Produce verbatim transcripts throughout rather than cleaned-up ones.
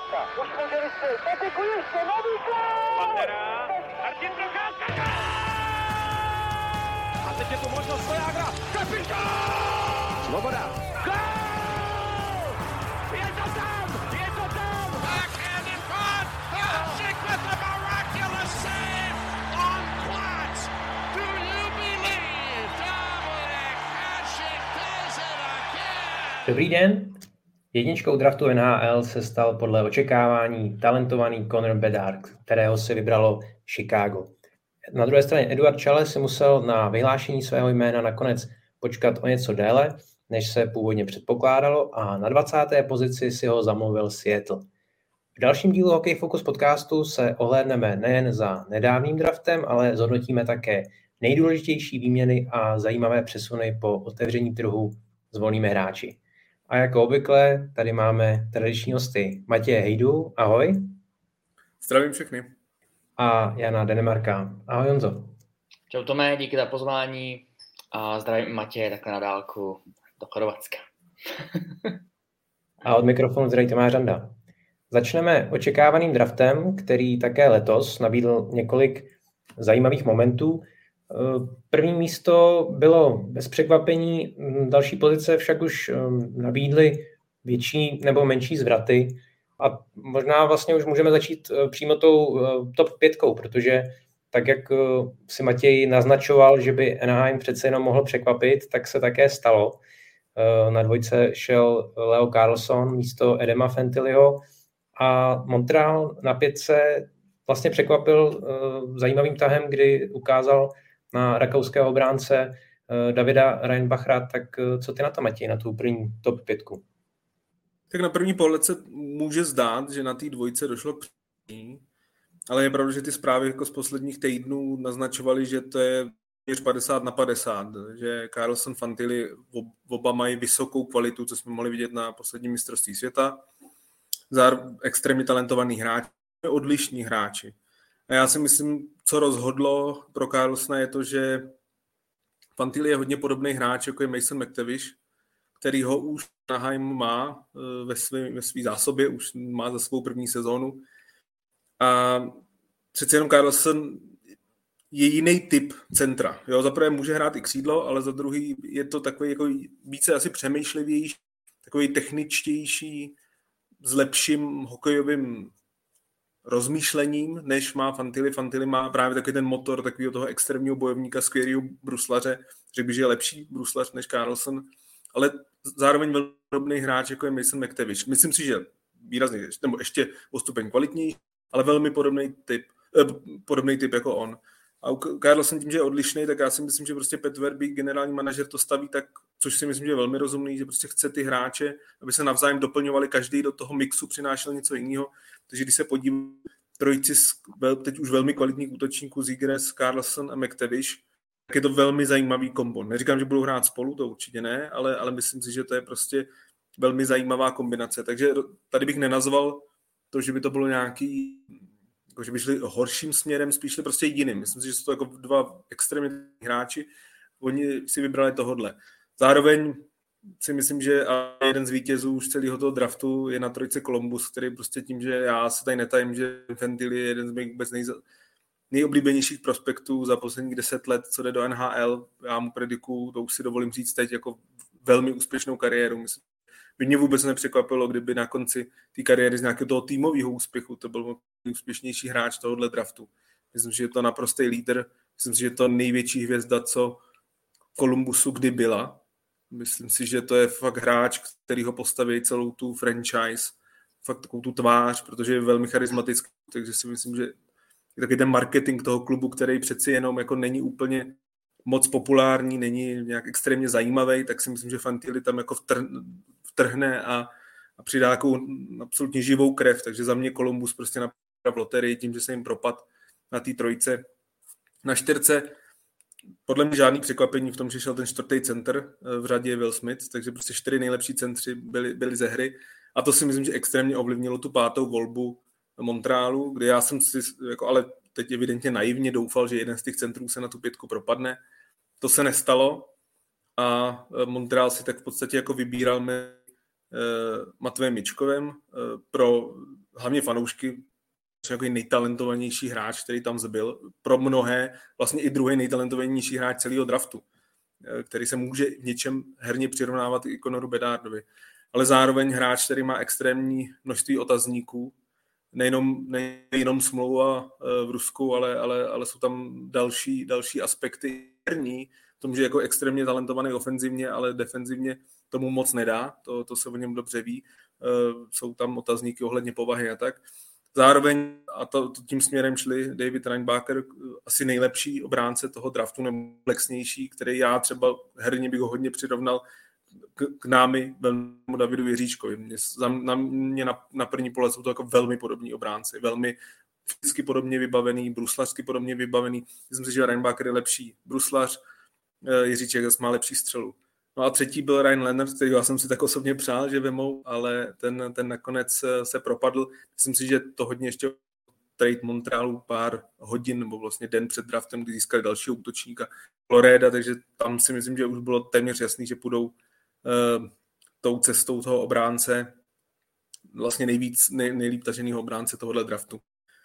Už může vystřelit, Patiku ještě, nový gól! Pantera, Martin Procházka! A teď je tu možnost Svojágra, kapitán! Svoboda! Gól! Je to tam, je to tam! Backhand in front, Hasek with the miraculous save on Platz. Do you believe Dominik Hasek does it again? Dobrý den. Jedničkou draftu N H L se stal podle očekávání talentovaný Connor Bedard, kterého si vybralo Chicago. Na druhé straně Eduard Challe si musel na vyhlášení svého jména nakonec počkat o něco déle, než se původně předpokládalo, a na dvacáté pozici si ho zamluvil Seattle. V dalším dílu Hockey Focus podcastu se ohlédneme nejen za nedávným draftem, ale zhodnotíme také nejdůležitější výměny a zajímavé přesuny po otevření trhu s volnými hráči. A jako obvykle tady máme tradiční hosty Matěje Hejdu, ahoj. Zdravím všechny. A Jana Denemarka, ahoj Honzo. Čau Tome, díky za pozvání a zdravím Matěje takhle na dálku do Chorvatska. A od mikrofonu zdraví Tomáš Randa. Začneme očekávaným draftem, který také letos nabídl několik zajímavých momentů. První místo bylo bez překvapení, další pozice však už nabídly větší nebo menší zvraty a možná vlastně už můžeme začít přímo tou top pětkou, protože tak, jak si Matěj naznačoval, že by Anaheim přece jenom mohl překvapit, tak se také stalo. Na dvojce šel Leo Carlsson místo Adama Fantilliho a Montreal na pětce vlastně překvapil zajímavým tahem, kdy ukázal na rakouského obránce Davida Reinbachera. Tak co ty na to, Matěj, na tu první top pětku? Tak na první pohled se může zdát, že na té dvojce došlo k pření, ale je pravda, že ty zprávy jako z posledních týdnů naznačovaly, že to je padesát na padesát, že Carlsson, Fantilli oba mají vysokou kvalitu, co jsme mohli vidět na posledním mistrovství světa. Zároveň extrémně talentovaný hráči, odlišní hráči. A já si myslím, co rozhodlo pro Carlsona je to, že Fantilli je hodně podobný hráč, jako je Mason McTavish, který ho už Anaheim má ve své ve svý zásobě, už má za svou první sezónu. A přece jenom Carlsson je jiný typ centra. Jo, za prvé může hrát i křídlo, ale za druhý je to takový jako více asi přemýšlivější, takový techničtější, s lepším hokejovým rozmýšlením, než má Fantilli. Fantilli má právě takový ten motor takového toho extrémního bojovníka, skvělého bruslaře. Řekl bych, že je lepší bruslař než Carlsson, ale zároveň velmi podobný hráč, jako je Mason McTavish. Myslím si, že výrazně, nebo ještě o stupeň kvalitnější, ale velmi podobný typ, eh, podobný typ jako on. A u Carlsson tím, že je odlišný, tak já si myslím, že prostě Pat Verbeek, generální manažer, to staví tak, což si myslím, že je velmi rozumný, že prostě chce ty hráče, aby se navzájem doplňovali, každý do toho mixu přinášel něco jiného. Takže když se podívám trojici teď už velmi kvalitních útočníků Zegras, Carlsson a McTavish, tak je to velmi zajímavý kombo. Neříkám, že budou hrát spolu, to určitě ne, ale, ale myslím si, že to je prostě velmi zajímavá kombinace. Takže tady bych nenazval to, že by to bylo nějaký, jako že by šli horším směrem, spíš šli prostě jiným. Myslím si, že jsou to jako dva extrémní hráči. Oni si vybrali tohodle. Zároveň si myslím, že jeden z vítězů už celého toho draftu je na trojce Columbus, který prostě tím, že já se tady netajím, že Fantilli je jeden z mých vůbec nej, nejoblíbenějších prospektů za posledních deset let, co jde do N H L. Já mu predikuju, to už si dovolím říct teď, jako velmi úspěšnou kariéru. Myslím, by mě vůbec nepřekvapilo, kdyby na konci té kariéry z nějakého toho týmového úspěchu to byl nejúspěšnější hráč tohohle draftu. Myslím, že je to naprostý lídr. Myslím si, že je to největší hvězda, co Columbusu kdy byla. Myslím si, že to je fakt hráč, který ho postaví celou tu franchise, fakt takovou tu tvář, protože je velmi charismatický, takže si myslím, že je taky ten marketing toho klubu, který přeci jenom jako není úplně moc populární, není nějak extrémně zajímavý, tak si myslím, že Fantilli tam jako vtr- vtrhne a, a přidá takovou absolutně živou krev, takže za mě Columbus prostě na v loterii tím, že se jim propad na té trojce. Na čtyřce podle mě žádný překvapení v tom, že šel ten čtvrtý center v řadě Will Smith, takže prostě čtyři nejlepší centři byli, byli ze hry a to si myslím, že extrémně ovlivnilo tu pátou volbu Montrealu, kde já jsem si, jako, ale teď evidentně naivně doufal, že jeden z těch centrů se na tu pětku propadne. To se nestalo a Montreal si tak v podstatě jako vybíral mezi Matvejem Mičkovem pro hlavně fanoušky, jako nejtalentovanější hráč, který tam zbyl. Pro mnohé vlastně i druhý nejtalentovanější hráč celého draftu, který se může v něčem herně přirovnávat i Connoru Bedardovi. Ale zároveň hráč, který má extrémní množství otazníků, nejenom, nejenom smlouva v Rusku, ale, ale, ale jsou tam další, další aspekty herní, v tom, že jako extrémně talentovaný ofenzivně, ale defenzivně tomu moc nedá, to, to se o něm dobře ví. Jsou tam otazníky ohledně povahy a tak. Zároveň, a to, to tím směrem šli David Reinbacher, asi nejlepší obránce toho draftu, komplexnější, který já třeba herně bych ho hodně přirovnal k, k námi, velmi Davidu Jiříčkovi. Mě, za, na mě na, na první pohled jsou to jako velmi podobní obránci, velmi fyzicky podobně vybavený, bruslařsky podobně vybavený. Myslím si, že Reinbacher je lepší bruslař, Jiříček má lepší střelu. No a třetí byl Ryan Leonard, který já jsem si tak osobně přál, že vemou, ale ten, ten nakonec se propadl. Myslím si, že to hodně ještě trade Montrealu pár hodin, nebo vlastně den před draftem, kdy získali dalšího útočníka Florida, takže tam si myslím, že už bylo téměř jasný, že půjdou uh, tou cestou toho obránce, vlastně nejvíc, nej, nejlíp taženýho obránce tohohle draftu.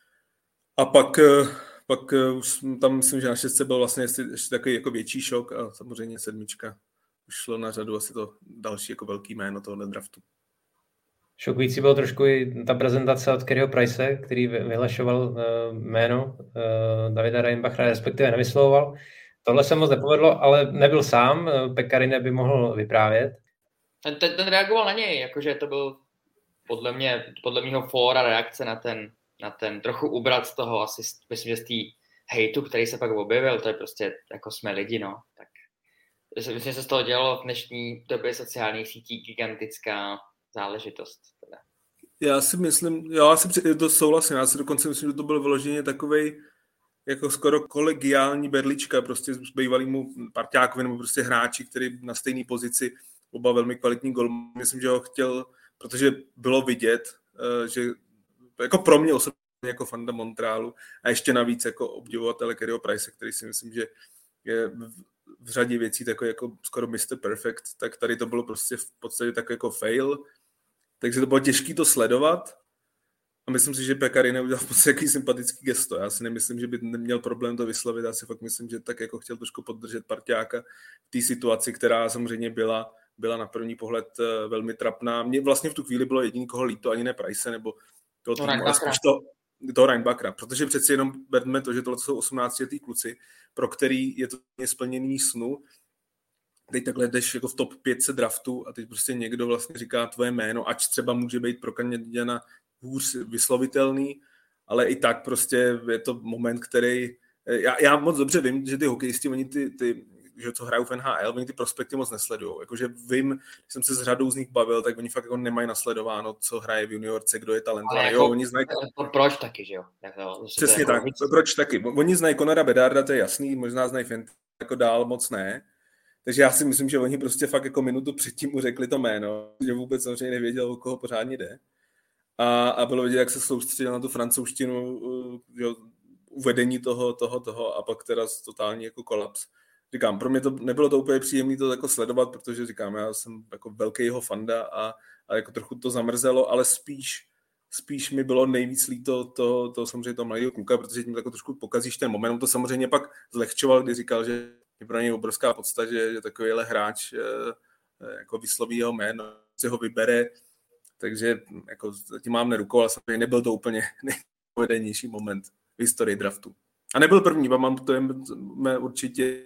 A pak, uh, pak uh, už tam myslím, že na šestce byl vlastně ještě, ještě takový jako větší šok a samozřejmě sedmička šlo na řadu asi to další jako velký jméno tohohle draftu. Šokující bylo trošku i ta prezentace od Careyho Price, který vyhlašoval uh, jméno uh, Davida Reinbachera, respektive nevyslovoval. Tohle se moc nepovedlo, ale nebyl sám, uh, Pekarine by mohl vyprávět. Ten, ten, ten reagoval na něj, jakože to byl podle mě, podle mého fóra reakce na ten, na ten trochu ubrat z toho, asi myslím, že z té hejtu, který se pak objevil, to je prostě jako jsme lidi, no, tak myslím, že se z toho dělalo v dnešní době sociálních sítí gigantická záležitost. Teda. Já si myslím, já si to souhlasím, já si dokonce myslím, že to byl vyloženě takovej jako skoro kolegiální berlička prostě s bývalýmu parťákovi nebo prostě hráči, který na stejné pozici, oba velmi kvalitní gol. Myslím, že ho chtěl, protože bylo vidět, že jako pro mě osobně jako fanda Montrealu a ještě navíc jako obdivovatele Careyho Price, který si myslím, že je v řadě věcí takový jako skoro mister Perfect, tak tady to bylo prostě v podstatě tak jako fail, takže to bylo těžké to sledovat a myslím si, že Pekarine udělal v podstatě jaký sympatický gesto. Já si nemyslím, že by neměl problém to vyslovit, já si fakt myslím, že tak jako chtěl trošku podržet parťáka v té situaci, která samozřejmě byla, byla na první pohled velmi trapná. Mně vlastně v tu chvíli bylo jediný, koho líto, ani ne Price, nebo toho týmu, ale spíš to, toho Reinbachera, protože přeci jenom berme to, že tohle jsou osmnáctiletí kluci, pro který je to splněný snu. Teď takhle jdeš jako v top pětce draftu a teď prostě někdo vlastně říká tvoje jméno, ač třeba může být pro Kanaděna hůř vyslovitelný, ale i tak prostě je to moment, který... Já, já moc dobře vím, že ty hokejisti, oni ty, ty že co hrajou v N H L, oni ty prospekty moc nesledujou. Jakože vím, když jsem se s řadou z nich bavil, tak oni fakt jako nemají nasledováno, co hraje v juniorce, kdo je talentovaný. Jako, jo, oni znají... Proč taky, že jo? Jako, Přesně tak, jako... proč taky. Oni znají Connora Bedarda, to je jasný, možná znají Fenty, jako dál moc ne. Takže já si myslím, že oni prostě fakt jako minutu předtím mu řekli to jméno, že vůbec samozřejmě nevěděl, o koho pořádně jde. A, a bylo vidět, jak se soustředil na tu francouzštinu, jo, uvedení toho, toho, toho a pak teda totální jako kolaps. Říkám, pro mě to nebylo to úplně příjemné to jako sledovat, protože říkám, já jsem jako velký jeho fanda a, a jako trochu to zamrzelo, ale spíš, spíš mi bylo nejvíc líto to, to samozřejmě toho mladého kluka, protože tím jako trošku pokazíš ten moment. On to samozřejmě pak zlehčoval, kdy říkal, že je pro něj obrovská podsta, že, že takovýhle hráč jako vysloví jeho jméno, se ho vybere, takže jako tím mám nerukou, ale samozřejmě nebyl to úplně nejpovedenější moment v historii draftu. A nebyl první, mám to je určitě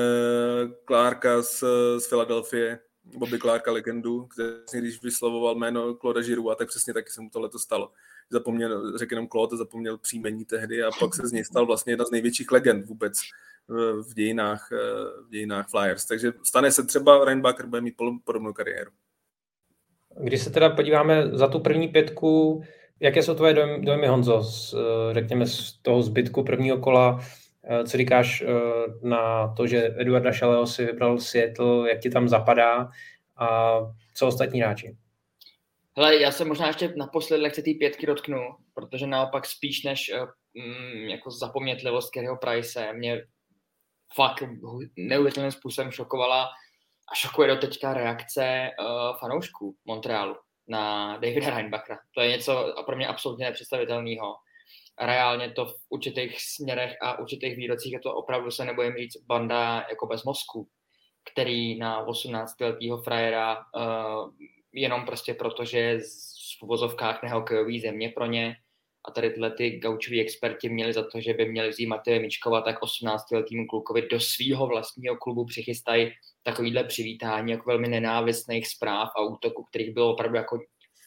Clarka z, z Filadelfie, Bobby Clarka legendu, který když vyslovoval jméno Claude Giroux, tak přesně taky se mu tohle to stalo. Zapomněl, řekl jenom Claude, zapomněl příjmení tehdy a pak se z něj stal vlastně jedna z největších legend vůbec v dějinách, v dějinách Flyers. Takže stane se třeba Reinbacher bude mít podobnou kariéru. Když se teda podíváme za tu první pětku, jaké jsou tvoje dojmy, dojmy Honzo, z, řekněme z toho zbytku prvního kola, co říkáš na to, že Eduarda Šaleho si vybral Seattle, jak ti tam zapadá a co ostatní hráči? Hele, já se možná ještě naposled lehce té pětky dotknu, protože naopak spíš než mm, jako zapomnětlivost Careyho Price mě fakt neuvěřitelným způsobem šokovala a šokuje do teďka reakce uh, fanoušků Montrealu. na Davida Reinbachera. To je něco pro mě absolutně nepředstavitelného. Reálně to v určitých směrech a určitých výrocích je to opravdu, se nebojím říct, banda jako bez mozku, který na osmnáctiletýho frajera uh, jenom prostě proto, že je v uvozovkách nehokejový země pro ně a tady tyhle ty gaučoví experti měli za to, že by měli vzít Matěje Mičkova, tak osmnáctiletýmu klukovi do svýho vlastního klubu přichystají takovýhle přivítání jako velmi nenávistných zpráv a útoků, kterých bylo opravdu jako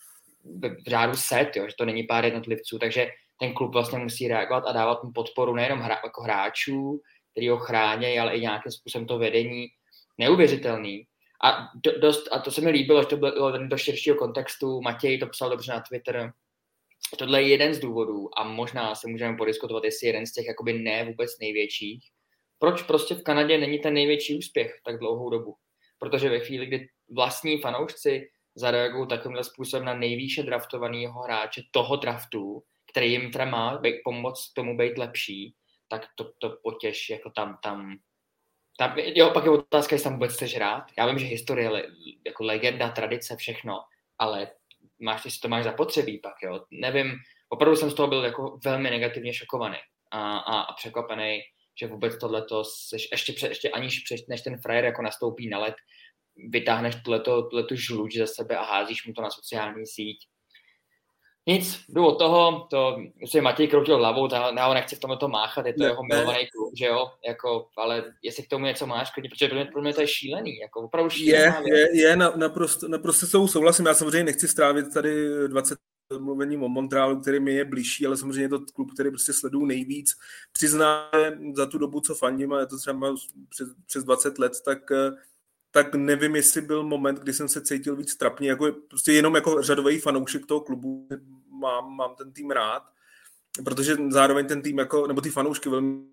v řádu set, jo, že to není pár jednotlivců, takže ten klub vlastně musí reagovat a dávat mu podporu nejenom hra, jako hráčů, který ho chrání, ale i nějakým způsobem to vedení. Neuvěřitelný. A, do, dost, a to se mi líbilo, že to bylo do širšího kontextu. Matěj to psal dobře na Twitter. Tohle je jeden z důvodů a možná se můžeme podiskutovat, jestli jeden z těch jakoby ne vůbec největších. Proč prostě v Kanadě není ten největší úspěch tak dlouhou dobu? Protože ve chvíli, kdy vlastní fanoušci zareagují takovýmhle způsobem na nejvýše draftovaného hráče toho draftu, který jim teda má být, pomoct tomu být lepší, tak to, to potěš, jako tam, tam, tam, jo, pak je otázka, jestli tam vůbec chceš hrát. Já vím, že historie je jako legenda, tradice, všechno, ale máš, jestli to máš zapotřebí pak, jo. Nevím, opravdu jsem z toho byl jako velmi negativně šokovaný a, a, a překvapený, že vůbec tohleto, seš, ještě, před, ještě aniž před, než ten frajer jako nastoupí na led, vytáhneš tuhleto, tuhletu žluč za sebe a házíš mu to na sociální síť. Nic, jdu od toho, to si Matěj kroutil hlavou, já ho nechci v tomhle to máchat, je to ne, jeho milovaný klub, že jo, jako, ale jestli k tomu něco máš, protože pro mě, pro mě to je šílený, jako opravdu šílená je, je, je, naprosto, naprosto s tou souhlasím, já samozřejmě nechci strávit tady dvacet mluvením o Montrealu, který mi je blížší, ale samozřejmě je to klub, který prostě sleduju nejvíc. Přiznám, za tu dobu, co fandím, a je to třeba přes, přes dvacet let, tak tak nevím, jestli byl moment, kdy jsem se cítil víc trapně, jako prostě jenom jako řadový fanoušek toho klubu mám, mám ten tým rád, protože zároveň ten tým, jako, nebo ty fanoušky velmi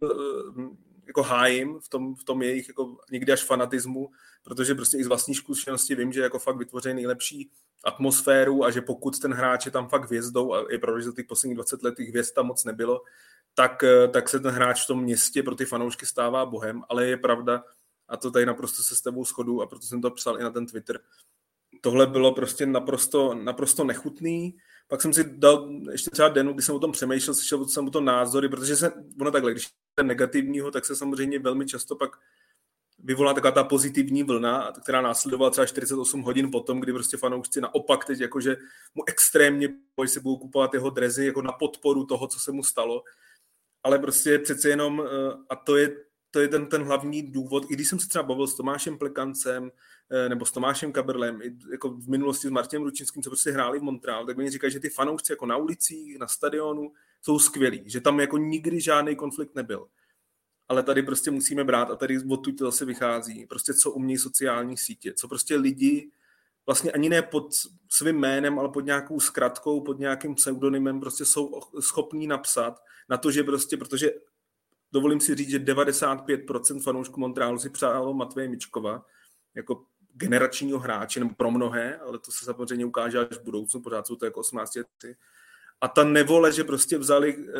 jako hájím v tom, v tom jejich jako někdy až fanatismu, protože prostě i z vlastní zkušenosti vím, že jako fakt vytvoří nejlepší atmosféru a že pokud ten hráč je tam fakt hvězdou, a je pravda, že za těch posledních dvacet let těch hvězd tam moc nebylo, tak, tak se ten hráč v tom městě pro ty fanoušky stává bohem, ale je pravda, a to tady naprosto se s tebou shodu a proto jsem to psal i na ten Twitter. Tohle bylo prostě naprosto, naprosto nechutný. Pak jsem si dal ještě třeba den, kdy jsem o tom přemýšlel, slyšel jsem o tom názory, protože se, ono takhle, když je negativního, tak se samozřejmě velmi často pak vyvolá taková ta pozitivní vlna, která následovala třeba čtyřicet osm hodin potom, kdy prostě fanoušci naopak teď jakože mu extrémně pojď si budou kupovat jeho drezy jako na podporu toho, co se mu stalo. Ale prostě přece jenom, a to je To je ten, ten hlavní důvod, i když jsem se třeba bavil s Tomášem Plekancem nebo s Tomášem Kaberlem, jako v minulosti s Martinem Ručinským, co prostě hráli v Montrealu, tak mi říkají, že ty fanoušci jako na ulicích, na stadionu jsou skvělí, že tam jako nikdy žádný konflikt nebyl. Ale tady prostě musíme brát, a tady odtud to zase vychází, prostě co umějí sociální sítě, co prostě lidi vlastně ani ne pod svým jménem, ale pod nějakou zkratkou, pod nějakým pseudonymem prostě jsou schopní napsat na to, že prostě, protože dovolím si říct, že devadesát pět procent fanoušků Montrealu si přálo Matveje Mičkova jako generačního hráče, nebo pro mnohé, ale to se samozřejmě ukáže až v budoucnu, pořád jsou to jako osmnáctiletí. A ta nevole, že prostě vzali, e,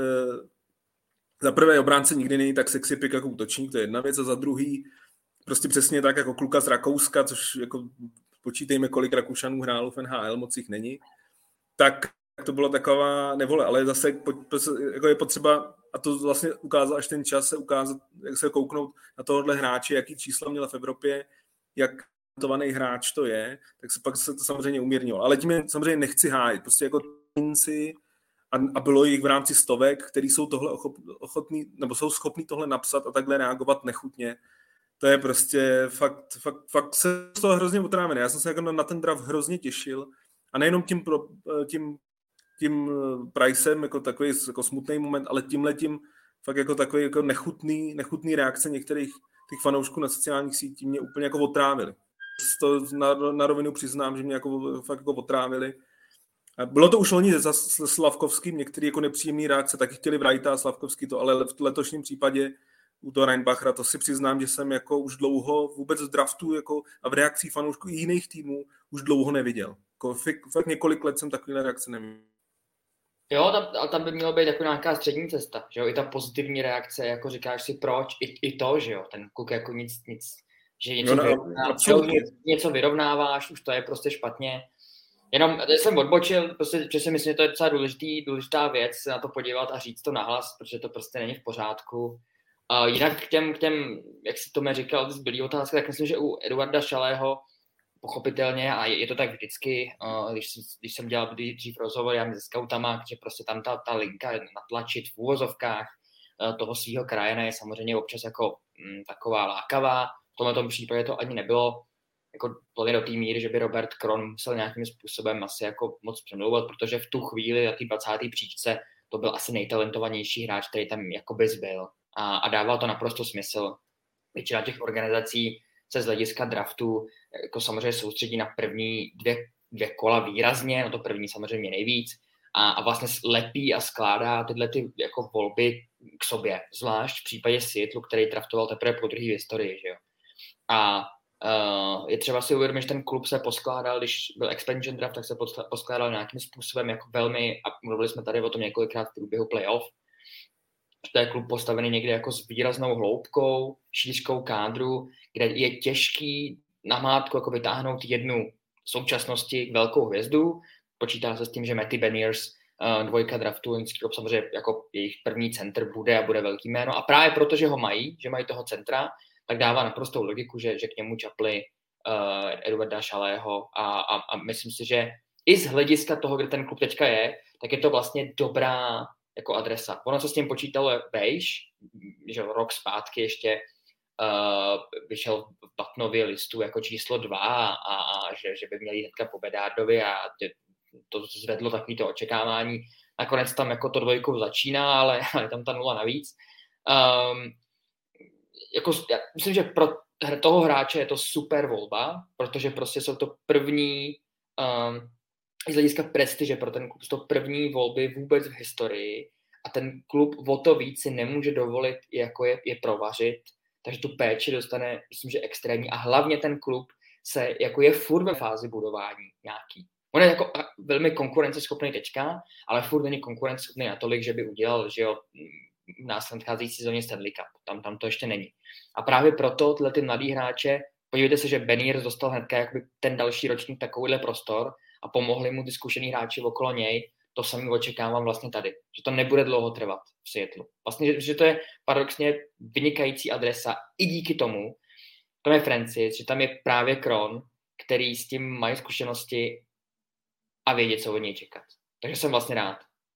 za prvé obránce nikdy není tak sexy pick jako útočník, to je jedna věc, a za druhý prostě přesně tak jako kluka z Rakouska, což jako počítejme, kolik Rakušanů hrálo v N H L, moc jich není, tak to bylo taková nevole, ale zase jako je potřeba, a to vlastně ukázal až ten čas, se ukázat, jak se kouknout na tohohle hráče, jaký čísla měla v Evropě, jak tovaný hráč to je, tak se pak se to samozřejmě umírnilo. Ale tím je samozřejmě nechci hájit, prostě jako týnci, a, a bylo jich v rámci stovek, který jsou tohle ochotní, nebo jsou schopní tohle napsat a takhle reagovat nechutně. To je prostě fakt, fakt, fakt se z toho hrozně otrávený. Já jsem se jako na ten draft hrozně těšil a nejenom tím, pro, tím tím Pricem jako takový jako smutný moment, ale tímhletím fakt jako takový jako nechutný, nechutný reakce některých těch fanoušků na sociálních sítích mě úplně jako otrávili. To na, na rovinu přiznám, že mě jako, fakt jako otrávili. Bylo to už loni se Slavkovským, některé jako nepříjemné reakce, taky chtěli Wrighta a Slavkovský to, ale v letošním případě u toho Reinbachera, to si přiznám, že jsem jako už dlouho vůbec z draftu jako a v reakcích fanoušků i jiných týmů už dlouho neviděl. Jako fakt několik let jsem takovýhle reakce neviděl. Jo, tam, ale tam by mělo být jako nějaká střední cesta, že jo, i ta pozitivní reakce, jako říkáš si proč, i, i to, že jo, ten kluk jako nic, nic, že něco, no, no, vyrovnáváš, něco vyrovnáváš, už to je prostě špatně, Jenom jsem odbočil, prostě, že si myslím, že to je docela důležitý, důležitá věc se na to podívat a říct to nahlas, protože to prostě není v pořádku. Uh, jinak k těm, k těm, jak si Tome říkal, zbylý otázky, tak myslím, že u Eduarda Šalého pochopitelně, a je, je to tak vždycky, uh, když, když jsem dělal dřív rozhovor já se scoutama, že prostě tam ta, ta linka natlačit v úvozovkách uh, toho svého krajina je samozřejmě občas jako mm, taková lákavá. V tomhle tom případě to ani nebylo jako plně do té míry, že by Robert Kron musel nějakým způsobem asi jako moc přemlouvat, protože v tu chvíli na té dvacáté příčce to byl asi nejtalentovanější hráč, který tam jakoby zbyl. A, a dával to naprosto smysl. Většina těch organizací se z hlediska draftu jako samozřejmě soustředí na první dvě, dvě kola výrazně, no to první samozřejmě nejvíc, a, a vlastně lepí a skládá tyhle ty jako volby k sobě, zvlášť v případě Seattleu, který draftoval teprve po druhý v historii, že jo. A uh, je třeba si uvědomit, že ten klub se poskládal, když byl expansion draft, tak se poskládal nějakým způsobem jako velmi, a mluvili jsme tady o tom několikrát v průběhu playoff, že to je klub postavený někde jako s výraznou hloubkou, šířkou kádru, kde je těžký namátku jako vytáhnout jednu v současnosti velkou hvězdu. Počítá se s tím, že Matty Beniers, uh, dvojka draftu, loňský klub samozřejmě jako jejich první center bude a bude velký jméno. A právě protože ho mají, že mají toho centra, tak dává naprostou logiku, že, že k němu čapli uh, Eduarda Šalého a, a, a myslím si, že i z hlediska toho, kde ten klub teďka je, tak je to vlastně dobrá jako adresa. Ono, co s tím počítalo, je Bejš, že rok zpátky ještě uh, vyšel v Batnově listu jako číslo dva a, a že, že by měli hnedka po Bedárdovi a to zvedlo takovýto očekávání. Nakonec tam jako to dvojkou začíná, ale je tam ta nula navíc. Um, jako, já myslím, že pro toho hráče je to super volba, protože prostě jsou to první um, z hlediska prestiže pro ten klub, to první volby vůbec v historii a ten klub o to víc si nemůže dovolit jako je, je provařit, takže tu péči dostane, myslím, že extrémní a hlavně ten klub se jako je furt ve fázi budování nějaký. On je jako velmi konkurenceschopný teďka, ale furt není konkurenceschopný natolik, že by udělal, že jo, v následující sezóně Stanley Cup. Tam, tam to ještě není. A právě proto tyhle ty mladý hráče, podívejte se, že Beniers dostal hnedka jakoby ten další ročník takovýhle prostor a pomohli mu ty zkušený hráči okolo něj, to samý očekávám vlastně tady. Že to nebude dlouho trvat v Seattleu. Vlastně, že, že to je paradoxně vynikající adresa i díky tomu, tam je Francis, že tam je právě Kron, který s tím mají zkušenosti a vědět, co od něj čekat. Takže jsem vlastně rád.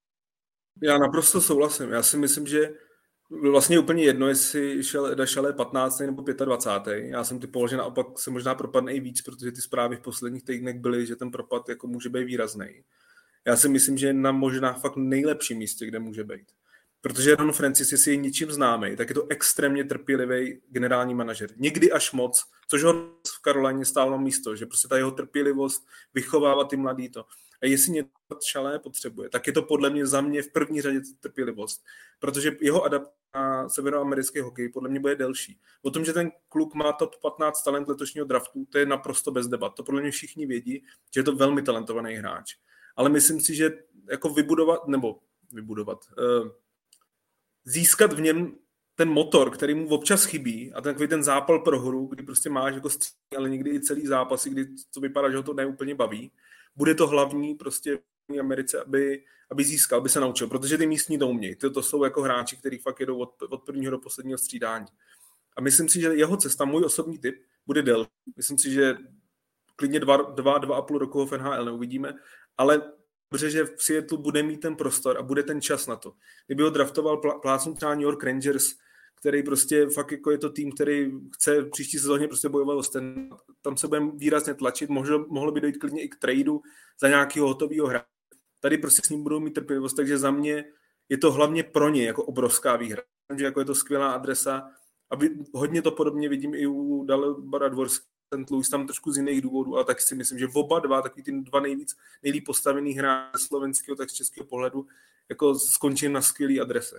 Já naprosto souhlasím. Já si myslím, že vlastně úplně jedno, jestli šel Eda Šalé patnáctý nebo dvacátý pátý Já jsem typoval, že naopak se možná propadne i víc, protože ty zprávy v posledních týdnech byly, že ten propad jako může být výrazný. Já si myslím, že je na možná fakt nejlepším místě, kde může být. Protože Ron Francis, jestli je ničím známý, tak je to extrémně trpělivý generální manažer. Někdy až moc, což ho v Karolíně stálo místo, že prostě ta jeho trpělivost vychovává ty mladý to. A jestli něco Šalé potřebuje, tak je to podle mě za mě v první řadě trpělivost. Protože jeho adaptace na severoamerický hokej podle mě bude delší. O tom, že ten kluk má top patnáct talent letošního draftu, to je naprosto bez debat. To podle mě všichni vědí, že je to velmi talentovaný hráč. Ale myslím si, že jako vybudovat, nebo vybudovat, uh, získat v něm ten motor, který mu občas chybí a takový ten zápal pro hru, kdy prostě máš jako střílení, ale někdy i celý zápasy, kdy to vypadá, že ho to neúplně baví. Bude to hlavní prostě v Americe, aby, aby získal, aby se naučil, protože ty místní to umějí. To, to jsou jako hráči, kteří fakt jedou od, od prvního do posledního střídání. A myslím si, že jeho cesta, můj osobní tip, bude delší. Myslím si, že klidně dva, dva, dva a půl roku v N H L neuvidíme, ale dobře, že v Seattleu bude mít ten prostor a bude ten čas na to. Kdyby ho draftoval plácnut třeba New York Rangers, který prostě fakt jako je to tým, který chce příští sezóně prostě bojovat o Stanley, tam se budeme výrazně tlačit, mohlo, mohlo by dojít klidně i k tradu za nějakého hotového hráče. Tady prostě s ním budou mít trpělivost, takže za mě je to hlavně pro ně jako obrovská výhra. Že jako je to skvělá adresa, aby hodně to podobně vidím i u Dalibora Dvorského, Saint Louis tam trošku z jiných důvodů, ale tak si myslím, že oba dva, takový ty dva nejvíc, nejlíp postavený hráče slovenského, tak z českého pohledu, jako skončí na skvělý adrese.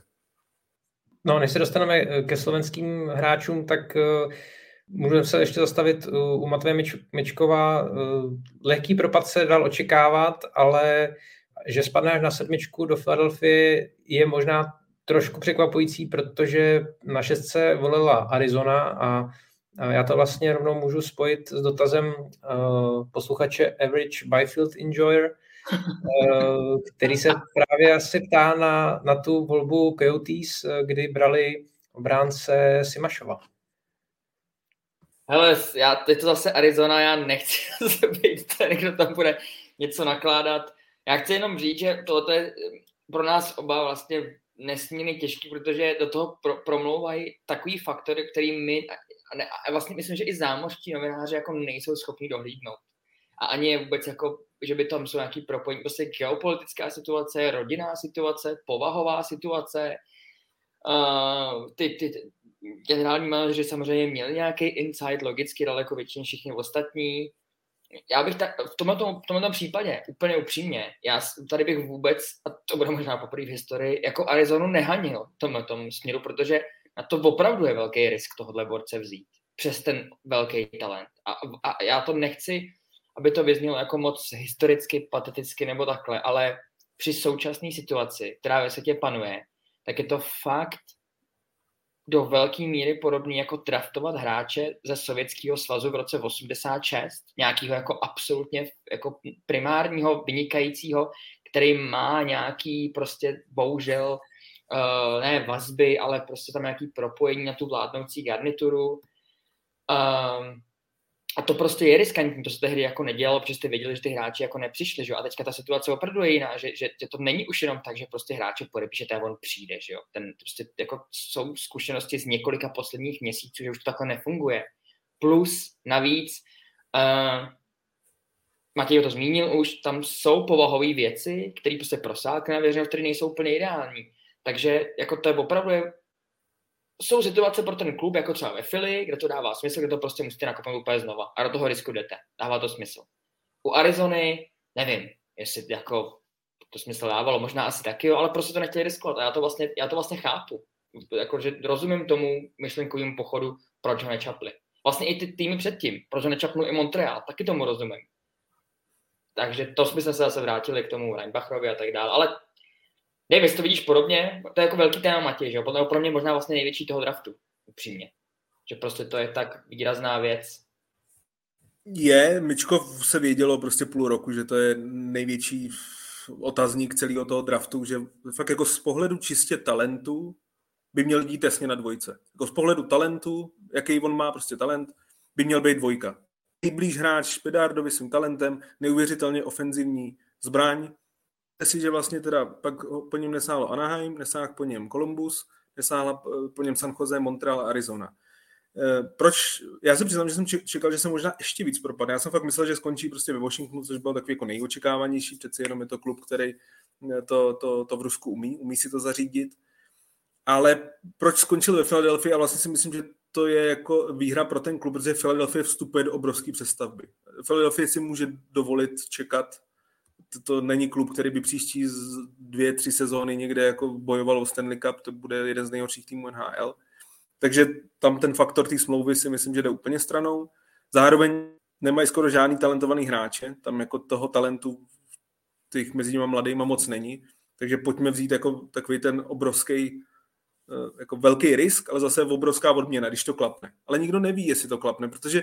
No, než se dostaneme ke slovenským hráčům, tak uh, můžeme se ještě zastavit uh, u Matveje Mič- Mičkova. Uh, lehký propad se dal očekávat, ale že spadne až na sedmičku do Philadelphie je možná trošku překvapující, protože na šestce volila Arizona a Já to vlastně rovnou můžu spojit s dotazem uh, posluchače Average Byfield Enjoyer, uh, který se právě asi ptá na, na tu volbu Coyotes, kdy brali obránce Simašova. Hele, já, teď to zase Arizona, já nechci být ten, kdo tam bude něco nakládat. Já chci jenom říct, že tohle je pro nás oba vlastně nesmírně těžký, protože do toho pro, promlouvají takový faktory, který my, a, ne, a vlastně myslím, že i zámořští novináři jako nejsou schopni dohlídnout. A ani je vůbec jako, že by tam jsou nějaký propojení, prostě geopolitická situace, rodinná situace, povahová situace, uh, ty, ty generální manažeři samozřejmě měli nějaký insight, logicky daleko větší než všichni ostatní. Já bych tak, v tomto, v tomto případě, úplně upřímně, já tady bych vůbec, a to bude možná poprvé v historii, jako Arizonu nehanil v tomhle tom směru, protože na to opravdu je velký risk tohohle borce vzít, přes ten velký talent. A, a já to nechci, aby to vyznělo jako moc historicky, pateticky nebo takhle, ale při současné situaci, která ve světě panuje, tak je to fakt do velké míry podobný jako draftovat hráče ze Sovětského svazu v roce osmdesát šest, nějakého jako absolutně jako primárního, vynikajícího, který má nějaký prostě bohužel uh, ne vazby, ale prostě tam nějaký propojení na tu vládnoucí garnituru. Um, a to prostě je riskantní, to se tehdy jako nedělalo, protože jste věděli, že ty hráči jako nepřišli, že jo? A teďka ta situace opravdu je jiná, že, že, že to není už jenom tak, že prostě hráče podepíšete a on přijde, že jo? Ten prostě jako jsou zkušenosti z několika posledních měsíců, že už to takhle nefunguje. Plus navíc, uh, Matěj to zmínil už, tam jsou povahové věci, které prostě prosákne a věřím, které nejsou úplně ideální. Takže jako to je opravdu je, jsou situace pro ten klub, jako třeba ve Philly, kde to dává smysl, kde to prostě musíte nakopnout úplně znova a do toho risku jdete. Dává to smysl. U Arizony, nevím, jestli jako to smysl dávalo, možná asi taky, jo, ale prostě to nechtěli riskovat a já to vlastně, já to vlastně chápu. Jako, že rozumím tomu myšlenkovému pochodu, proč ho nečapli. Vlastně i ty týmy předtím, proč ho nečapnul i Montreal, taky tomu rozumím. Takže to jsme se zase vrátili k tomu Reinbacherovi a tak dále, ale nevím, jestli to vidíš podobně, to je jako velký téma Matěj, že jo? Podle pro mě možná vlastně největší toho draftu, upřímně. Že prostě to je tak výrazná věc. Je, Mičkov se vědělo prostě půl roku, že to je největší otazník celého toho draftu, že fakt jako z pohledu čistě talentu by měl jít jasně na dvojce. Jako z pohledu talentu, jaký on má prostě talent, by měl být dvojka. Nejblíž hráč Pedardovi svým talentem, neuvěřitelně ofenzivní zbraň. Si, že vlastně teda pak po něm nesáhlo Anaheim, nesáhl po něm Columbus, nesáhla po něm San Jose, Montreal a Arizona. Proč? Já se přiznám, že jsem čekal, že se možná ještě víc propadne. Já jsem fakt myslel, že skončí prostě ve Washingtonu, což byl takový jako nejočekávanější, přeci jenom je to klub, který to, to, to v Rusku umí, umí si to zařídit. Ale proč skončil ve Philadelphii? A vlastně si myslím, že to je jako výhra pro ten klub, protože Philadelphia vstupuje do obrovské přestavby. Philadelphia si může dovolit čekat. To, to není klub, který by příští dvě, tři sezóny někde jako bojoval o Stanley Cup, to bude jeden z nejhorších týmů N H L. Takže tam ten faktor té smlouvy si myslím, že jde úplně stranou. Zároveň nemají skoro žádný talentovaný hráče, tam jako toho talentu těch mezi těma mladýma moc není, takže pojďme vzít jako takový ten obrovský, jako velký risk, ale zase obrovská odměna, když to klapne. Ale nikdo neví, jestli to klapne, protože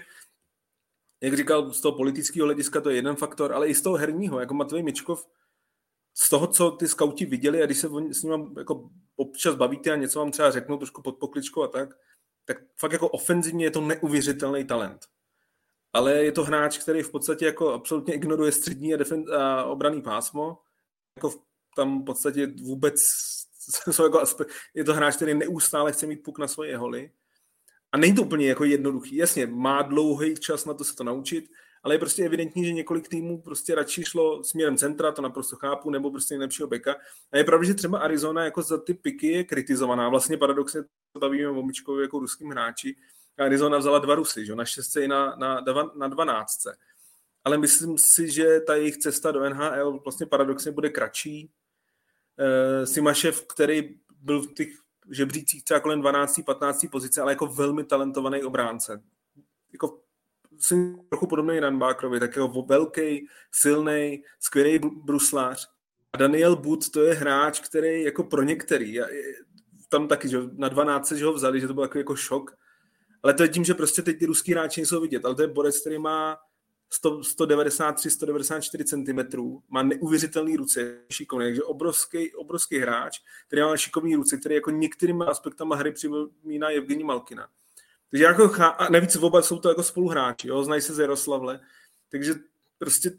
jak říkal, z toho politického hlediska to je jeden faktor, ale i z toho herního, jako Matvej Mičkov, z toho, co ty skauti viděli a když se s ním jako občas bavíte a něco vám třeba řeknou trošku pod pokličkou a tak, tak fakt jako ofenzivně je to neuvěřitelný talent. Ale je to hráč, který v podstatě jako absolutně ignoruje střední a, defen- a obranný pásmo. Jako tam v podstatě vůbec jsou jako aspe- je to hráč, který neustále chce mít puk na svoje holy. A není to úplně jako jednoduchý. Jasně, má dlouhý čas na to se to naučit, ale je prostě evidentní, že několik týmů prostě radši šlo směrem centra, to naprosto chápu, nebo prostě nejlepšího beka. A je pravda, že třeba Arizona jako za ty piky je kritizovaná. Vlastně paradoxně to bavíme o Mičkovi jako ruským hráči. Arizona vzala dva Rusy, že? Na šestce i na, na, na dvanáctce. Ale myslím si, že ta jejich cesta do N H L vlastně paradoxně bude kratší. E, Simašev, který byl v těch žebřících třeba kolem dvanácté patnácté pozice, ale jako velmi talentovaný obránce. Jako jsem trochu podobný Reinbacherovi, tak jako velký, silný, skvělý bruslář. A Daniel Wood, to je hráč, který jako pro některý, tam taky, že na dvanáctce, že ho vzali, že to byl takový jako šok, ale to je tím, že prostě teď ty ruský hráči nejsou vidět, ale to je borec, který má sto devadesát tři, sto devadesát čtyři centimetrů, má neuvěřitelný ruce, šikovný, takže obrovský, obrovský hráč, který má šikovný ruce, který jako některými aspektama hry připomíná Evgeni Malkina. Takže jako chá... a navíc oba jsou to jako spoluhráči, jo, znají se z Jaroslavle, takže prostě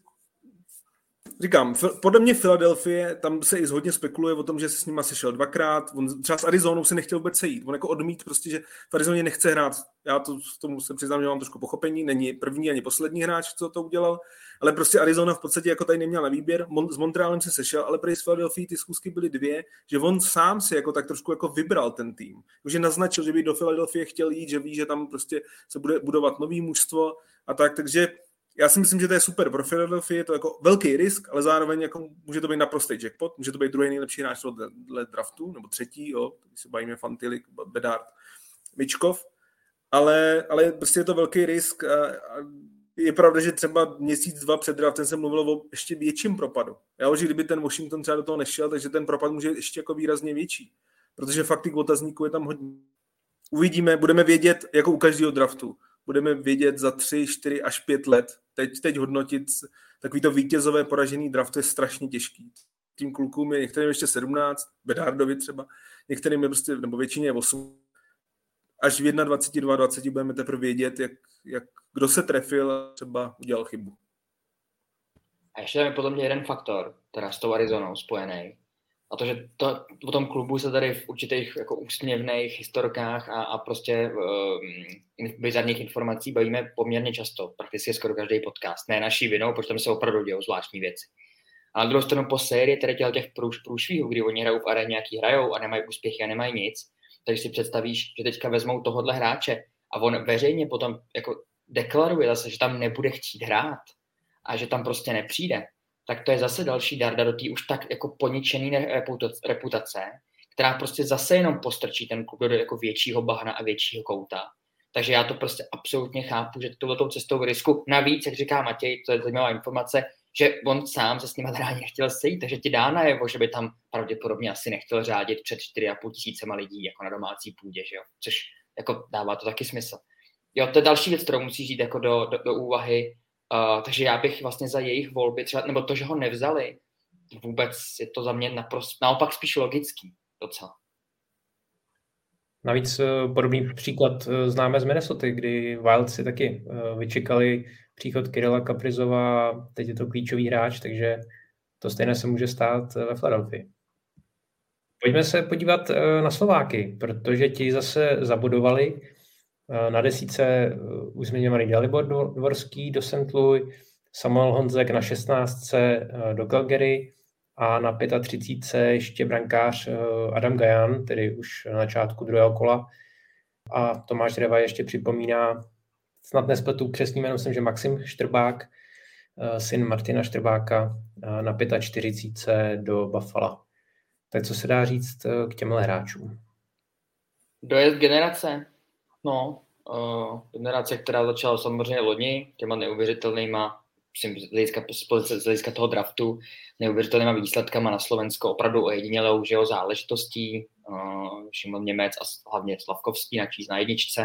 říkám, podle mě Philadelphie, tam se i hodně spekuluje o tom, že se s nima sešel dvakrát, on třeba s Arizonou se nechtěl vůbec sejít, on jako odmít prostě, že v Arizoně nechce hrát, já to s tomu se přiznám, že mám trošku pochopení, není první ani poslední hráč, co to udělal, ale prostě Arizona v podstatě jako tady neměl na výběr, Mon- s Montrealem se sešel, ale prý z Philadelphia ty zkusky byly dvě, že on sám si jako tak trošku jako vybral ten tým, že naznačil, že by do Philadelphie chtěl jít, že ví, že tam prostě se bude budovat nový mužstvo a tak, takže já si myslím, že to je super pro Philadelphia, je to jako velký risk, ale zároveň jako může to být naprostý jackpot, může to být druhý nejlepší hráč tohle draftu, nebo třetí, jo, když se bavíme Fantilik, Bedard, Mičkov, ale, ale prostě je to velký risk a, a je pravda, že třeba měsíc, dva před draftem jsem mluvil o ještě větším propadu. Já že kdyby ten Washington třeba do toho nešel, takže ten propad může ještě jako výrazně větší, protože fakt těch otazníků je tam hodně. Uvidíme, budeme vědět, jako u každého draftu, budeme vědět za tři, čtyři až pět let. Teď, teď hodnotit takovýto vítězové poražený draft je strašně těžký. Tím klukům je některým ještě sedmnáct, Bedardovi třeba, některým je prostě, nebo většině je osm. Až v dvacet jedna, dvacet dva budeme teprve vědět, jak, jak, kdo se trefil a třeba udělal chybu. A ještě tam je podle mě jeden faktor, teda s tou Arizonou spojený. A to, že to, o tom klubu se tady v určitých jako úsměvných historkách a, a prostě uh, bizarních informací bavíme poměrně často, prakticky skoro každý podcast. Ne naší vinou, protože tam se opravdu dějou zvláštní věci. A na druhou stranu po sérii tady těch průš, průšvihů, kdy oni hrajou v aréně nějaký hrajou a nemají úspěchy a nemají nic, takže si představíš, že teďka vezmou tohohle hráče a on veřejně potom jako deklaruje zase, že tam nebude chtít hrát a že tam prostě nepřijde, tak to je zase další darda do té už tak jako poničený reputace, která prostě zase jenom postrčí ten klub do jako většího bahna a většího kouta. Takže já to prostě absolutně chápu, že touhletou cestou risku. Navíc, jak říká Matěj, to je zajímavá informace, že on sám se s nima teda nechtěl sejít, takže ti dá najevo, že by tam pravděpodobně asi nechtěl řádit před čtyři a půl tisícema lidí jako na domácí půdě, že jo? Což jako dává to taky smysl. Jo, to je další věc, kterou musí žít jako do, do, do úvahy. Uh, takže já bych vlastně za jejich volby třeba, nebo to, že ho nevzali, vůbec je to za mě naprosto, naopak spíš logický docela. Navíc podobný příklad známe z Minnesota, kdy Wild si taky vyčekali příchod Kirilla Kaprizova, teď je to klíčový hráč, takže to stejné se může stát ve Philadelphii. Pojďme se podívat na Slováky, protože ti zase zabudovali na desítce už zmiňovaný Dalibor Dvorský do Saint Louis, Samuel Honzek na šestnáctce do Calgary a na třicítce pět ještě brankář Adam Gajan, tedy už na začátku druhého kola. A Tomáš Reva ještě připomíná, snad nespletu přesný jméno, myslím, že Maxim Štrbák, syn Martina Štrbáka, na čtyřicítce pět do Buffalo. Tak co se dá říct k těmhle hráčům? Dojezd generace. No, uh, generace, která začala samozřejmě loni, těma neuvěřitelnýma, myslím, z hlediska, z hlediska toho draftu, neuvěřitelnýma výsledkama na Slovensko, opravdu ojedinělou, že jo, záležitostí, uh, Šimon Němec a hlavně Slavkovský na číst na jedničce.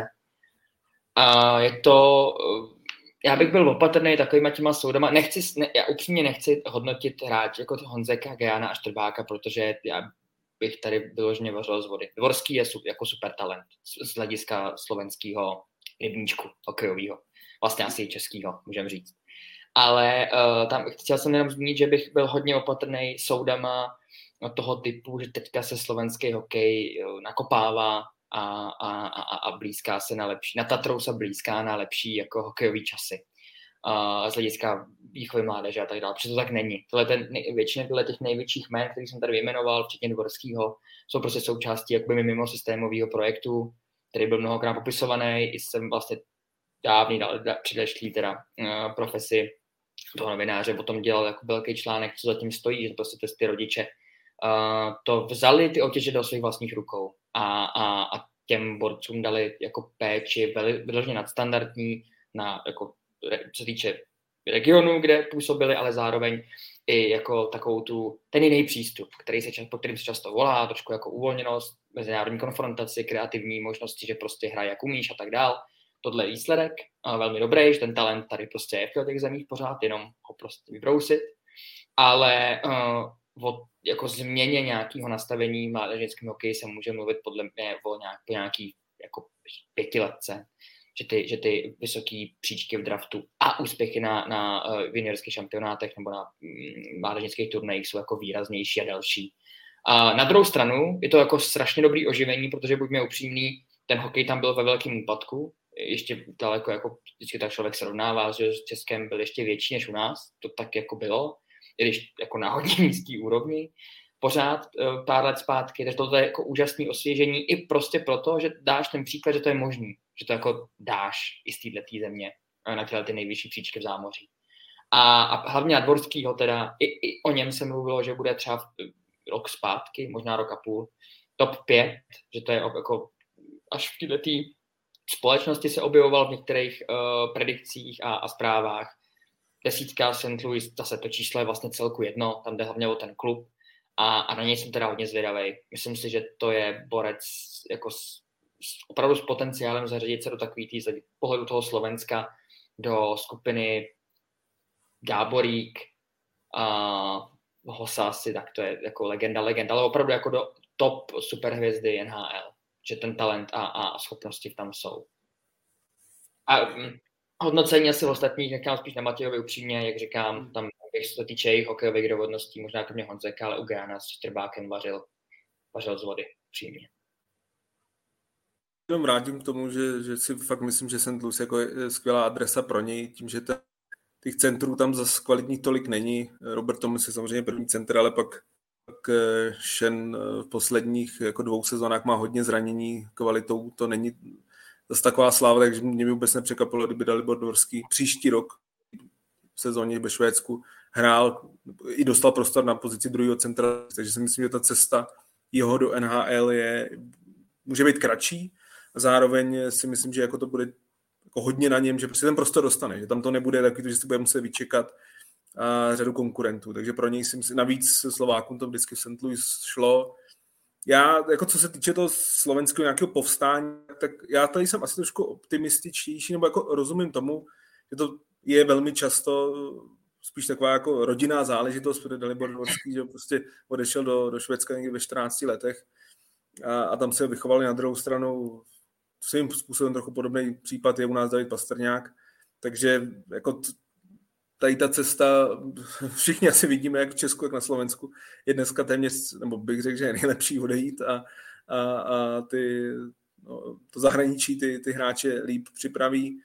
A je to, uh, já bych byl opatrný takovýma těma soudama, nechci, ne, já upřímně nechci hodnotit hráč jako Honzeka, Gajana a Štrbáka, protože já bych tady vyloženě vařil z vody. Dvorský je jako super talent z hlediska slovenského rybníčku hokejového. Vlastně asi i českého, můžeme říct. Ale uh, tam chtěl jsem jenom zmínit, že bych byl hodně opatrný soudama toho typu, že teďka se slovenský hokej uh, nakopává a, a, a, a blízká se na lepší, na Tatrou se blízká na lepší jako hokejový časy. Uh, z hlediska výchovy mládeže a tak dále. Protože to tak není. Tohle ten, většině těch největších jmén, který jsem tady vyjmenoval, včetně Dvorskýho, jsou prostě součástí jakoby mimo systémového projektu, který byl mnohokrát popisovaný. I jsem vlastně dávný předešlý teda uh, profesi toho novináře o tom dělal jako velký článek, co zatím stojí, že prostě ty rodiče uh, to vzali ty otěže do svých vlastních rukou a, a, a těm borcům dali jako péči vyloženě nadstandardní na jako co se týče regionu, kde působili, ale zároveň i jako takovou tu, ten jiný přístup, který se, po kterým se často volá, trošku jako uvolněnost, mezinárodní konfrontaci, kreativní možnosti, že prostě hraje jak umíš a tak dál. Tohle je výsledek, ale velmi dobrý, že ten talent tady prostě je v těch zemích pořád, jenom ho prostě vybrousit. Ale uh, o jako změně nějakého nastavení mládežnického hokeje se může mluvit podle mě o nějak, po nějaký jako pětiletce. Že ty, že ty vysoký příčky v draftu a úspěchy na, na uh, juniorských šampionátech nebo na um, mládežnických turnajích jsou jako výraznější a další. A na druhou stranu je to jako strašně dobrý oživení, protože buďme upřímní, ten hokej tam byl ve velkém úpadku, ještě daleko, jako vždycky tak člověk srovnává, že s Českem byl ještě větší než u nás, to tak jako bylo, i když jako na hodně nízký úrovni, pořád uh, pár let zpátky, takže to je jako úžasné osvěžení i prostě proto, že dáš ten příklad, že to je možný, že to jako dáš i z této země na tyhle ty nejvyšší příčky v zámoří. A, a hlavně na Dvorskýho teda, i, i o něm se mluvilo, že bude třeba rok zpátky, možná rok a půl, top pět, že to je jako až v této společnosti se objevoval v některých uh, predikcích a, a zprávách. Desítka Saint Louis, zase to číslo je vlastně celku jedno, tam jde hlavně o ten klub a, a na něj jsem teda hodně zvědavej. Myslím si, že to je borec jako s, s, opravdu s potenciálem zařadit se do takový tý, z pohledu toho Slovenska do skupiny Gáborík a Hossa asi, tak to je jako legenda, legenda, ale opravdu jako do top superhvězdy N H L, že ten talent a, a schopnosti tam jsou. A hm, hodnocení asi v ostatních nechám spíš na Matějovi upřímně, jak říkám, tam se týče jejich hokejových dovedností, možná kromě Honzeka, ale u Gána s Štrbákem vařil, vařil z vody, upřímně. Jenom vrátím k tomu, že, že si fakt myslím, že Saint Louis jako je skvělá adresa pro něj, tím, že ten těch centrů tam zase kvalitních tolik není. Robert Thomas je samozřejmě první centr, ale pak, pak Shen v posledních jako dvou sezónách má hodně zranění, kvalitou to není zase taková sláva, takže mě by vůbec nepřekvapilo, kdyby Dalibor Dvorský příští rok v sezóně ve Švédsku hrál i dostal prostor na pozici druhého centra, takže si myslím, že ta cesta jeho do N H L je, může být kratší, zároveň si myslím, že jako to bude jako hodně na něm, že prostě ten prostor dostane, že tam to nebude takový, že si bude muset vyčekat a řadu konkurentů, takže pro něj si myslím, navíc Slovákům to vždycky v Saint Louis šlo. Já, jako co se týče toho slovenského nějakého povstání, tak já tady jsem asi trošku optimističtější, nebo jako rozumím tomu, že to je velmi často spíš taková jako rodinná záležitost, protože Dalibor Dvorský, že prostě odešel do, do Švédska někdy ve čtrnácti letech a, a tam se vychovali. Na druhou stranu svým způsobem trochu podobný případ je u nás David Pastrňák, takže jako t- tady ta cesta, všichni asi vidíme, jak v Česku, jak na Slovensku, je dneska téměř, nebo bych řekl, že je nejlepší odejít a, a, a ty, no, to zahraničí ty, ty hráče líp připraví.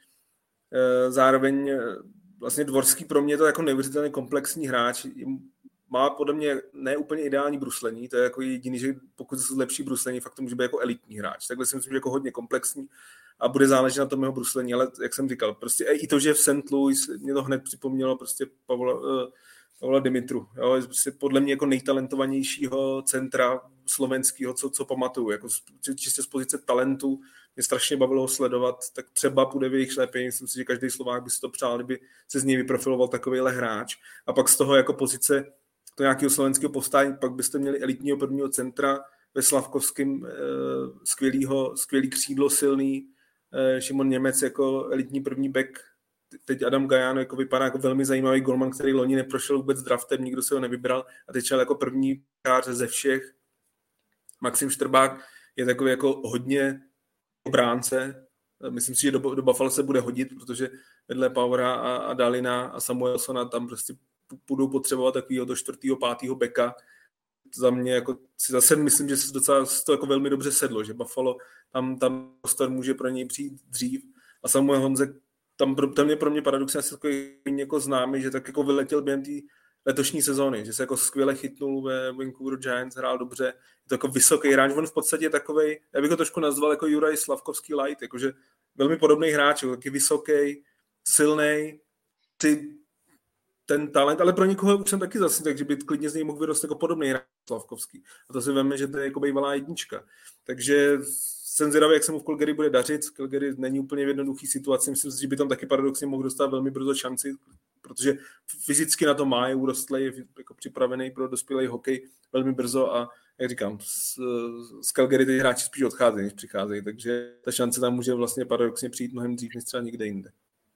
Zároveň vlastně Dvorský pro mě je to jako neuvěřitelně komplexní hráč, má podle mě ne úplně ideální bruslení, to je jako jediný, že pokud se zlepší bruslení, fakt to může být jako elitní hráč. Takhle si myslím, že jako hodně komplexní a bude záležet na tom jeho bruslení, ale jak jsem říkal, prostě i to, že je v Saint Louis, mě to hned připomnělo prostě Pavla, uh, Pavla Dimitru. Jo, je prostě podle mě jako nejtalentovanějšího centra slovenského, co, co pamatuju. Jako čistě z pozice talentu mě strašně bavilo sledovat, tak třeba půjde v jejich šlépě. Myslím si, že každý Slovák by si to přál, kdyby se z něj vyprofiloval takovýhle hráč. A pak z toho jako pozice to nějakého slovenského povstání, pak byste měli elitního prvního centra ve Slavkovském, eh, skvělýho, skvělý křídlo, silný, eh, Šimon Němec jako elitní první back, teď Adam Gajan jako vypadá jako velmi zajímavý golman, který loni neprošel vůbec draftem, nikdo se ho nevybral a teď šel jako první hráč ze všech. Maxim Štrbák je takový jako hodně obránce, myslím si, že do, do Buffalo se bude hodit, protože vedle Powera a, a Dalina a Samuelsona tam prostě budou potřebovat takového do čtvrtého, pátého beka. Za mě jako si zase myslím, že se docela to jako velmi dobře sedlo, že Buffalo tam, tam prostor může pro něj přijít dřív a Samuel Honzek tam, tam je pro mě paradoxně asi takový jako známý, že tak jako vyletěl během té letošní sezóny, že se jako skvěle chytnul ve Vancouver Giants, hrál dobře, je to jako vysoký hráč, on v podstatě je takovej, já bych ho trošku nazval jako Juraj Slavkovský light, jakože velmi podobný hráč, taky vysoký, silnej, ty ten talent, ale pro někoho už jsem taky zase, takže by klidně z něj mohl vyrost jako podobný hráč Slavkovský. A to si veme, že to je jako bývalá jednička. Takže jsem zvědavý, jak se mu v Calgary bude dařit. Calgary není úplně v jednoduchý situaci. Myslím si, že by tam taky paradoxně mohl dostat velmi brzo šanci. protože fyzicky na to má, je urostlý, je jako připravený pro dospělý hokej velmi brzo a jak říkám, z, z Calgary ty hráči spíš odcházejí, než přicházejí, takže ta šance tam může vlastně paradoxně přijít mnohem dřív, než třeba někde jinde.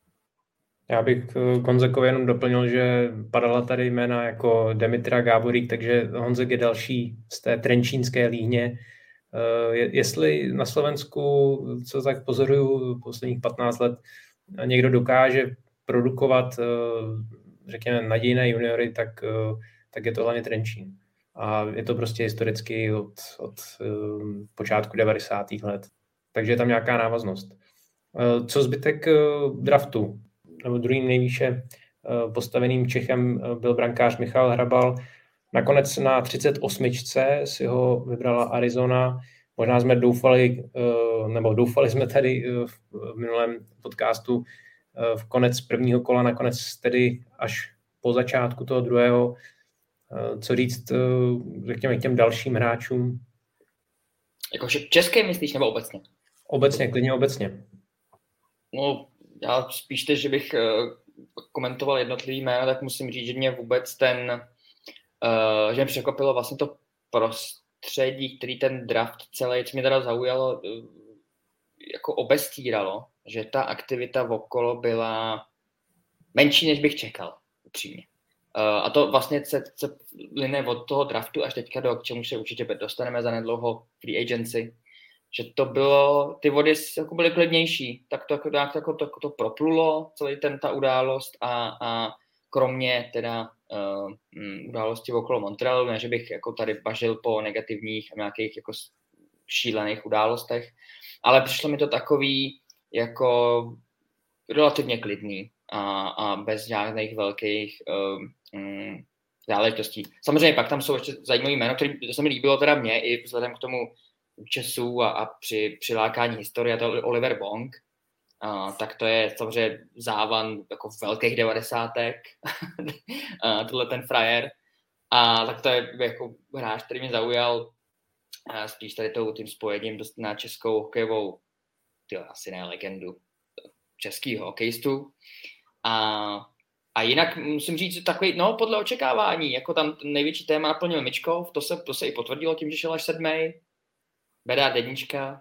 Já bych Honzekovi jenom doplnil, že padala tady jména jako Demitra Gáborík, takže Honzek je další z té trenčínské líhně. Jestli na Slovensku, co tak pozoruju posledních patnáct let, někdo dokáže produkovat, řekněme, nadějné juniory, tak, tak je to hlavně Trenčín. A je to prostě historicky od, od počátku devadesátých let. Takže je tam nějaká návaznost. Co zbytek draftu? Nebo druhým nejvýše postaveným Čechem byl brankář Michal Hrabal. Nakonec na třicet osm si ho vybrala Arizona. Možná jsme doufali, nebo doufali jsme tady v minulém podcastu v konec prvního kola, nakonec tedy až po začátku toho druhého. Co říct, řekněme, k těm dalším hráčům? Jakože české myslíš, nebo obecně? Obecně, klidně obecně. No, já spíš teď, že bych komentoval jednotlivý jména, tak musím říct, že mě vůbec ten, že mě překvapilo vlastně to prostředí, který ten draft celý, co mě teda zaujalo, jako obestíralo, že ta aktivita okolo byla menší, než bych čekal, upřímně. A to vlastně se, se line od toho draftu až teďka, do k čemu se určitě dostaneme za nedlouho free agency, že to bylo, ty vody jako byly klidnější, tak to, jako, tak, to, to, to proplulo, celý ten, ta událost a, a kromě teda uh, události okolo Montrealu, ne, že bych jako tady bažil po negativních a nějakých jako šílených událostech, ale přišlo mi to takový jako relativně klidný a, a bez žádných velkých uh, um, záležitostí. Samozřejmě pak tam jsou ještě zajímavé jméno, které se mi líbilo teda mě i vzhledem k tomu času a, a při přilákání historie, to je Oliver Bong, a, tak to je samozřejmě závan jako velkých devadesátek, a tohle ten frajer. A tak to je jako hráč, který mě zaujal a spíš tady tou tím spojením dost na českou hokejovou, tyjo, asi ne legendu, českýho hokejistu. A, a jinak musím říct takový, no podle očekávání, jako tam největší téma naplnil Mičkov, to se, to se i potvrdilo tím, že šel až sedmej. Bedard jednička.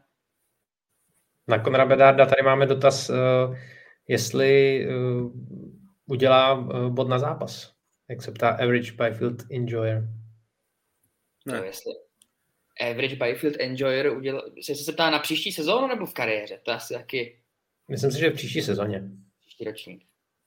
Na Conora Bedarda tady máme dotaz, uh, jestli uh, udělá uh, bod na zápas. Jak se ptá Average Byfield Enjoyer. Ne. To jestli Average Byfield Enjoyer udělá, jestli se ptá na příští sezónu nebo v kariéře? To asi taky... Myslím si, že v příští sezóně. Příští ročník.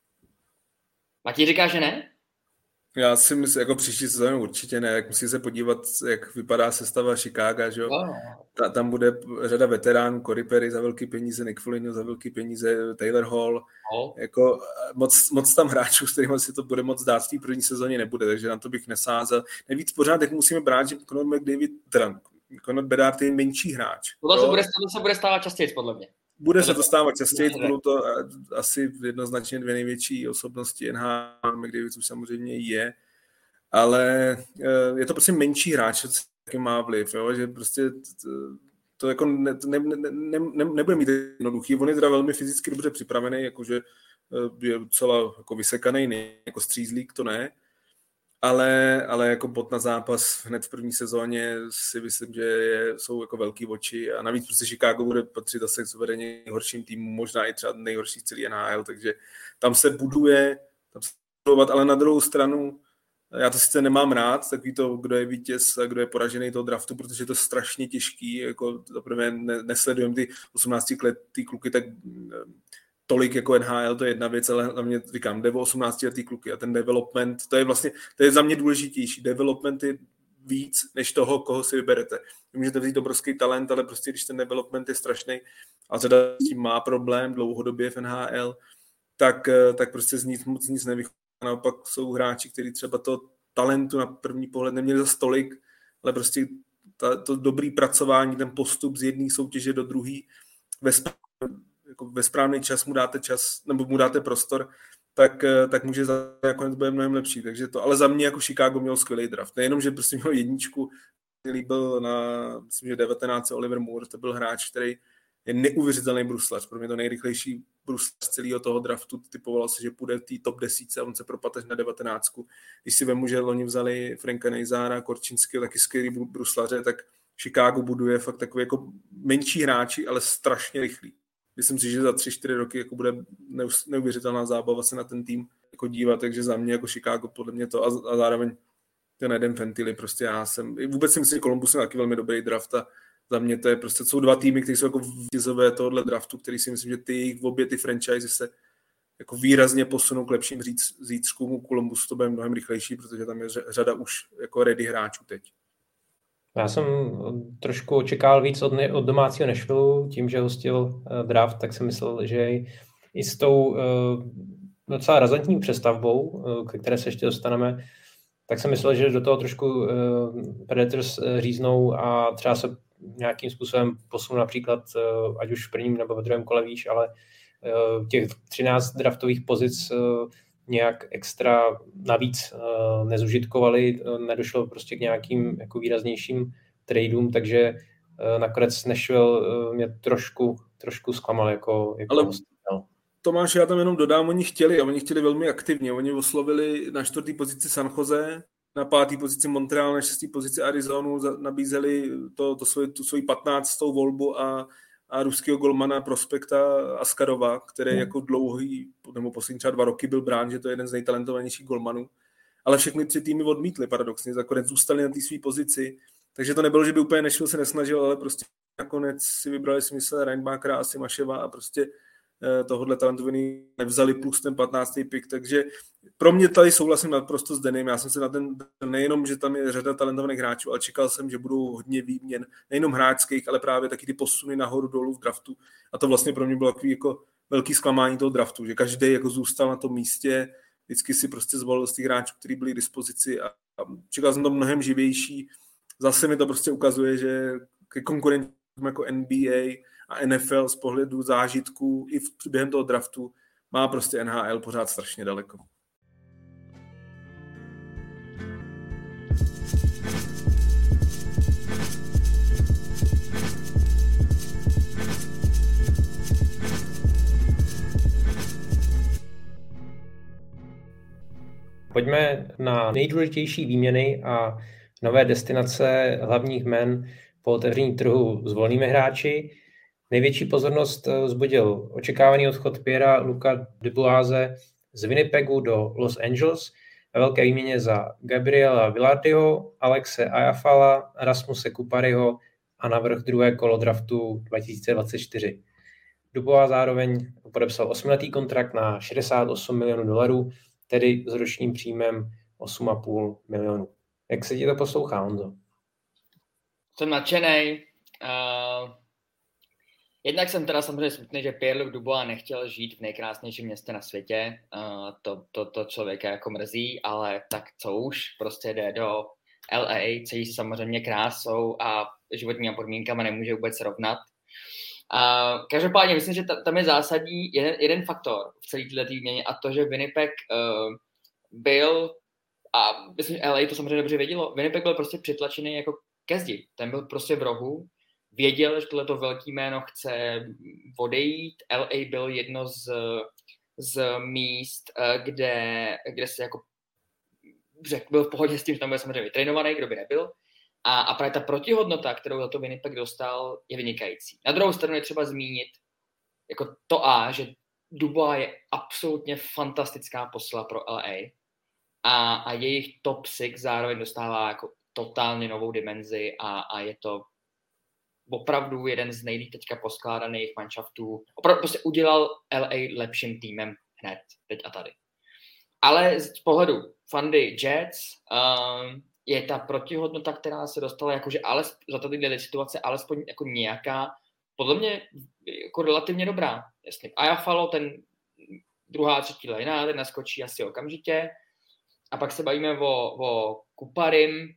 Matěj říká, že ne? Já si myslím, jako příští sezónu určitě ne, jak musí se podívat, jak vypadá sestava Chicaga, že jo. No. Ta, tam bude řada veteránů, Corey Perry za velký peníze, Nick Foligno za velký peníze, Taylor Hall, no. Jako moc, moc tam hráčů, s kterými si to bude moc dát v té první sezóně nebude, takže na to bych nesázel. Nejvíc pořád, jak musíme brát, že Conor McDavid, teda Conor Bedard je menší hráč. To se bude, to se bude stávat častěji, podle mě. Bude se to stávat častěji, budou to asi jednoznačně dvě největší osobnosti N H L, McDavid už samozřejmě je, ale je to prostě menší hráč, jaký má vliv, jo? Že prostě to jako ne, ne, ne, ne, nebude mít jednoduchý. On je teda velmi fyzicky dobře připravený, jakože je docela jako vysekaný, ne jako střízlík, to ne, ale, ale jako bod na zápas hned v první sezóně si myslím, že je, jsou jako velký oči a navíc prostě Chicago bude patřit zase k suverénně nejhorším týmům, možná i třeba nejhorší z celý N H L, takže tam se buduje, tam se budovat, ale na druhou stranu já to sice nemám rád, takový to, kdo je vítěz a kdo je poražený toho draftu, protože je to strašně těžký, jako zaprvé ne, nesledujem ty osmnáctiletý kluky tak tolik jako N H L, to je jedna věc, ale hlavně říkám, jde o osmnáctiletý kluky a ten development, to je vlastně, to je za mě důležitější. Development je víc, než toho, koho si vyberete. Můžete vzít obrovský talent, ale prostě když ten development je strašný a řada s tím má problém dlouhodobě v N H L, tak, tak prostě z nic moc nic nevychází. Naopak jsou hráči, kteří třeba to talentu na první pohled neměli za stolik, ale prostě ta, to dobrý pracování, ten postup z jedné soutěže do druhé ve jako ve správný čas mu dáte čas, nebo mu dáte prostor, tak, tak může nakonec bude mnohem lepší. Takže to, ale za mě jako Chicago měl skvělý draft. Nejenom, že prostě měl jedničku, který byl na, myslím, že devatenáct Oliver Moore, to byl hráč, který je neuvěřitelný bruslař. Pro mě to nejrychlejší bruslař celého toho draftu. Typovalo se, že půjde v té top desítce a on se propadl až na devatenáctku. Když si vemu, že loni vzali Franka Nejzára, Korčinský, taky skvělý bruslaře, tak Chicago buduje fakt takový jako menší hráči, ale strašně rychlý. Myslím si, že za tři čtyři roky jako bude neuvěřitelná zábava se na ten tým jako dívat, takže za mě jako Chicago podle mě to a, a zároveň ten Adam Fantilli, prostě já jsem, vůbec si myslím, že Columbus je taky velmi dobrý draft a za mě to je prostě, jsou dva týmy, které jsou jako vítězové tohohle draftu, který si myslím, že ty obě ty franchise se jako výrazně posunou k lepším zítřkům. U Columbusu to bude mnohem rychlejší, protože tam je řada už jako ready hráčů teď. Já jsem trošku očekával víc od, ne, od domácího Nashvilleu, tím, že hostil uh, draft, tak jsem myslel, že i s tou uh, docela razantní přestavbou, uh, ke které se ještě dostaneme, tak jsem myslel, že do toho trošku uh, Predators uh, říznou a třeba se nějakým způsobem posunou například, uh, ať už v prvním nebo ve druhém kole výš, ale uh, těch třináct draftových pozic uh, nějak extra navíc uh, nezužitkovali, uh, nedošlo prostě k nějakým jako výraznějším tradeům, takže uh, nakonec Nashville uh, mě trošku, trošku zklamal jako, jako Ale hostitel. Tomáš, já tam jenom dodám, oni chtěli a oni chtěli velmi aktivně. Oni oslovili na čtvrtý pozici San Jose, na pátý pozici Montreal, na šestý pozici Arizonu, nabízeli to, to svoji, tu svoji patnáctou volbu a a ruského golmana prospekta Askarova, který hmm. jako dlouhý, nebo poslední třeba dva roky byl brán, že to je jeden z nejtalentovanějších golmanů. Ale všechny tři týmy odmítly paradoxně, nakonec zůstali na té své pozici. Takže to nebylo, že by úplně Nashville se nesnažil, ale prostě nakonec si vybrali smysl Reinbachera a Simaševa a prostě tohohle talentovaný nevzali plus ten patnáctý pick, takže pro mě tady souhlasím naprosto s Denim. Já jsem se na ten, nejenom, že tam je řada talentovaných hráčů, ale čekal jsem, že budou hodně výměn, nejenom hráčských, ale právě taky ty posuny nahoru dolů v draftu. A to vlastně pro mě bylo takový jako velký zklamání toho draftu, že každý jako zůstal na tom místě, vždycky si prostě zvolil z těch hráčů, kteří byli k dispozici a, a čekal jsem to mnohem živější. Zase mi to prostě ukazuje, že ke konkurentům jako N B A a N F L z pohledu zážitků i v, během toho draftu má prostě N H L pořád strašně daleko. Pojďme na nejdůležitější výměny a nové destinace hlavních jmen po otevření trhu s volnými hráči. Největší pozornost vzbudil očekávaný odchod Pierre-Luca Duboise z Winnipegu do Los Angeles ve velké výměně za Gabriela Vilardiho, Alexe Iafala, Rasmuse Kupariho a navrch druhé kolo draftu dva tisíce dvacet čtyři. Dubois zároveň podepsal osmiletý kontrakt na šedesát osm milionů dolarů, tedy s ročním příjmem osm a půl milionů. Jak se ti to poslouchá, Honzo? Jsem nadšenej. Uh... Jednak jsem teda samozřejmě smutný, že Pierre-Luc Dubois nechtěl žít v nejkrásnějším městě na světě. Uh, to, to, to člověka jako mrzí, ale tak co už, prostě jde do L A, celý si samozřejmě krásou a životními podmínkama nemůže vůbec srovnat. Uh, každopádně myslím, že ta, tam je zásadní jeden, jeden faktor v celé této výměně a to, že Winnipeg uh, byl, a myslím, že L A to samozřejmě dobře vědělo, Winnipeg byl prostě přitlačený jako ke zdi. Ten byl prostě v rohu. Věděl, že tohleto velký jméno chce odejít. L A byl jedno z, z míst, kde, kde se jako řek, byl v pohodě s tím, že tam byl samozřejmě vytrénovaný, kdo by nebyl. A, a právě ta protihodnota, kterou za to Winnipeg dostal, je vynikající. Na druhou stranu je třeba zmínit jako to A, že Dubois je absolutně fantastická posila pro L A a, a jejich top šest zároveň dostává jako totálně novou dimenzi a, a je to opravdu jeden z nejlíp teďka poskládaných manšaftů. Opravdu prostě udělal L A lepším týmem hned, teď a tady. Ale z pohledu Fundy Jets um, je ta protihodnota, která se dostala jakože ale za tadyhle situace alespoň jako nějaká, podle mě jako relativně dobrá. Jasně. Iafalo, ten druhá, třetí lejna, ten naskočí asi okamžitě. A pak se bavíme o, o Kuparim,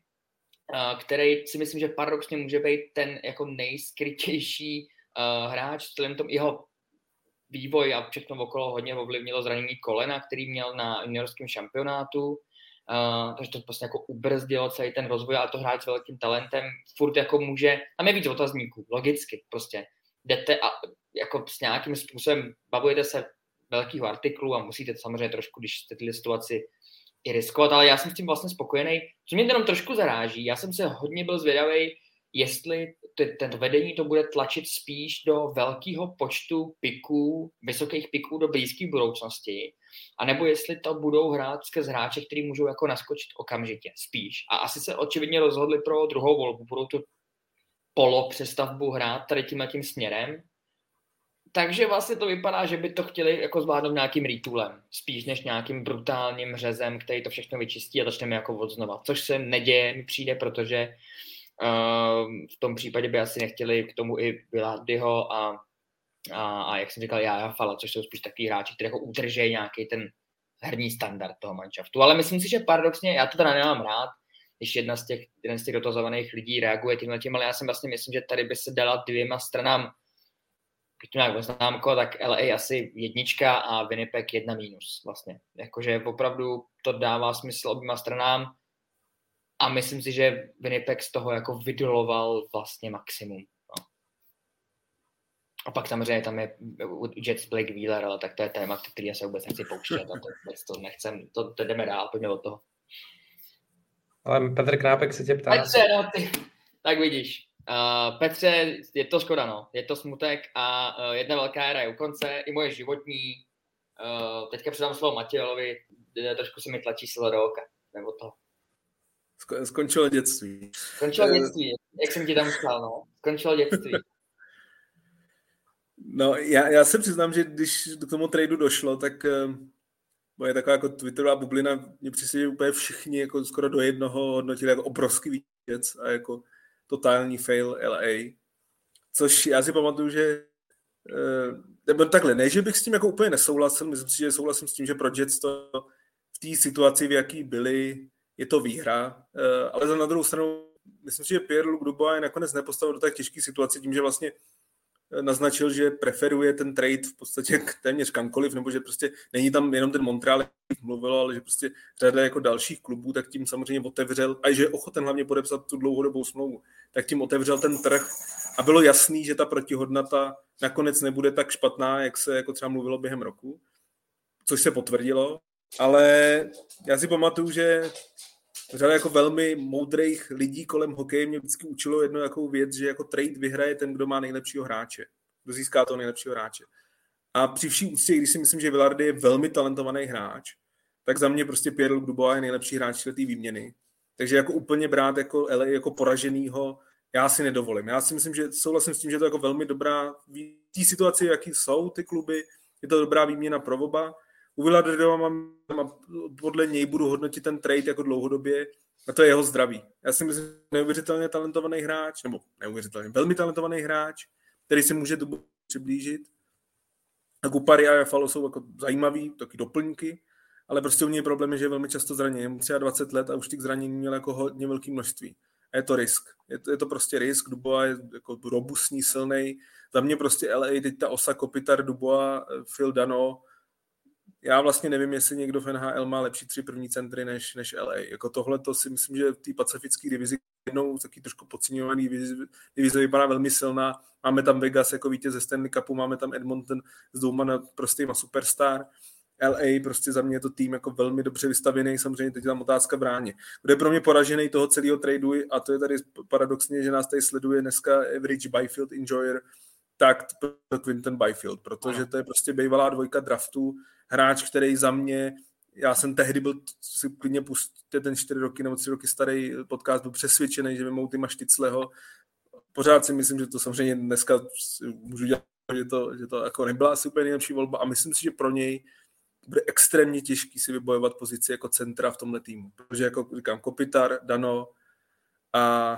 který si myslím, že paradoxně může být ten jako nejskrytější uh, hráč, celým tom jeho vývoj a všechno okolo hodně ovlivnilo zranění kolena, který měl na juniorském šampionátu, uh, takže to prostě jako ubrzdilo celý ten rozvoj, ale to hráč s velkým talentem furt jako může, tam je víc otazníků, logicky prostě, jdete a jako s nějakým způsobem bavujete se velkýho artiklu a musíte to samozřejmě trošku, když jste tyhle situaci i riskovat, ale já jsem s tím vlastně spokojený. Co mě jenom trošku zaráží, já jsem se hodně byl zvědavý, jestli tento vedení to bude tlačit spíš do velkého počtu piků, vysokých piků do blízké budoucnosti, anebo jestli to budou hrát skrz hráče, který můžou jako naskočit okamžitě, spíš. A asi se očividně rozhodli pro druhou volbu, budou tu polo přestavbu hrát tady tímhletím směrem. Takže vlastně to vypadá, že by to chtěli jako zvládnout nějakým retoolem, spíš než nějakým brutálním řezem, který to všechno vyčistí a začneme jako od znova. Což se neděje, mi přijde, protože uh, v tom případě by asi nechtěli k tomu i Bilardiho a, a, a jak jsem říkal, Jája Fala, což jsou spíš takový hráči, kteří jako udržejí nějaký ten herní standard toho manšaftu. Ale myslím si, že paradoxně, já to teda nemám rád, když jedna z těch, jeden z těch dotazovaných lidí reaguje tímhletím, ale já si vlastně myslím, že tady by se dala dvěma stranám, když to nějak známko, tak L A asi jednička a Winnipeg jedna mínus vlastně. Jakože opravdu to dává smysl oběma stranám a myslím si, že Winnipeg z toho jako vydoloval vlastně maximum. No. A pak samozřejmě tam je Jets Blake Wheeler, ale tak to je téma, který já se vůbec nechci pouštět a to, to nechcem, to, to jdeme dál, pojďme od toho. Ale Petr Knápek se tě ptá. Petře, no ty, tak vidíš. Uh, Petře, je to škoda, no. Je to smutek a uh, jedna velká éra je u konce, i moje životní. Uh, teďka předám slovo Matějovi, trošku se mi tlačí silo do oka, nebo to. Skončilo dětství. Skončilo dětství, jak jsem ti tam psal, no. Skončilo dětství. No, já, já se přiznám, že když k tomu tradu došlo, tak uh, je taková jako twitterová bublina, mě přišli úplně všichni jako skoro do jednoho hodnotili jako obrovský věc a jako totální fail L A, což já si pamatuju, že nebo takhle, ne, že bych s tím jako úplně nesouhlasil, myslím si, že souhlasím s tím, že pro Jets to v té situaci, v jaký byli, je to výhra, ale na druhou stranu, myslím si, že Pierre-Luc Dubois je nakonec nepostavil do tak těžké situace tím, že vlastně naznačil, že preferuje ten trade v podstatě téměř kamkoliv, nebo že prostě není tam jenom ten Montreal, jak mluvilo, ale že prostě řada jako dalších klubů, tak tím samozřejmě otevřel, a že je ochoten hlavně podepsat tu dlouhodobou smlouvu, tak tím otevřel ten trh a bylo jasný, že ta protihodnota nakonec nebude tak špatná, jak se jako třeba mluvilo během roku, což se potvrdilo, ale já si pamatuju, že řada jako velmi moudrých lidí kolem hokeje mě vždycky učilo jednu jakou věc, že jako trade vyhraje ten, kdo má nejlepšího hráče. Kdo získá toho nejlepšího hráče. A při vší úctě, když si myslím, že Vilardi je velmi talentovaný hráč, tak za mě prostě Pierre-Luc Dubois je nejlepší hráč té výměny. Takže jako úplně brát jako L A jako poraženýho, já si nedovolím. Já si myslím, že souhlasím s tím, že to je jako velmi dobrá v té situaci, jaký jsou ty kluby, je to dobrá výměna pro oba. U Vilardiho mám, podle něj budu hodnotit ten trade jako dlouhodobě a to je jeho zdraví. Já si myslím, že neuvěřitelně talentovaný hráč, nebo neuvěřitelně, velmi talentovaný hráč, který si může Dubois přiblížit. A Kupari a Falo jsou jako zajímavý, taky doplňky, ale prostě u něj problém je, že je velmi často zraněný. Je dvacet tři let a už těch zranění měl jako hodně velké množství. A je to risk. Je to, je to prostě risk. Dubois je jako robustní, silnej. Za mě prostě L A, teď ta osa Kopitar, Dubois, Phil Dano. Já vlastně nevím, jestli někdo v N H L má lepší tři první centry než, než L A. Jako tohle to si myslím, že v té pacifické divizi jednou taky trošku podceňovaný divize, divize vypadá velmi silná. Máme tam Vegas jako vítěz ze Stanley Cupu, máme tam Edmonton s dvouma prostýma superstar. L A prostě za mě je to tým jako velmi dobře vystavěný, samozřejmě teď je tam otázka v bráně. Kdo je pro mě poražený toho celého tradu, a to je tady paradoxně, že nás tady sleduje dneska average Byfield enjoyer, tak to Quinton Byfield, protože to je prostě bývalá dvojka draftu, hráč, který za mě, já jsem tehdy byl, si klidně pustíte ten čtyři roky nebo tři roky starý podcast, byl přesvědčený, že vymou Tima Štycleho. Pořád si myslím, že to samozřejmě dneska můžu dělat, že to, že to jako nebyla asi úplně nejlepší volba a myslím si, že pro něj bude extrémně těžký si vybojovat pozici jako centra v tomhle týmu. Protože jako říkám, Kopitar, Dano a,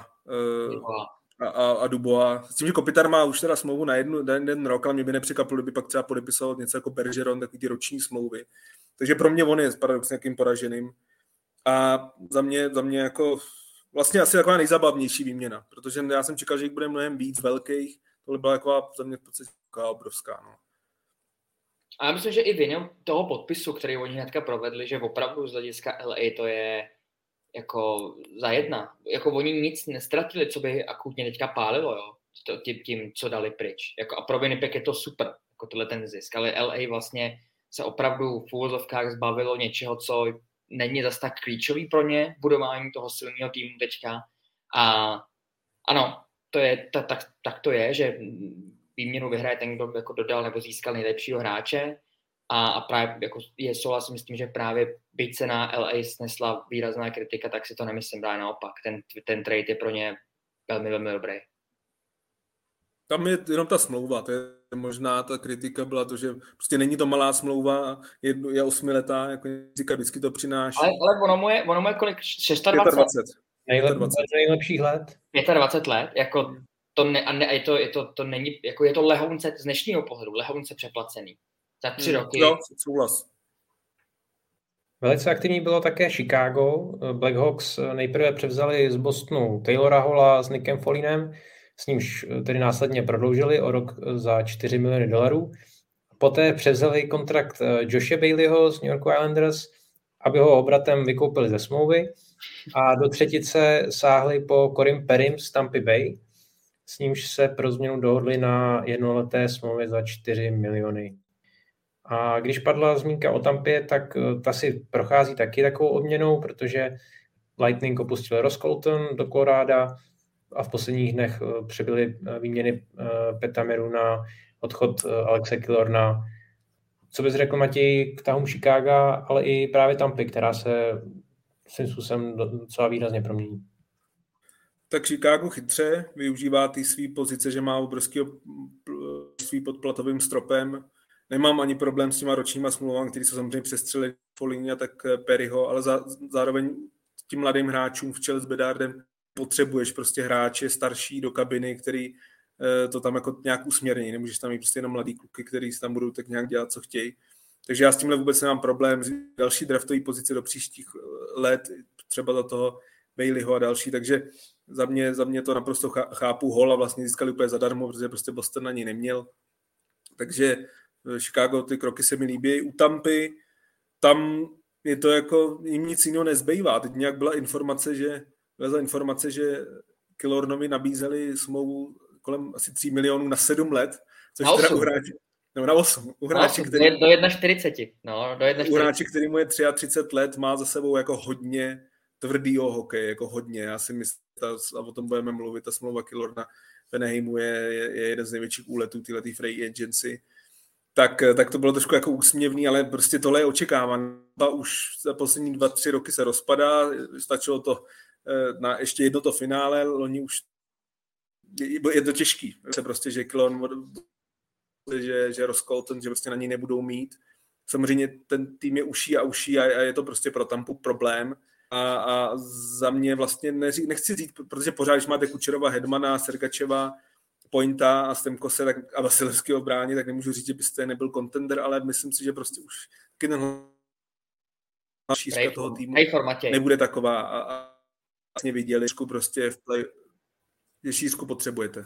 a, a, a Dubois. S tím, že Kopitar má už teda smlouvu na, jednu, na jeden rok, ale mě by nepřekvapilo, kdyby pak třeba podepisoval něco jako Bergeron, takový ty roční smlouvy. Takže pro mě on je paradoxně nějakým poraženým. A za mě, za mě jako vlastně asi taková nejzabavnější výměna, protože já jsem čekal, že jich bude mnohem víc velkých. Tohle byla taková za mě v podstatě taková obrovská. No. A já myslím, že i vinou toho podpisu, který oni hnedka provedli, že opravdu z hlediska L A to je jako za jedna. Jako oni nic nestratili, co by akutně teďka pálilo, jo. tím, tím, co dali pryč. Jako, a pro Winnipeg je to super, jako tohle ten zisk, ale L A vlastně se opravdu v úvozovkách zbavilo něčeho, co není zase tak klíčový pro ně, budování toho silného týmu teďka. A ano, to je, ta, tak, tak to je, že výměnu vyhraje ten, kdo jako dodal nebo získal nejlepšího hráče a, a právě jako je souhlasím s tím, že právě byť se na L A snesla výrazná kritika, tak si to nemyslím dá naopak. Ten, ten trade je pro ně velmi, velmi dobrý. Tam je jenom ta smlouva, to je možná ta kritika byla to, že prostě není to malá smlouva, je, je osmiletá, jako říká, vždycky to přináší. Ale, ale ono, mu je, ono mu je kolik? dvacet šest? dvacet Nejlep, nejlepších let. dvacet pět let, jako to, ne, a ne, je to, je to, to není, jako je to lehounce z dnešního pohledu, lehounce přeplacený. Za tři hmm, roky. Jo, souhlas. Velice aktivní bylo také Chicago. Blackhawks nejprve převzali z Bostonu Taylora Halla s Nickem Follinem, s nímž tedy následně prodloužili o rok za čtyři miliony dolarů. Poté převzali kontrakt Joshe Baileyho z New York Islanders, aby ho obratem vykoupili ze smlouvy. A do třetice sáhli po Corim Perrym z Tampa Bay, s nímž se pro změnu dohodli na jednoleté smlouvě za čtyři miliony. A když padla zmínka o Tampě, tak ta si prochází taky takovou odměnou, protože Lightning opustil Ross Colton do Colorada a v posledních dnech přebyly výměny Petamiru na odchod Alexe Killorna. Co bys řekl, Matěj, k tahům Chicaga, ale i právě Tampy, která se svým způsobem docela výrazně promění? Tak Chicago chytře využívá ty svý pozice, že má obrovský svý pod platovým stropem. Nemám ani problém s těma ročníma smlouvami, který jsou samozřejmě přestřeli Foligny a tak Perryho, ale za, zároveň tím mladým hráčům v čele s Bedardem potřebuješ prostě hráče starší do kabiny, který to tam jako nějak usměrní. Nemůžeš tam mít prostě jenom mladý kluky, který si tam budou tak nějak dělat, co chtějí. Takže já s tímhle vůbec nemám problém. Další draftové pozice do příštích let, třeba za toho Baileyho a další, takže za mě, za mě to naprosto chápu. Hall a vlastně získali úplně zadarmo, protože prostě Boston na něj neměl. Takže Chicago, ty kroky se mi líbí. U Tampy, tam je to jako, jim nic jiného nezbývá. Teď nějak byla informace, že byla informace, že Killornovi nabízeli smlouvu kolem asi tři milionů na sedm let, což teda u hráče, no na osm, u hráče, osm, který, do čtyřicet jedna. No, do u hráče, který mu je třicet tři let, má za sebou jako hodně tvrdýho hokeje, jako hodně. Já si myslím, a o tom budeme mluvit, ta smlouva Killorna v Anaheimu je, je, je jeden z největších úletů téhletý free agency. Tak, tak to bylo trošku jako úsměvný, ale prostě tohle je očekávané. Už za poslední dva, tři roky se rozpadá, stačilo to na ještě jedno to finále, loni už je to těžký. Se prostě, že Klon, že, že Ross Colton, že prostě na ní nebudou mít. Samozřejmě ten tým je uší a uší a, a je to prostě pro Tampu problém. A, a za mě vlastně neří, nechci říct, protože pořád, když máte Kučerova, Hedmana, Sergačeva, Pointa a Stemkose tak, a Vasilevského v bráně, tak nemůžu říct, že byste nebyl contender, ale myslím si, že prostě už ten šířka toho týmu nebude taková a, a vlastně viděli, že prostě v play, že šířku potřebujete.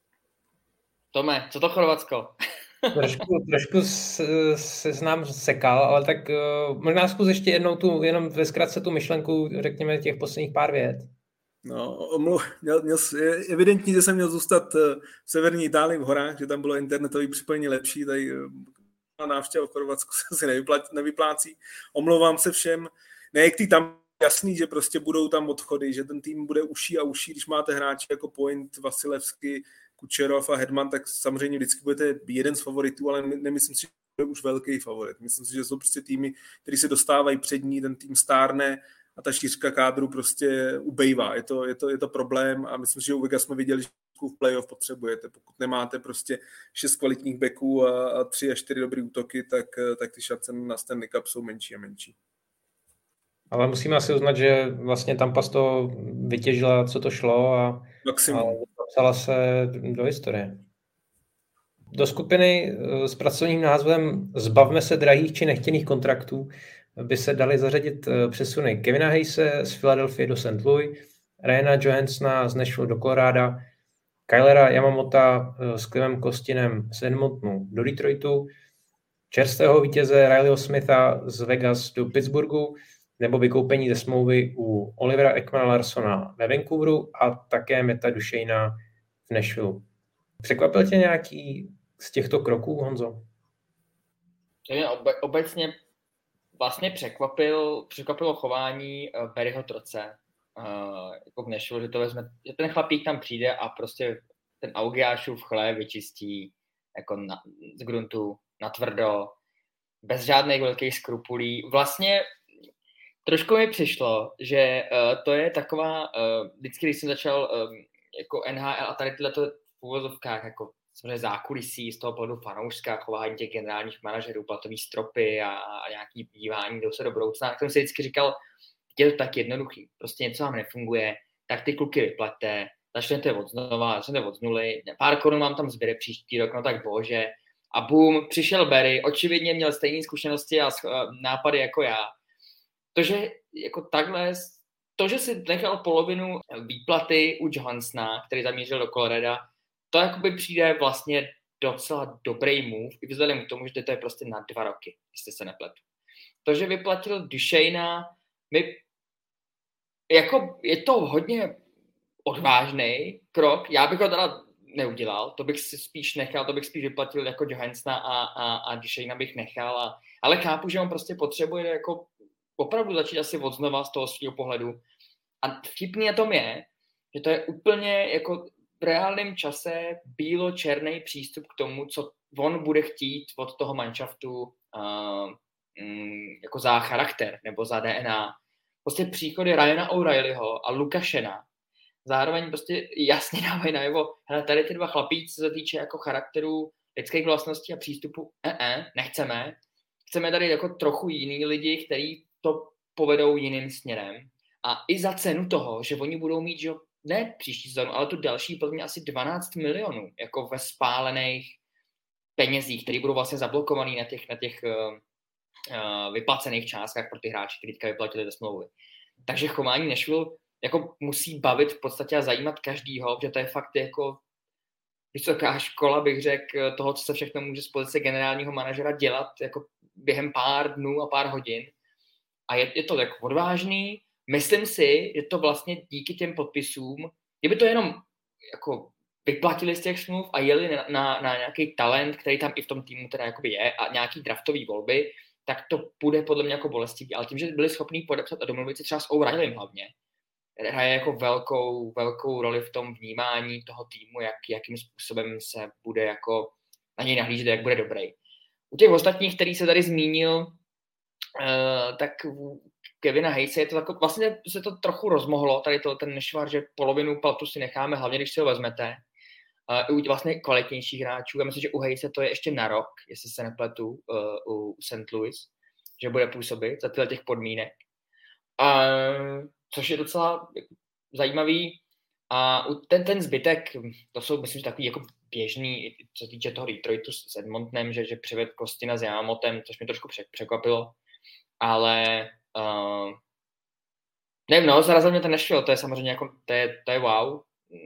Tome, co to Chorvatsko? trošku trošku se, se znám sekal, ale tak uh, možná zkus ještě jednou tu, jenom ve zkratce tu myšlenku, řekněme těch posledních pár vět. No, omluv, měl, měl, je evidentní, že jsem měl zůstat v severní Itálii v horách, že tam bylo internetové připojení lepší, tady návštěva v Chorvatsku se asi nevyplá, nevyplácí. Omlouvám se všem. Ne, jak ty tam jasný, že prostě budou tam odchody, že ten tým bude uší a uší, když máte hráči jako Point, Vasilevský, Kučerov a Hedman, tak samozřejmě vždycky budete jeden z favoritů, ale nemyslím si, že je už velký favorit. Myslím si, že jsou prostě týmy, které se dostávají před ní, ten tým stárne a ta šířka kádru prostě ubejvá. Je to, je to, je to problém a myslím si, že u Vegas jsme viděli, že v playoff potřebujete. Pokud nemáte prostě šest kvalitních backů a, a tři a čtyři dobrý útoky, tak, tak ty šance na Stanley Cup jsou menší a menší. Ale musíme asi uznat, že vlastně Tampa z toho vytěžila, co to šlo a, a zapsala se do historie. Do skupiny s pracovním názvem Zbavme se drahých či nechtěných kontraktů by se dali zařadit přesuny Kevina Hayese z Philadelphie do Saint Louis, Ryana Johanssona z Nashville do Colorada, Kylera Yamamota s Klimem Kostinem z Edmontonu do Detroitu, čerstvého vítěze Rileyho Smitha z Vegas do Pittsburghu, nebo vykoupení ze smlouvy u Olivera Ekmana Larsona ve Vancouveru a také Meta Duchesne'a v Nashville. Překvapil tě nějaký z těchto kroků, Honzo? Mě obe, obecně vlastně překvapil, překvapilo chování uh, Barryho Troce. Uh, jako v Nashville, že to vezme, že ten chlapík tam přijde a prostě ten Augiášův chléb vyčistí jako na, z gruntu, natvrdo, bez žádných velkých skrupulí. Vlastně trošku mi přišlo, že uh, to je taková, uh, vždycky, když jsem začal um, jako N H L a tady tyhle to v úvozovkách, jako samozřejmě zákulisí z toho pohledu fanouška, chování těch generálních manažerů, platový stropy a, a nějaký dívání do se do budoucna, tak jsem si vždycky říkal, je to tak jednoduchý, prostě něco vám nefunguje, tak ty kluky vyplaťte, začnete od znova, začnete od nuly, pár korun vám tam zbyde příští rok, no tak bože. A boom, přišel Barry, očividně měl stejné zkušenosti a nápady jako já. To, že jako takhle, to, že si nechal polovinu výplaty u Johanssona, který zamířil do Colorada, to jakoby přijde vlastně docela dobrý move, i vzhledem k tomu, že to je prostě na dva roky, jestli se nepletu. To, že vyplatil Duchesna, my, jako je to hodně odvážný krok, já bych ho teda neudělal, to bych si spíš nechal, to bych spíš vyplatil jako Johanssona a, a, a Duchesna bych nechal, a, ale chápu, že on prostě potřebuje jako opravdu začít asi od znova z toho svého pohledu. A vtipný na tom je, že to je úplně jako v reálném čase bílo-černý přístup k tomu, co on bude chtít od toho manšaftu uh, um, jako za charakter nebo za D N A. Prostě příchody Ryana O'Reillyho a Luka Shena zároveň prostě jasně dávají najevo, hele, tady ty dva chlapíci, co se týče jako charakteru, lidských vlastností a přístupu, ne, nechceme. Chceme tady jako trochu jiný lidi, kteří to povedou jiným směrem. A i za cenu toho, že oni budou mít, že ne příští sezónu, ale tu další podle mě asi dvanáct milionů, jako ve spálených penězích, které budou vlastně zablokovaný na těch, na těch uh, uh, vyplacených částkách pro ty hráče, kteří teďka vyplatili ze smlouvy. Takže chování Nashville jako musí bavit v podstatě a zajímat každýho, že to je fakt jako vysoká škola, bych řekl, toho, co se všechno může z pozice generálního manažera dělat jako během pár dnů a pár hodin. A je, je to tak odvážný. Myslím si, že to vlastně díky těm podpisům, kdyby to jenom jako vyplatili z těch smluv a jeli na, na, na nějaký talent, který tam i v tom týmu teda jakoby je, a nějaký draftový volby, tak to bude podle mě jako bolestivý. Ale tím, že byli schopní podepsat a domluvit si třeba s O'Reillym hlavně, hraje jako velkou, velkou roli v tom vnímání toho týmu, jak, jakým způsobem se bude jako na něj nahlížet, jak bude dobrý. U těch ostatních, který se tady zmínil, uh, tak Kevina Hayese, je to tako, vlastně se to trochu rozmohlo, tady to, ten nešvar, že polovinu platu si necháme, hlavně když si ho vezmete. Uh, u vlastně kvalitnějších hráčů. Já myslím, že u Hayese to je ještě na rok, jestli se nepletu, uh, u Saint Louis, že bude působit za tyhle těch podmínek. Uh, což je docela zajímavý. A ten, ten zbytek, to jsou, myslím, že takový jako běžný, co se týče toho Detroitu s Edmontonem, že, že přived Kostina s Yamamotem, což mě trošku překvapilo. Ale uh, nevím, no, zarazil mě ten Nashville, to je samozřejmě jako, to je, to je wow.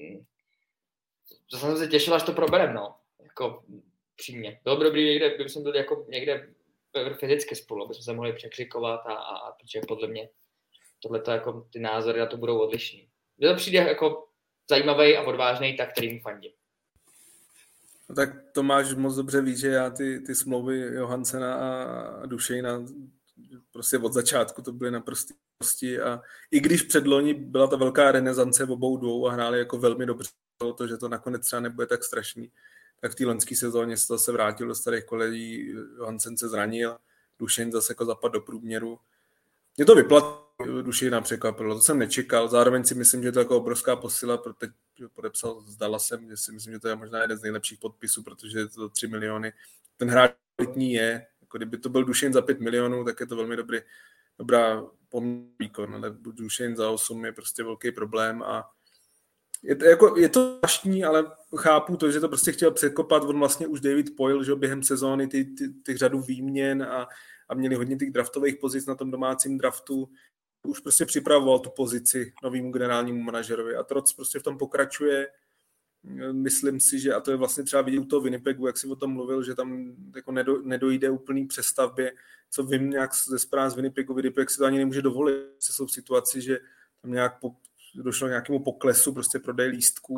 To jsem se těšil, až to proberem, no. Jako přímě. Bylo by dobrý někde, kdyby jsem byl jako někde fyzicky spolu, aby jsme se mohli překřikovat a, a, a protože podle mě tohleto jako ty názory na to budou odlišný. Že to přijde jako zajímavý a odvážný, tak kterým fandím. No tak Tomáš moc dobře ví, že já ty, ty smlouvy Johanssena a Duchesna prostě od začátku to byly naprostý prostě a i když předloni byla ta velká renesance v obou dvou a hráli jako velmi dobře, to, že to nakonec třeba nebude tak strašný, tak v té loňské sezóně se zase vrátil do starých kolejí, Johansson se zranil, Duchesne zase jako zapad do průměru. Mě to vyplatilo, Duchesna překvapilo, to jsem nečekal, zároveň si myslím, že to je jako obrovská posila, protože podepsal s Dallasem, že si myslím, že to je možná jeden z nejlepších podpisů, protože je to tři miliony. Ten hráč kvalitní je, jako kdyby to byl Duchesne za pět milionů, tak je to velmi dobrý, dobrá poměrný výkon, ale Duchesne za osm je prostě velký problém a je to, jako, je to zvláštní, ale chápu to, že to prostě chtěl překopat, on vlastně už David Poile, že během sezóny ty, ty, ty řadu výměn a, a měli hodně těch draftových pozic na tom domácím draftu, už prostě připravoval tu pozici novýmu generálnímu manažerovi a Troc prostě v tom pokračuje. Myslím si, že, a to je vlastně třeba vidět u toho Winnipegu, jak si o tom mluvil, že tam jako nedo, nedojde úplný přestavbě, co vím nějak ze zpráv z Winnipegu, Winnipeg si to ani nemůže dovolit, že jsou v situaci, že tam nějak po, došlo k nějakému poklesu, prostě prodej lístků,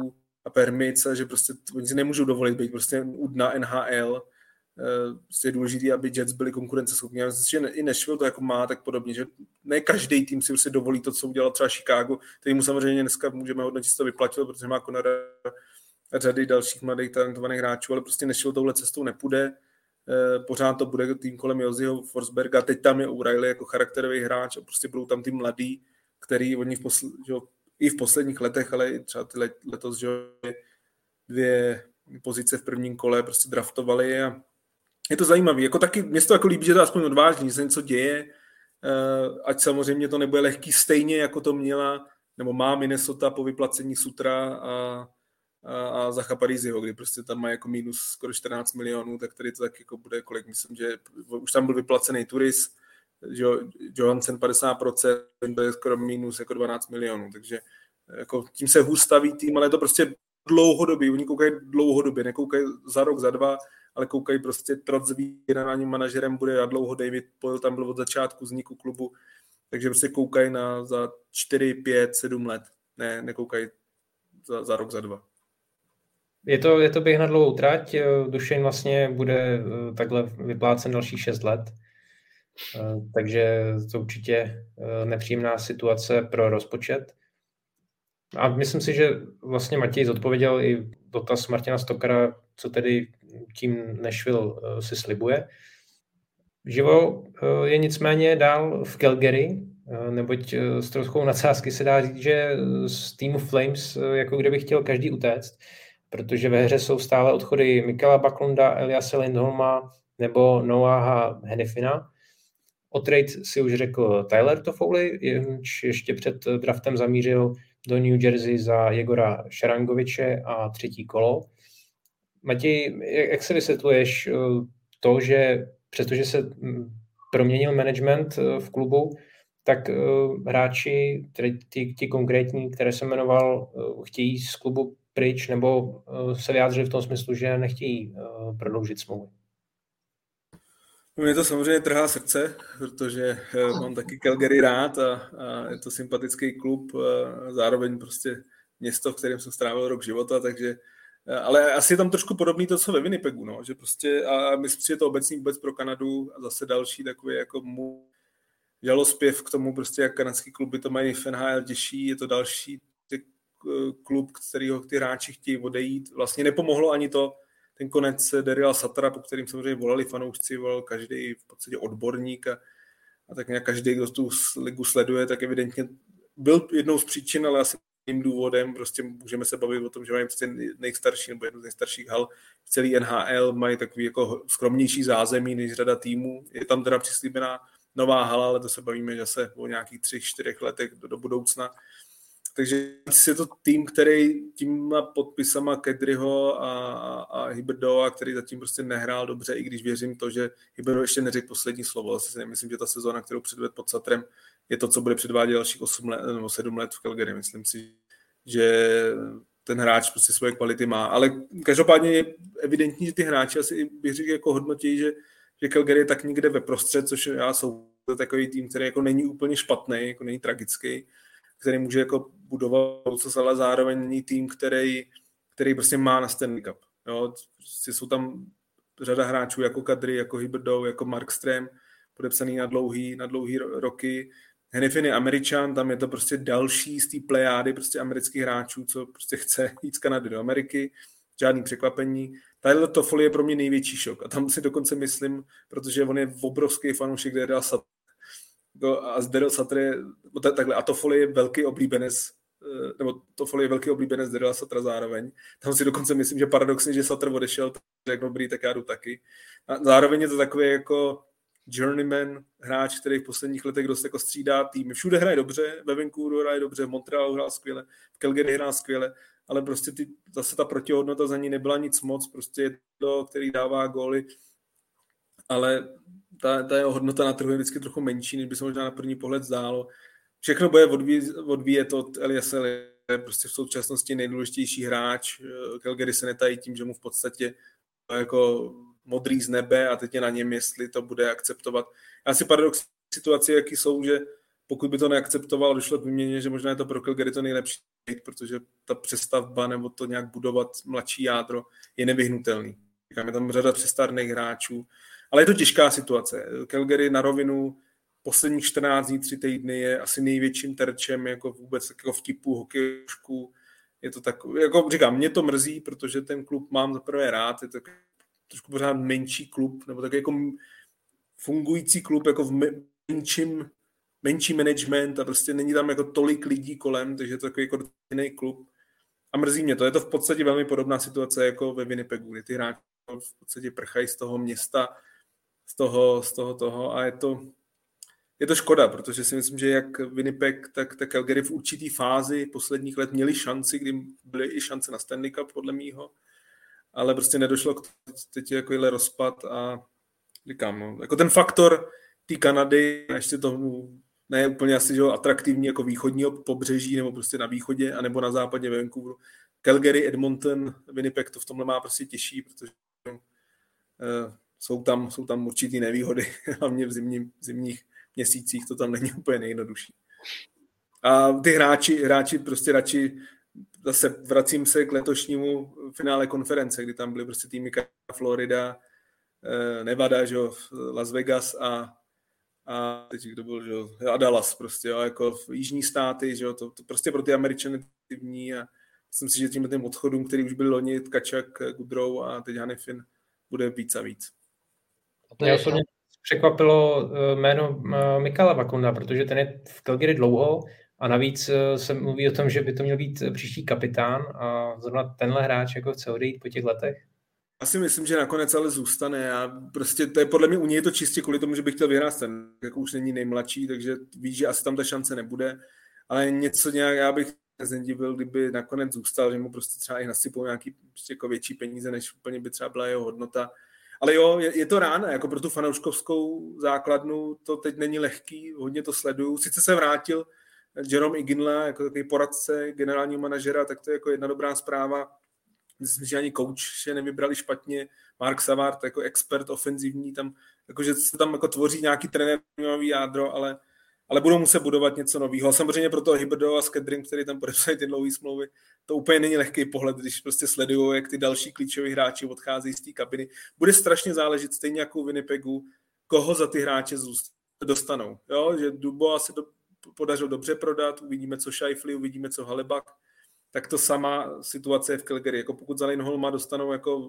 a permic, a že prostě oni si nemůžou dovolit být prostě u dna N H L. Prostě je důležité, aby Jets byli konkurenceschopní. Já myslím, že i Nashville to jako má tak podobně, že ne každý tým si prostě dovolí to, co udělal třeba Chicago, který mu samozřejmě dneska můžeme hodnotit, že to vyplatil, protože má Conora a řady dalších mladých talentovaných hráčů, ale prostě Nashville touhle cestou nepůjde. Pořád to bude tým kolem Joziho Forsberga, teď tam je O'Reilly jako charakterový hráč a prostě budou tam ty mladí, který oni v posl- že, i v posledních letech, ale i třeba ty let- letos že, dvě pozice v prvním kole prostě draftovali a je to zajímavé. Jako taky, mě se to jako líbí, že to aspoň odvážný, že se něco děje, ať samozřejmě to nebude lehký stejně, jako to měla, nebo má Minnesota po vyplacení Sutra a, a, a Zacha Paríziho, kdy prostě tam má jako minus skoro čtrnáct milionů, tak tady to tak jako bude kolik, myslím, že už tam byl vyplacený Turis, jo, Johansson padesát procent, to je skoro minus jako dvanáct milionů, takže jako tím se hůř staví tým, ale je to prostě dlouhodobě, oni koukají dlouhodobě, nekoukají za rok, za dva, ale koukají prostě Trotz výhraným manažerem bude a dlouho David Poile tam byl od začátku vzniku klubu, takže prostě koukají na za čtyři, pět, sedm let, ne, nekoukají za, za rok, za dva. Je to, je to běh na dlouhou trať, Dušeň vlastně bude takhle vyplácen dalších šest let, takže to určitě nepříjemná situace pro rozpočet. A myslím si, že vlastně Matěj zodpověděl i dotaz Martina Stokara, co tedy tím Nashville si slibuje. Živo je nicméně dál v Calgary, neboť s trochou nadsázky se dá říct, že z týmu Flames jako kdyby chtěl každý utéct, protože ve hře jsou stále odchody Michaela Backlunda, Eliase Lindholma nebo Noaha Hennifina. O trade si už řekl Tyler Toffoli, jenž ještě před draftem zamířil do New Jersey za Jegora Šarangoviče a třetí kolo. Matěj, jak se vysvětluješ to, že přestože se proměnil management v klubu, tak hráči, tedy ti, ti konkrétní, které jsem jmenoval, chtějí z klubu pryč nebo se vyjádřili v tom smyslu, že nechtějí prodloužit smlouvu? Mě to samozřejmě trhá srdce, protože mám taky Calgary rád a, a je to sympatický klub a zároveň prostě město, v kterém jsem strávil rok života, takže ale asi je tam trošku podobný to, co ve Winnipegu, no, že prostě a myslím si, že to obecný vůbec pro Kanadu a zase další takový jako mu žalospěv k tomu, prostě jak kanadský kluby to mají v N H L těžší, je to další ty, klub, kterýho ty hráči chtějí odejít. Vlastně nepomohlo ani to, ten konec Daryla Suttera, po kterým samozřejmě volali fanoušci, volal každý v podstatě odborník a, a tak nějak každý, kdo tu ligu sleduje, tak evidentně byl jednou z příčin, ale asi tím důvodem, prostě můžeme se bavit o tom, že mají prostě nejstarší nebo jednu z nejstarších hal v celý N H L, mají takový jako skromnější zázemí než řada týmů. Je tam teda přislíbená nová hala, ale to se bavíme zase o nějakých třech, čtyřech letech do, do budoucna. Takže je to tým, který těma podpisama Kedryho a, a Huberdeau, který zatím prostě nehrál dobře, i když věřím to, že Huberdeau ještě neřekl poslední slovo. Zase si nemyslím, že ta sezóna, kterou předved pod Sutrem, je to, co bude předvádět dalších osm let, nebo sedm let v Calgary. Myslím si, že ten hráč prostě svoje kvality má. Ale každopádně je evidentní, že ty hráči asi bych řekl jako hodnotí, že, že Calgary je tak někde ve prostřed, což já jsou takový tým, který jako není úplně špatný, jako není tragický, který může jako budovat, ale zároveň není tým, který, který prostě má na Stanley Cup. Jo, prostě jsou tam řada hráčů jako Kadri, jako Huberdeau, jako Markström, podepsaný na dlouhý, na dlouhý roky. Hennifin je Američan, tam je to prostě další z té plejády prostě amerických hráčů, co prostě chce jít z Kanady do Ameriky. Žádný překvapení. Tyler Toffoli je pro mě největší šok. A tam si dokonce myslím, protože on je obrovský fanoušek Daryla Suttera. A z Daryl Sutter je, takhle, a Toffoli je velký oblíbenec, nebo Toffoli je velký oblíbenec Daryla Suttera zároveň. Tam si dokonce myslím, že paradoxně, že Sutter odešel, tak řekl, dobrý, tak já jdu taky. A zároveň je to takový jako journeyman hráč, který v posledních letech dost jako střídá týmy. Všude hraje dobře, ve Vancouveru hraje dobře, v Montrealu hrál skvěle, v Calgary hrál skvěle, ale prostě ty, zase ta protihodnota za ní nebyla nic moc, prostě je to, který dává góly, ale ta, ta jeho hodnota na trhu je vždycky trochu menší, než by se možná na první pohled zdálo. Všechno bude odvíjet, odvíjet od Eliase, je prostě v současnosti nejdůležitější hráč. Calgary se netají tím, že mu v podstatě jako modrý z nebe a teď je na něm, jestli to bude akceptovat. Já si paradoxní situaci, jaký jsou, že pokud by to neakceptoval, došlo k výměně, že možná je to pro Calgary to nejlepší, protože ta přestavba nebo to nějak budovat mladší jádro je nevyhnutelný. Je tam řada přestárných hráčů, ale je to těžká situace. Calgary na rovinu posledních čtrnáct dní, tři týdny je asi největším terčem jako vůbec jako vtipu, hokejošku. Je to tak, jako říkám, mě to mrzí, protože ten klub mám za prvé rád, je to trošku pořád menší klub, nebo tak jako fungující klub jako v menším, menší management a prostě není tam jako tolik lidí kolem, takže je to takový jako jiný klub. A mrzí mě to, je to v podstatě velmi podobná situace jako ve Winnipegu, kdy ty hráči v podstatě prchají z toho města, z toho, z toho, toho a je to, je to škoda, protože si myslím, že jak Winnipeg, tak, tak Calgary v určitý fázi posledních let měli šanci, kdy byly i šance na Stanley Cup, podle mýho, ale prostě nedošlo k teď takovýhle rozpad a říkám, no, jako ten faktor té Kanady, a ještě to ne úplně asi že atraktivní jako východního pobřeží, nebo prostě na východě, anebo na západě ve Vancouveru. Calgary, Edmonton, Winnipeg to v tomhle má prostě těžší, protože uh, jsou, tam, jsou tam určitý nevýhody, hlavně v zimním, zimních měsících to tam není úplně nejjednodušší. A ty hráči, hráči prostě radši, zase vracím se k letošnímu finále konference, kdy tam byly prostě týmy Florida, Nevada, že jo, Las Vegas a, a teď kdo byl, že jo, a Dallas prostě, jo, jako v jižní státy, že jo, to, to prostě pro ty Američany aktivní a myslím si, že tím tím odchodům, který už byl loni, Tkačak, Goodrow a teď Hanifin, bude víc a víc. Mě osobně překvapilo jméno Mikala Vakonda, protože ten je v Calgary dlouho a navíc se mluví o tom, že by to měl být příští kapitán a zrovna tenhle hráč jako chce odejít po těch letech. Já si myslím, že nakonec ale zůstane a prostě to je podle mě u něj je to čistě kvůli tomu, že bych chtěl vyhrát ten, jako už není nejmladší, takže ví, že asi tam ta šance nebude, ale něco nějak, já bych nedivil, kdyby nakonec zůstal, že mu prostě třeba i nasypou nějaký prostě jako větší peníze, než úplně by třeba byla jeho hodnota. Ale jo, je, je to rána, jako pro tu fanouškovskou základnu to teď není lehký, hodně to sleduju. Sice se vrátil Jerome Iginla jako takový poradce generálního manažera, tak to je jako jedna dobrá zpráva. Myslím, že ani coach je nevybrali špatně. Mark Savard jako expert ofenzivní, tam, jakože se tam jako tvoří nějaký trenérový jádro, ale, ale budou muset budovat něco nového. A samozřejmě pro toho Huberdeau a Skedring, který tam podepsali ty dlouhé smlouvy, to úplně není lehký pohled, když prostě sledují, jak ty další klíčoví hráči odcházejí z té kabiny. Bude strašně záležet, stejně jako v Winnipegu, koho za ty hráče dostanou. Jo? Že Dubois se do, podařilo dobře prodat, uvidíme, co Scheifele, uvidíme, co Hellebuyck. Tak to sama situace je v Calgary. Jako pokud za Lindholma dostanou jako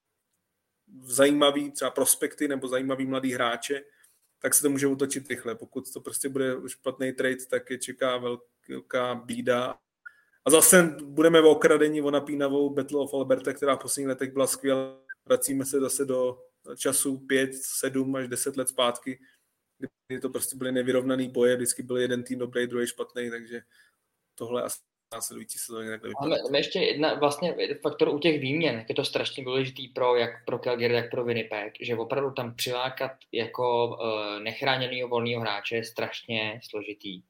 zajímavý třeba prospekty nebo zajímavý mladý hráče, tak se to může otočit rychle. Pokud to prostě bude špatný trade, tak je čeká velká bída. A zase budeme v okradení o napínavou Battle of Alberta, která v posledních letech byla skvělá. Vracíme se zase do času pět, sedm až deset let zpátky, kdy to prostě byly nevyrovnaný boje, vždycky byl jeden tým dobrý, druhý špatný, takže tohle asi následující sezóně takhle vypadá. Máme ještě jedna vlastně faktor u těch výměn, je to strašně důležitý pro jak pro Calgary, tak pro Winnipeg, že opravdu tam přilákat jako uh, nechráněného volného hráče je strašně složitý.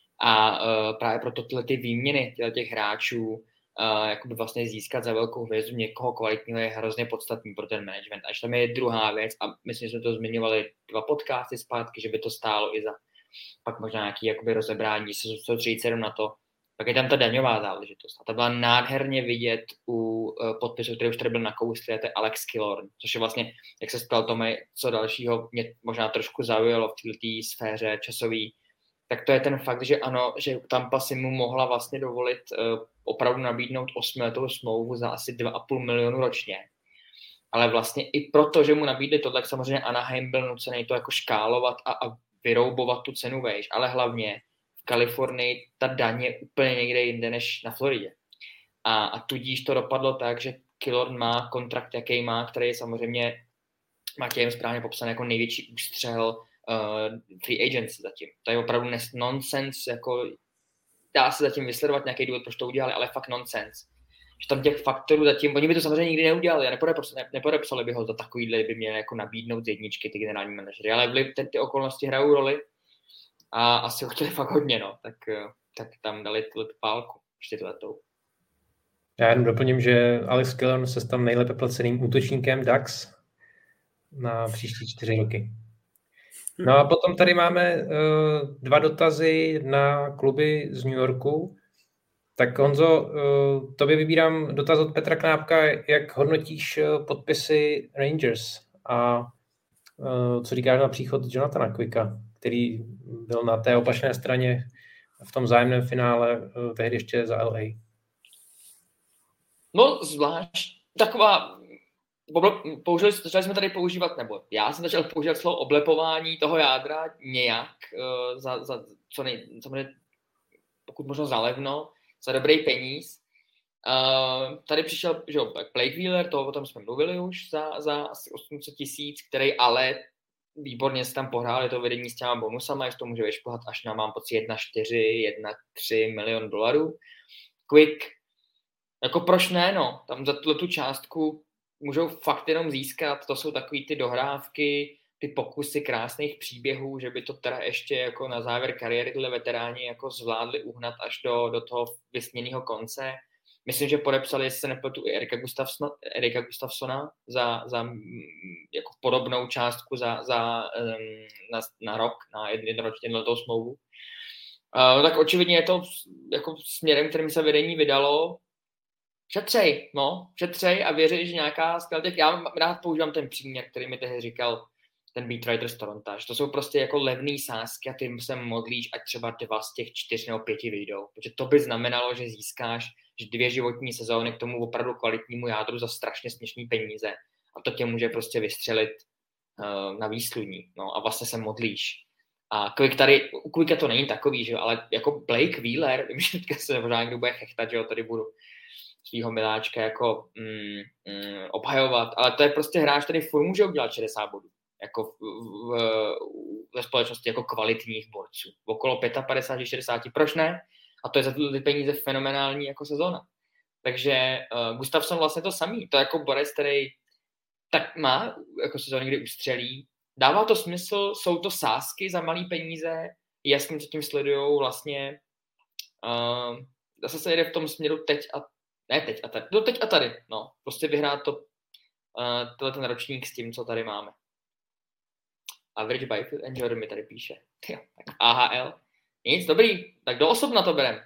A uh, právě proto tyhle ty výměny těch hráčů uh, jakoby vlastně získat za velkou hvězdu někoho kvalitního je hrozně podstatný pro ten management. Až tam je druhá věc, a myslím, že jsme to zmiňovali dva podcasty zpátky, že by to stálo i za pak možná nějaký jakoby rozebrání, se soustředit se jenom na to. Pak je tam ta daňová záležitost. A ta byla nádherně vidět u uh, podpisu, který už tady byl nakousli, a to je Alex Killorn, což je vlastně, jak se ptal Tomy, co dalšího mě možná trošku zaujalo v této sféře časový, tak to je ten fakt, že ano, že Tampa si mu mohla vlastně dovolit uh, opravdu nabídnout osmiletou smlouvu za asi dva a půl milionu ročně. Ale vlastně i proto, že mu nabídli tohle, tak samozřejmě Anaheim byl nucený to jako škálovat a, a vyroubovat tu cenu vejš, ale hlavně Kalifornii ta daň je úplně někde jinde než na Floridě. A, a tudíž to dopadlo tak, že Killorn má kontrakt, jaký má, který je samozřejmě Matějem správně popsaný jako největší ústřel uh, free agency zatím. To je opravdu nonsense, jako dá se zatím vysledovat nějaký důvod, proč to udělali, ale fakt nonsense. Že tam těch faktorů zatím, oni by to samozřejmě nikdy neudělali a nepodepsali, nepodepsali by ho za takovýhle, by měli jako nabídnout z jedničky ty generální manažery, ale vliv, ty, ty okolnosti hrajou roli. A asi ho chtěli fakt hodně, no. Tak, tak tam dali tu pálku čtyřletou. Já jenom doplním, že Alex Killorn se stal nejlépe placeným útočníkem Ducks na příští čtyři roky. No a potom tady máme uh, dva dotazy na kluby z New Yorku. Tak Honzo, uh, tobě vybírám dotaz od Petra Knápka, jak hodnotíš uh, podpisy Rangers a uh, co říkáš na příchod Jonathana Quicka, který byl na té opačné straně v tom vzájemném finále uh, tehdy ještě za L A. No zvlášť, taková, použili, začali jsme tady používat, nebo já jsem začal používat slovo oblepování toho jádra nějak, uh, za, za co nej, samozřejmě pokud možno za levno, za dobrý peníz. Uh, tady přišel, že jo, Blake Wheeler, toho o tom jsme mluvili už, za, za asi osm set tisíc, který ale výborně se tam pohrál, je to vedení s těma bonusama, jestli to může vyšplhat až na, mám pocit, jedna celá čtyři, jedna celá tři milion dolarů. Quick, jako proč ne, no, tam za tu částku můžou fakt jenom získat, to jsou takový ty dohrávky, ty pokusy krásných příběhů, že by to teda ještě jako na závěr kariéry tyhle veteráni jako zvládli uhnat až do, do toho vysněného konce. Myslím, že podepsali, jestli se nepletu, i Erika Gustafsona, Erika Gustafsona za, za jako podobnou částku za, za, na, na rok, na jednoročně letou smlouvu. Uh, tak očividně je to jako směrem, kterým se vedení vydalo. Šetřej, no, šetřej a věři, že nějaká skvělá. Já rád používám ten příměr, který mi tehdy říkal ten beatwriter z Toronto, že to jsou prostě jako levný sázky a ty se modlíš, ať třeba dva z těch čtyř nebo pěti vyjdou. Protože to by znamenalo, že získáš že dvě životní sezóny k tomu opravdu kvalitnímu jádru za strašně směšný peníze a to tě může prostě vystřelit uh, na výsluní. No a vlastně se modlíš. A Quick tady, u Quicka to není takový, že jo, ale jako Blake Wheeler, vím, že teďka se možná někdo bude chechtat, že jo, tady budu svýho miláčka jako mm, mm, obhajovat, ale to je prostě hráč, který furt může udělat šedesát bodů. Jako v, v, ve společnosti jako kvalitních borců. Okolo padesát pět šedesát, proč ne? A to je za ty peníze fenomenální jako sezóna. Takže uh, Gustafsson vlastně to samý. To je jako borec, který tak má jako sezóny, kdy ustřelí. Dává to smysl, jsou to sázky za malý peníze, jasně, co tím sledujou vlastně. Uh, zase se jede v tom směru teď a ne teď a tady. No teď a tady. No, prostě vyhrát to uh, ten ročník s tím, co tady máme. Average Byfield and Jordan mi tady píše. Jo, tak A H L. Nic, dobrý, tak do osob na to berem.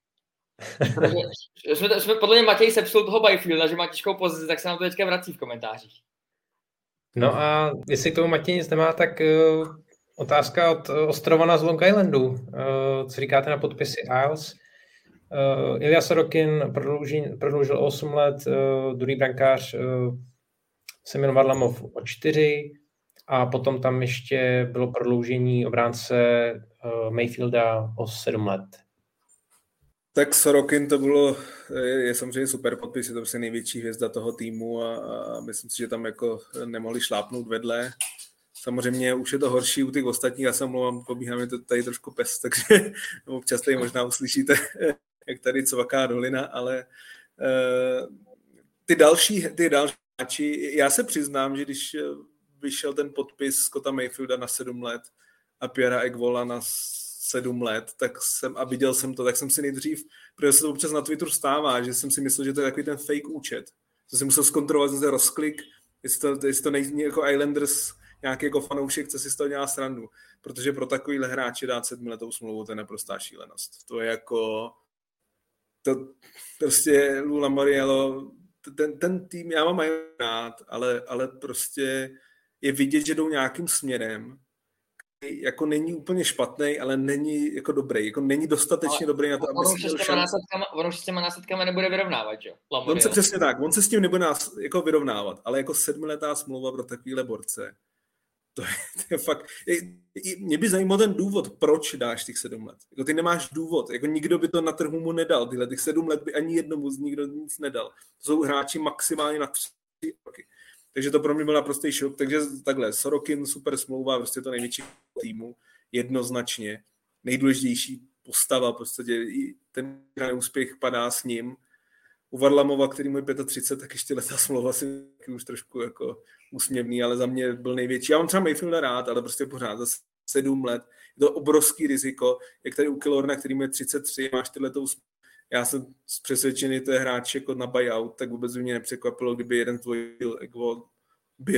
jsme, jsme podle mě Matěj sepsul toho Byfielda, že má těžkou pozici, tak se nám to teďka vrací v komentářích. No a jestli k tomu Matěj nic nemá, tak uh, otázka od Ostrovana z Long Islandu. Uh, co říkáte na podpisy Isles? Uh, Ilja Sorokin prodloužil, prodloužil osm let, uh, druhý brankář uh, Semyon Varlamov o čtyři a potom tam ještě bylo prodloužení obránce uh, Mayfielda o sedm let. Tak Sorokin to bylo, je, je samozřejmě super podpis, je to prostě největší hvězda toho týmu a, a myslím si, že tam jako nemohli šlápnout vedle. Samozřejmě už je to horší u těch ostatních, já se omlouvám, pobíhám, je to tady trošku pes, takže občas tady možná uslyšíte, jak tady cvaká dolina, ale uh, ty další, ty další hráči, já se přiznám, že když vyšel ten podpis Scotta Mayfielda na sedm let a Pierra Egvola na sedm let, tak jsem, a viděl jsem to, tak jsem si nejdřív, protože se to občas na Twitteru stává, že jsem si myslel, že to je takový ten fake účet. Jsem si musel zkontrolovat, jsem se rozklik, jestli to, jestli to nejsme jako Islanders, nějaký jako fanoušek, co si z toho dělá srandu. Protože pro takovýhle hráče dát sedmiletou smlouvu, to je naprostá šílenost. To je jako, to prostě Lula Moriello, ten, ten tým, já mám rád, ale, ale prostě je vidět, že jdou nějakým směrem, jako není úplně špatný, ale není jako dobrý, jako není dostatečně ale dobrý na to, aby on si měl on už s těma násadkama nebude vyrovnávat, jo? On se přesně tak, on se s tím nebude nás, jako vyrovnávat, ale jako sedmiletá smlouva pro takovýhle borce, to je, to je fakt, mě by zajímal ten důvod, proč dáš těch sedm let. Jako ty nemáš důvod, jako nikdo by to na trhu mu nedal, tyhle těch sedm let by ani jednomu z nikdo nic nedal. To jsou hráči maximálně na tři roky. Takže to pro mě byl naprostý šok. Takže takhle, Sorokin, super smlouva, prostě to největší týmu, jednoznačně. Nejdůležitější postava, prostě ten úspěch padá s ním. U Varlamova, který mu je třicet pět, tak ještě letá smlouva si už trošku jako úsměvný, ale za mě byl největší. Já mám třeba Mayfielda rád, ale prostě pořád za sedm let. Je to obrovský riziko, jak tady u Killorna, který mu je třicet tři, má čtyřletou smlouvu. Já jsem přesvědčený, to je hráč jako na buyout, tak vůbec by mě nepřekvapilo, kdyby jeden tvoj byl, byl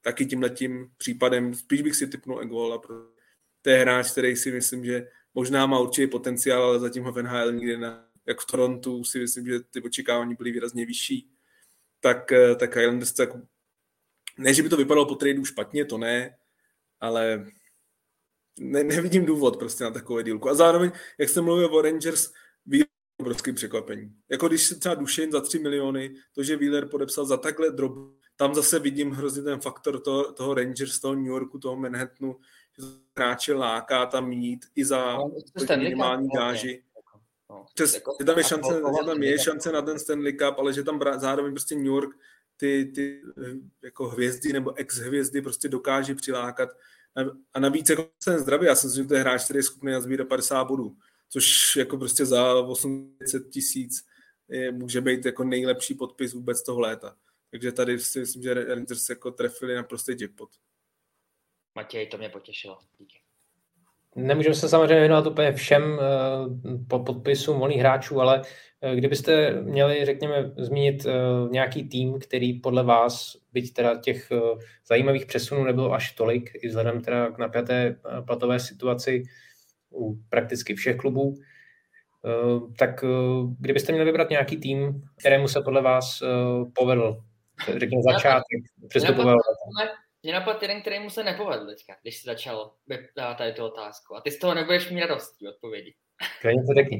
taky tímhletím případem spíš bych si tipnul Egola, protože to je hráč, který si myslím, že možná má určitý potenciál, ale zatím ho v N H L nikdy ne. Jak v Torontu si myslím, že ty očekávání byly výrazně vyšší, tak, tak Islanders tak ne, že by to vypadalo po tradu špatně, to ne, ale ne, nevidím důvod prostě na takové dílku. A zároveň, jak jsem mluvil o Rangers, Wheeler obrovský překvapení. Jako když se třeba Dušeň za tři miliony, to, že Wheeler podepsal za takhle drob, tam zase vidím hrozně ten faktor toho, toho Rangers, toho New Yorku, toho Manhattanu, že to hráče láká tam mít i za no, minimální gáži. No, Přes, jako, je tam je šance, je tam je šance na ten Stanley Cup, ale že tam zároveň prostě New York ty, ty jako hvězdy nebo ex-hvězdy prostě dokáže přilákat. A navíc jako ten zdravý, já jsem si, že to je hráč, který je schopný nazbírat padesát bodů, což jako prostě za osm set tisíc je, může být jako nejlepší podpis vůbec toho léta. Takže tady si myslím, že Rangers jako trefili na prostý jackpot. Matěj, to mě potěšilo. Díky. Nemůžeme se samozřejmě věnovat úplně všem po podpisům volných hráčů, ale kdybyste měli, řekněme, zmínit nějaký tým, který podle vás, byť teda těch zajímavých přesunů nebylo až tolik, i vzhledem teda k napjaté platové situaci u prakticky všech klubů, tak kdybyste měli vybrat nějaký tým, kterému se podle vás povedl, řekněme začátek přestupového leta. Mě napadl jeden, který mu se nepovedl teďka, když jsi začal dávat tady tu otázku. A ty z toho nebudeš mít radostí odpovědi. Klidně to řekni.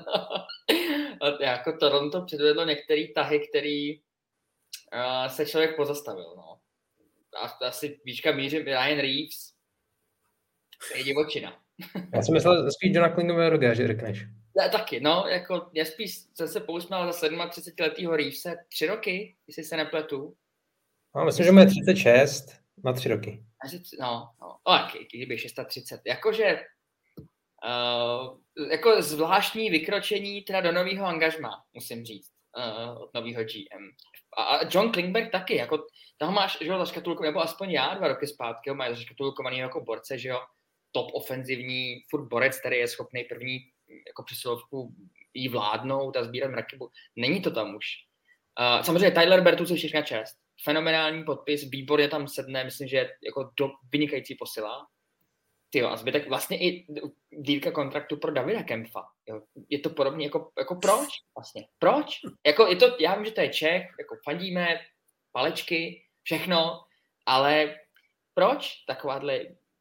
Jako Toronto předvedlo některé tahy, který uh, se člověk pozastavil. No. A asi víčka mířím Ryan Reeves. Je divočina. Já jsem myslel spíš Johna Klingberga, že řekneš. Já, taky, no, jako já spíš jsem se pousmál za třicetisedmiletýho Reevese tři roky, jestli se nepletu. No, myslím, že mu je třicet šest na tři roky. No, no, tak, kdyby třicet šest. Jakože uh, jako zvláštní vykročení teda do nového angažmá, musím říct, uh, od nového G M. A, a John Klingberg taky, jako toho máš, že ho zaškatulkovaný, nebo aspoň já dva roky zpátky ho mají zaškatulkovaný jako borce, že jo, top ofenzivní furt borec, který je schopný první jako přesilovku jí vládnout a sbírat mraky. Není to tam už. Uh, samozřejmě Tyler Bertuzzi je všechna čest. Fenomenální podpis, výborně tam sedne, myslím, že je jako do, vynikající posila. Tyjo, a zbytek vlastně i dílka kontraktu pro Davida Kempfa. Jo. Je to podobně jako, jako proč vlastně? Proč? Jako je to, já vím, že to je Čech, jako fandíme, palečky, všechno, ale proč takováhle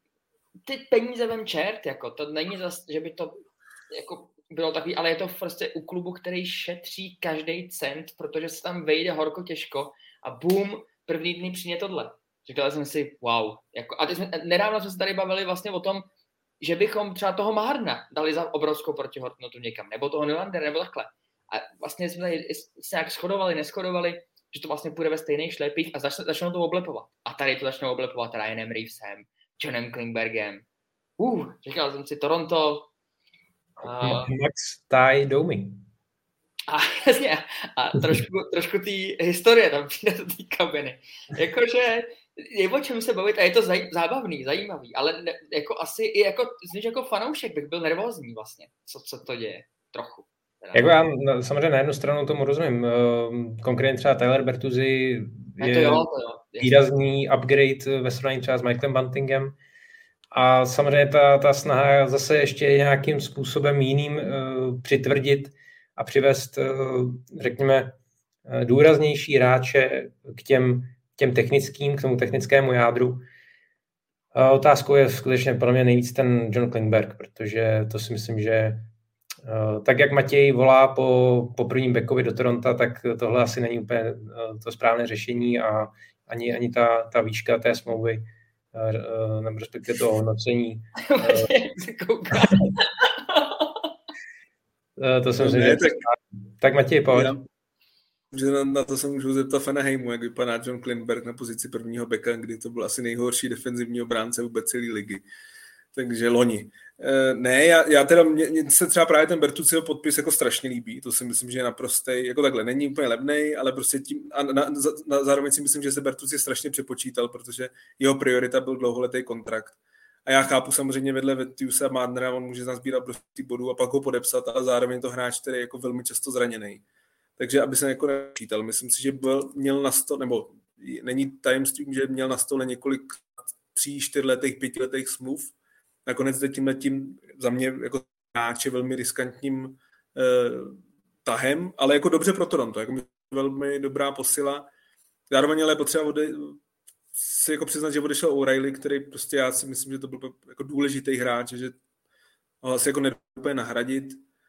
ty peníze vem čert, jako to není zase, že by to jako bylo takový, ale je to prostě u klubu, který šetří každý cent, protože se tam vejde horko těžko a boom, první dny přijde tohle. Říkal jsem si, wow. Jako, a teď jsme, nedávno jsme se tady bavili vlastně o tom, že bychom třeba toho Maharna dali za obrovskou protihodnotu někam, nebo toho Nylander, nebo takhle. A vlastně jsme tady se nějak shodovali, neschodovali, že to vlastně půjde ve stejných šlepích a začne, začnou to oblepovat. A tady to začnou oblepovat Ryanem Reevesem, Johnem Klingbergem. Uh, říkal jsem si Toronto, Uh, Max Ty Domi. A jasně, a trošku, trošku té historie tam přijde do té kabiny. Jakože je o čem se bavit a je to zaj, zábavný, zajímavý, ale ne, jako asi i jako, zníš jako fanoušek bych byl nervózní vlastně, co, co to děje, trochu. Jako já samozřejmě na jednu stranu tomu rozumím. Konkrétně třeba Tyler Bertuzzi je to jo, to jo. výrazný upgrade ve srovnání třeba s Michaelem Buntingem. A samozřejmě ta, ta snaha zase ještě nějakým způsobem jiným uh, přitvrdit a přivést, uh, řekněme, uh, důraznější hráče k těm, těm technickým, k tomu technickému jádru. Uh, otázkou je skutečně pro mě nejvíc ten John Klingberg, protože to si myslím, že uh, tak, jak Matěj volá po, po prvním backovi do Toronto, tak tohle asi není úplně uh, to správné řešení a ani, ani ta, ta výška té smlouvy nebo respektive toho hodnocení. To jsem si říct. Tak Matěj, pojď. Že na, na to se můžu zeptat Fanaheimu, jak vypadá John Klingberg na pozici prvního beka, kdy to byl asi nejhorší defenzivní obránce vůbec celé ligy. Takže loni. E, ne, já, já teda, mně se třeba právě ten Bertuzziho podpis jako strašně líbí, to si myslím, že je naprostej, jako takhle, není úplně levnej, ale prostě tím, a na, na, zároveň si myslím, že se Bertuzzi strašně přepočítal, protože jeho priorita byl dlouholetý kontrakt. A já chápu samozřejmě vedle Vettiusa a Marnera, on může nazbírat prostě bodů a pak ho podepsat, ale zároveň to hráč, který je jako velmi často zraněný. Takže aby se jako nepočítal, myslím si, že byl, měl na sto, nebo není tajemstvím, že měl na stole několik tří, čtyřletých, pětiletých smluv. Nakonec jde tímhletím za mě jako hráče velmi riskantním eh, tahem, ale jako dobře pro Toronto, jako velmi dobrá posila. Zároveň ale potřeba ode, si jako přiznat, že odešel O'Reilly, který prostě já si myslím, že to byl jako důležitý hráč, že ho asi jako nedá úplně nahradit.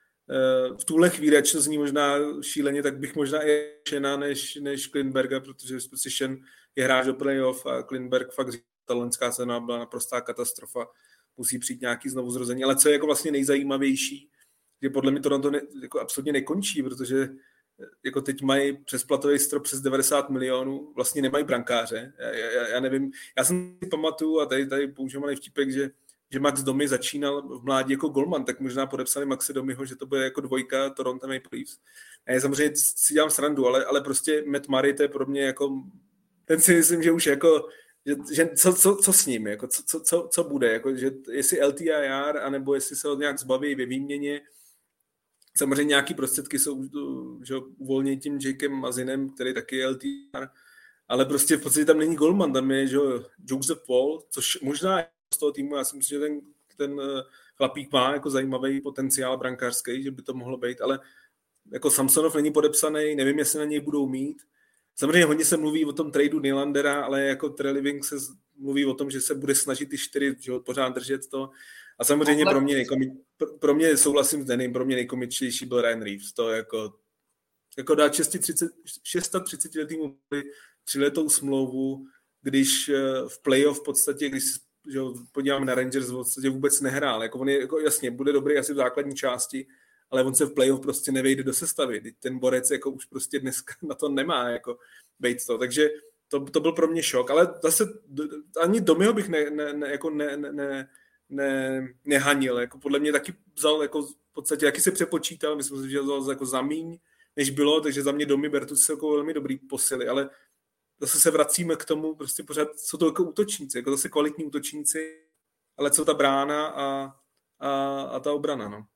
V tuhle chvíli, ač to zní možná šíleně, tak bych možná i Shena než, než Klingberga, protože prostě Shen je hráč do playoff a Klingberg fakt ta loňská cena byla naprostá katastrofa. Musí přijít nějaký znovu zrození. Ale co je jako vlastně nejzajímavější, že podle mě Toronto ne, jako absolutně nekončí, protože jako teď mají přes platový strop přes devadesát milionů, vlastně nemají brankáře. Já, já, já nevím, já jsem si pamatuju a tady, tady používaný vtipek, že, že Max Domi začínal v mládí jako golman, tak možná podepsali Maxi Domiho, že to bude jako dvojka Toronto Maple Leafs. A já samozřejmě si dělám srandu, ale, ale prostě Matt Murray, to je pro mě jako, ten si myslím, že už jako, že, že co, co, co s ním, jako, co, co, co bude, jako, že jestli L T I R, anebo jestli se ho nějak zbaví ve výměně. Samozřejmě nějaký prostředky jsou že, uvolněny tím Jakem Mazinem, který taky je L T R, ale prostě v podstatě tam není golman, tam je že, Joseph Paul, což možná je z toho týmu, já si myslím, že ten, ten chlapík má jako zajímavý potenciál brankářský, že by to mohlo být, ale jako Samsonov není podepsaný, nevím, jestli na něj budou mít. Samozřejmě hodně se mluví o tom tradu Nylandera, ale jako Treliving se mluví o tom, že se bude snažit ty čtyři že, pořád držet to. A samozřejmě pro mě, nejkomi, pro mě souhlasím s Denim, pro mě nejkomičtější byl Ryan Reeves. To jako, jako dát šestitřicetiletýmu třiletou smlouvu, když v playoff v podstatě, když že, podíváme na Rangers, v podstatě vůbec nehrál. Jako on je, jako, jasně, bude dobrý asi v základní části, ale on se v playoff prostě nevejde do sestavy. Ten borec jako už prostě dneska na to nemá jako bejt to. Takže to, to byl pro mě šok. Ale zase ani Domiho bych ne, ne, ne, jako ne, ne, ne Ne, nehanil, jako podle mě taky vzal, jako v podstatě taky se přepočítal, myslím si, že vzal jako za míň, než bylo, takže za mě Domi Bertus jsou jako velmi dobrý posily, ale zase se vracíme k tomu, prostě pořád jsou to jako útočníci, jako zase kvalitní útočníci, ale co ta brána a, a, a ta obrana, no.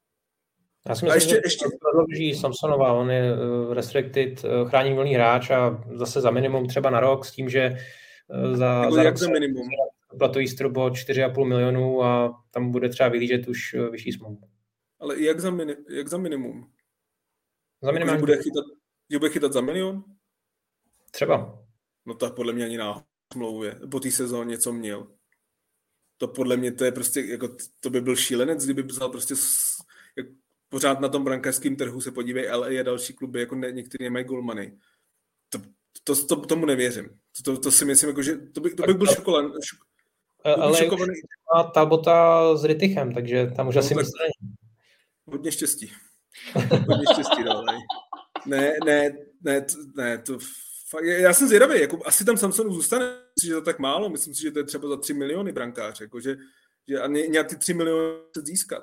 Já si myslím, ještě, že ještě... prodlouží Samsonova, on je uh, restricted, uh, chrání volný hráč a zase za minimum třeba na rok s tím, že uh, za, jako za jak rok za minimum? Platový strop o čtyři a půl milionů a tam bude třeba vylížet už vyšší smlouvu. Ale jak za, mini, jak za minimum? Za minimum. Jako, že, bude chytat, že bude chytat za milion? Třeba. No tak podle mě ani na smlouvě. Po té sezóně, co měl. To podle mě to je prostě, jako to by byl šílenec, kdyby vzal prostě s, jak, pořád na tom brankářském trhu se podívej L A a další kluby, jako ne, některý nemají golmany. To, to, to, tomu nevěřím. To, to, to si myslím, jako, že to by, to by byl šokolan. Šok, ale má Talbota s Rittichem, takže tam už no, asi místo není. Hodně štěstí. Hodně štěstí, no, ne, ne, ne, ne, to fakt, já jsem zvědavý, jako asi tam Samsonu zůstane, myslím, že to tak málo, myslím si, že to je třeba za tři miliony brankář, jako, že, že a nějak ty tři miliony se získat.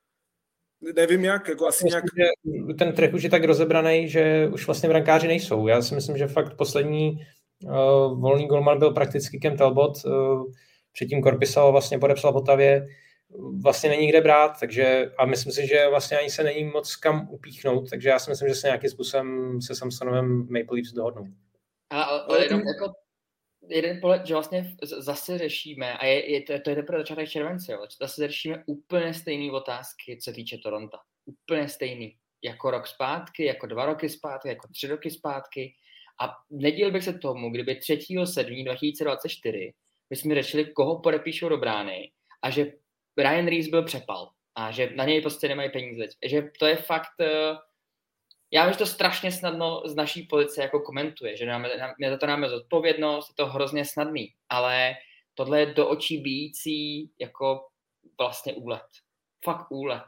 Nevím jak, jako asi myslím, nějak... Že ten trh už je tak rozebraný, že už vlastně brankáři nejsou. Já si myslím, že fakt poslední uh, volný golman byl prakticky Cam Talbot, uh, předtím Korpisalo vlastně podepsal v Otavě, vlastně není kde brát, takže a myslím si, že vlastně ani se není moc kam upíchnout, takže já si myslím, že se nějakým způsobem se Samsonovem Maple Leafs dohodnou. A, ale jenom jako jeden pohled, že vlastně zase řešíme, a je, je, to, to je teprve začátek července, jo, zase řešíme úplně stejné otázky, co týče Toronto. Úplně stejný. Jako rok zpátky, jako dva roky zpátky, jako tři roky zpátky. A nedíl bych se tomu, kdyby třetího sedmého dva tisíce dvacet čtyři my jsme řešili, koho podepíšou do brány a že Ryan Reeves byl přepal a že na něj prostě nemají peníze. Že to je fakt... Já vím, že to strašně snadno z naší pozice jako komentuje, že máme, my za to máme zodpovědnost, je to hrozně snadný, ale tohle je do očí bijící jako vlastně úlet. Fakt úlet.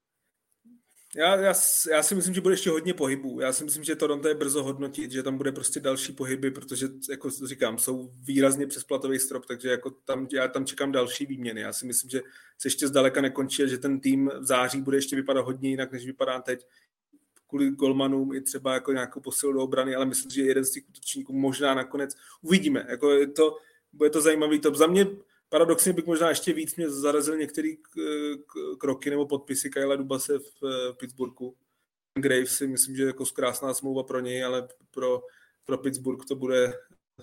Já, já, já si myslím, že bude ještě hodně pohybů. Já si myslím, že Toronto je brzo hodnotit, že tam bude prostě další pohyby, protože, jako říkám, jsou výrazně přes platový strop, takže jako tam, já tam čekám další výměny. Já si myslím, že se ještě zdaleka nekončí, že ten tým v září bude ještě vypadat hodně jinak, než vypadá teď. Kvůli golmanům i třeba jako nějakou posilu do obrany, ale myslím, že jeden z těch útočníků možná nakonec uvidíme. Jako je to, bude to zajímavý top. Za mě paradoxně bych možná ještě víc mě zarazil některé kroky nebo podpisy Kylea Dubase v, v Pittsburghu. Graves si myslím, že je jako krásná smlouva pro něj, ale pro, pro Pittsburgh to bude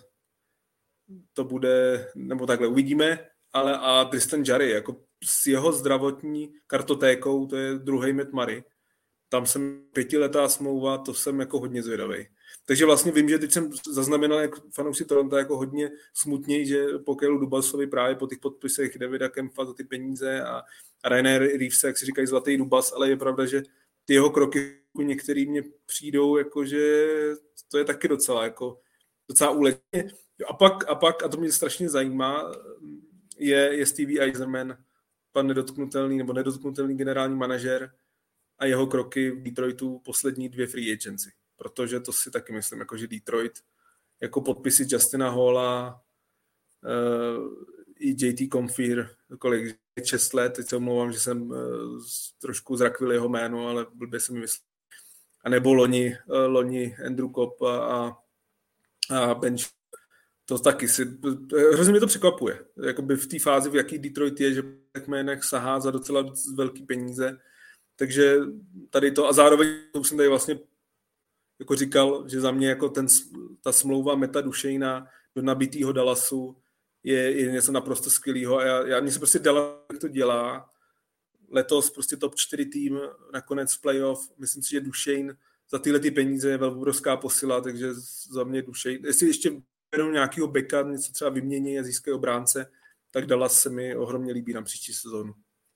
to bude, nebo takhle uvidíme, ale a Tristan Jarry, jako s jeho zdravotní kartotékou, to je druhý Matt Murray. Tam jsem pětiletá smlouva, to jsem jako hodně zvědavej. Takže vlastně vím, že teď jsem zaznamenal jak fanoušci Toronto jako hodně smutněji, že po Kailu Dubasovi právě po těch podpisech Davida Kempa za ty peníze a, a Ryana Reevese, jak si říkají zlatý Dubas, ale je pravda, že ty jeho kroky některý mně přijdou, jakože to je taky docela jako docela úletně. A pak, a pak, a to mě strašně zajímá, je, je Stevie Eiserman, pan nedotknutelný nebo nedotknutelný generální manažer a jeho kroky v Detroitu poslední dvě free agency. Protože to si taky myslím, jako že Detroit jako podpisy Justina Halla uh, i J T Compher, kolik, šest let, teď se omlouvám, že jsem uh, trošku zrakvil jeho jméno, ale blbě se mi myslel. A nebo loni, uh, loni Andrew Copp a, a Ben, to taky si, hrozně mě to překvapuje. Jakoby v té fázi, v jaký Detroit je, že Jménech sahá za docela velký peníze. Takže tady to, a zároveň to jsem tady vlastně jako říkal, že za mě jako ten, ta smlouva Meta Duchesna do nabitýho Dallasu je, je něco naprosto skvělého. A já, já mě se prostě Dallas, jak to dělá. Letos prostě top čtyři tým, nakonec v playoff. Myslím si, že Duchesne za tyhle ty peníze je velmi obrovská posila, takže za mě Duchesne. Jestli ještě berou nějakého backa, něco třeba vymění a získají obránce, tak Dallas se mi ohromně líbí na příští sezónu.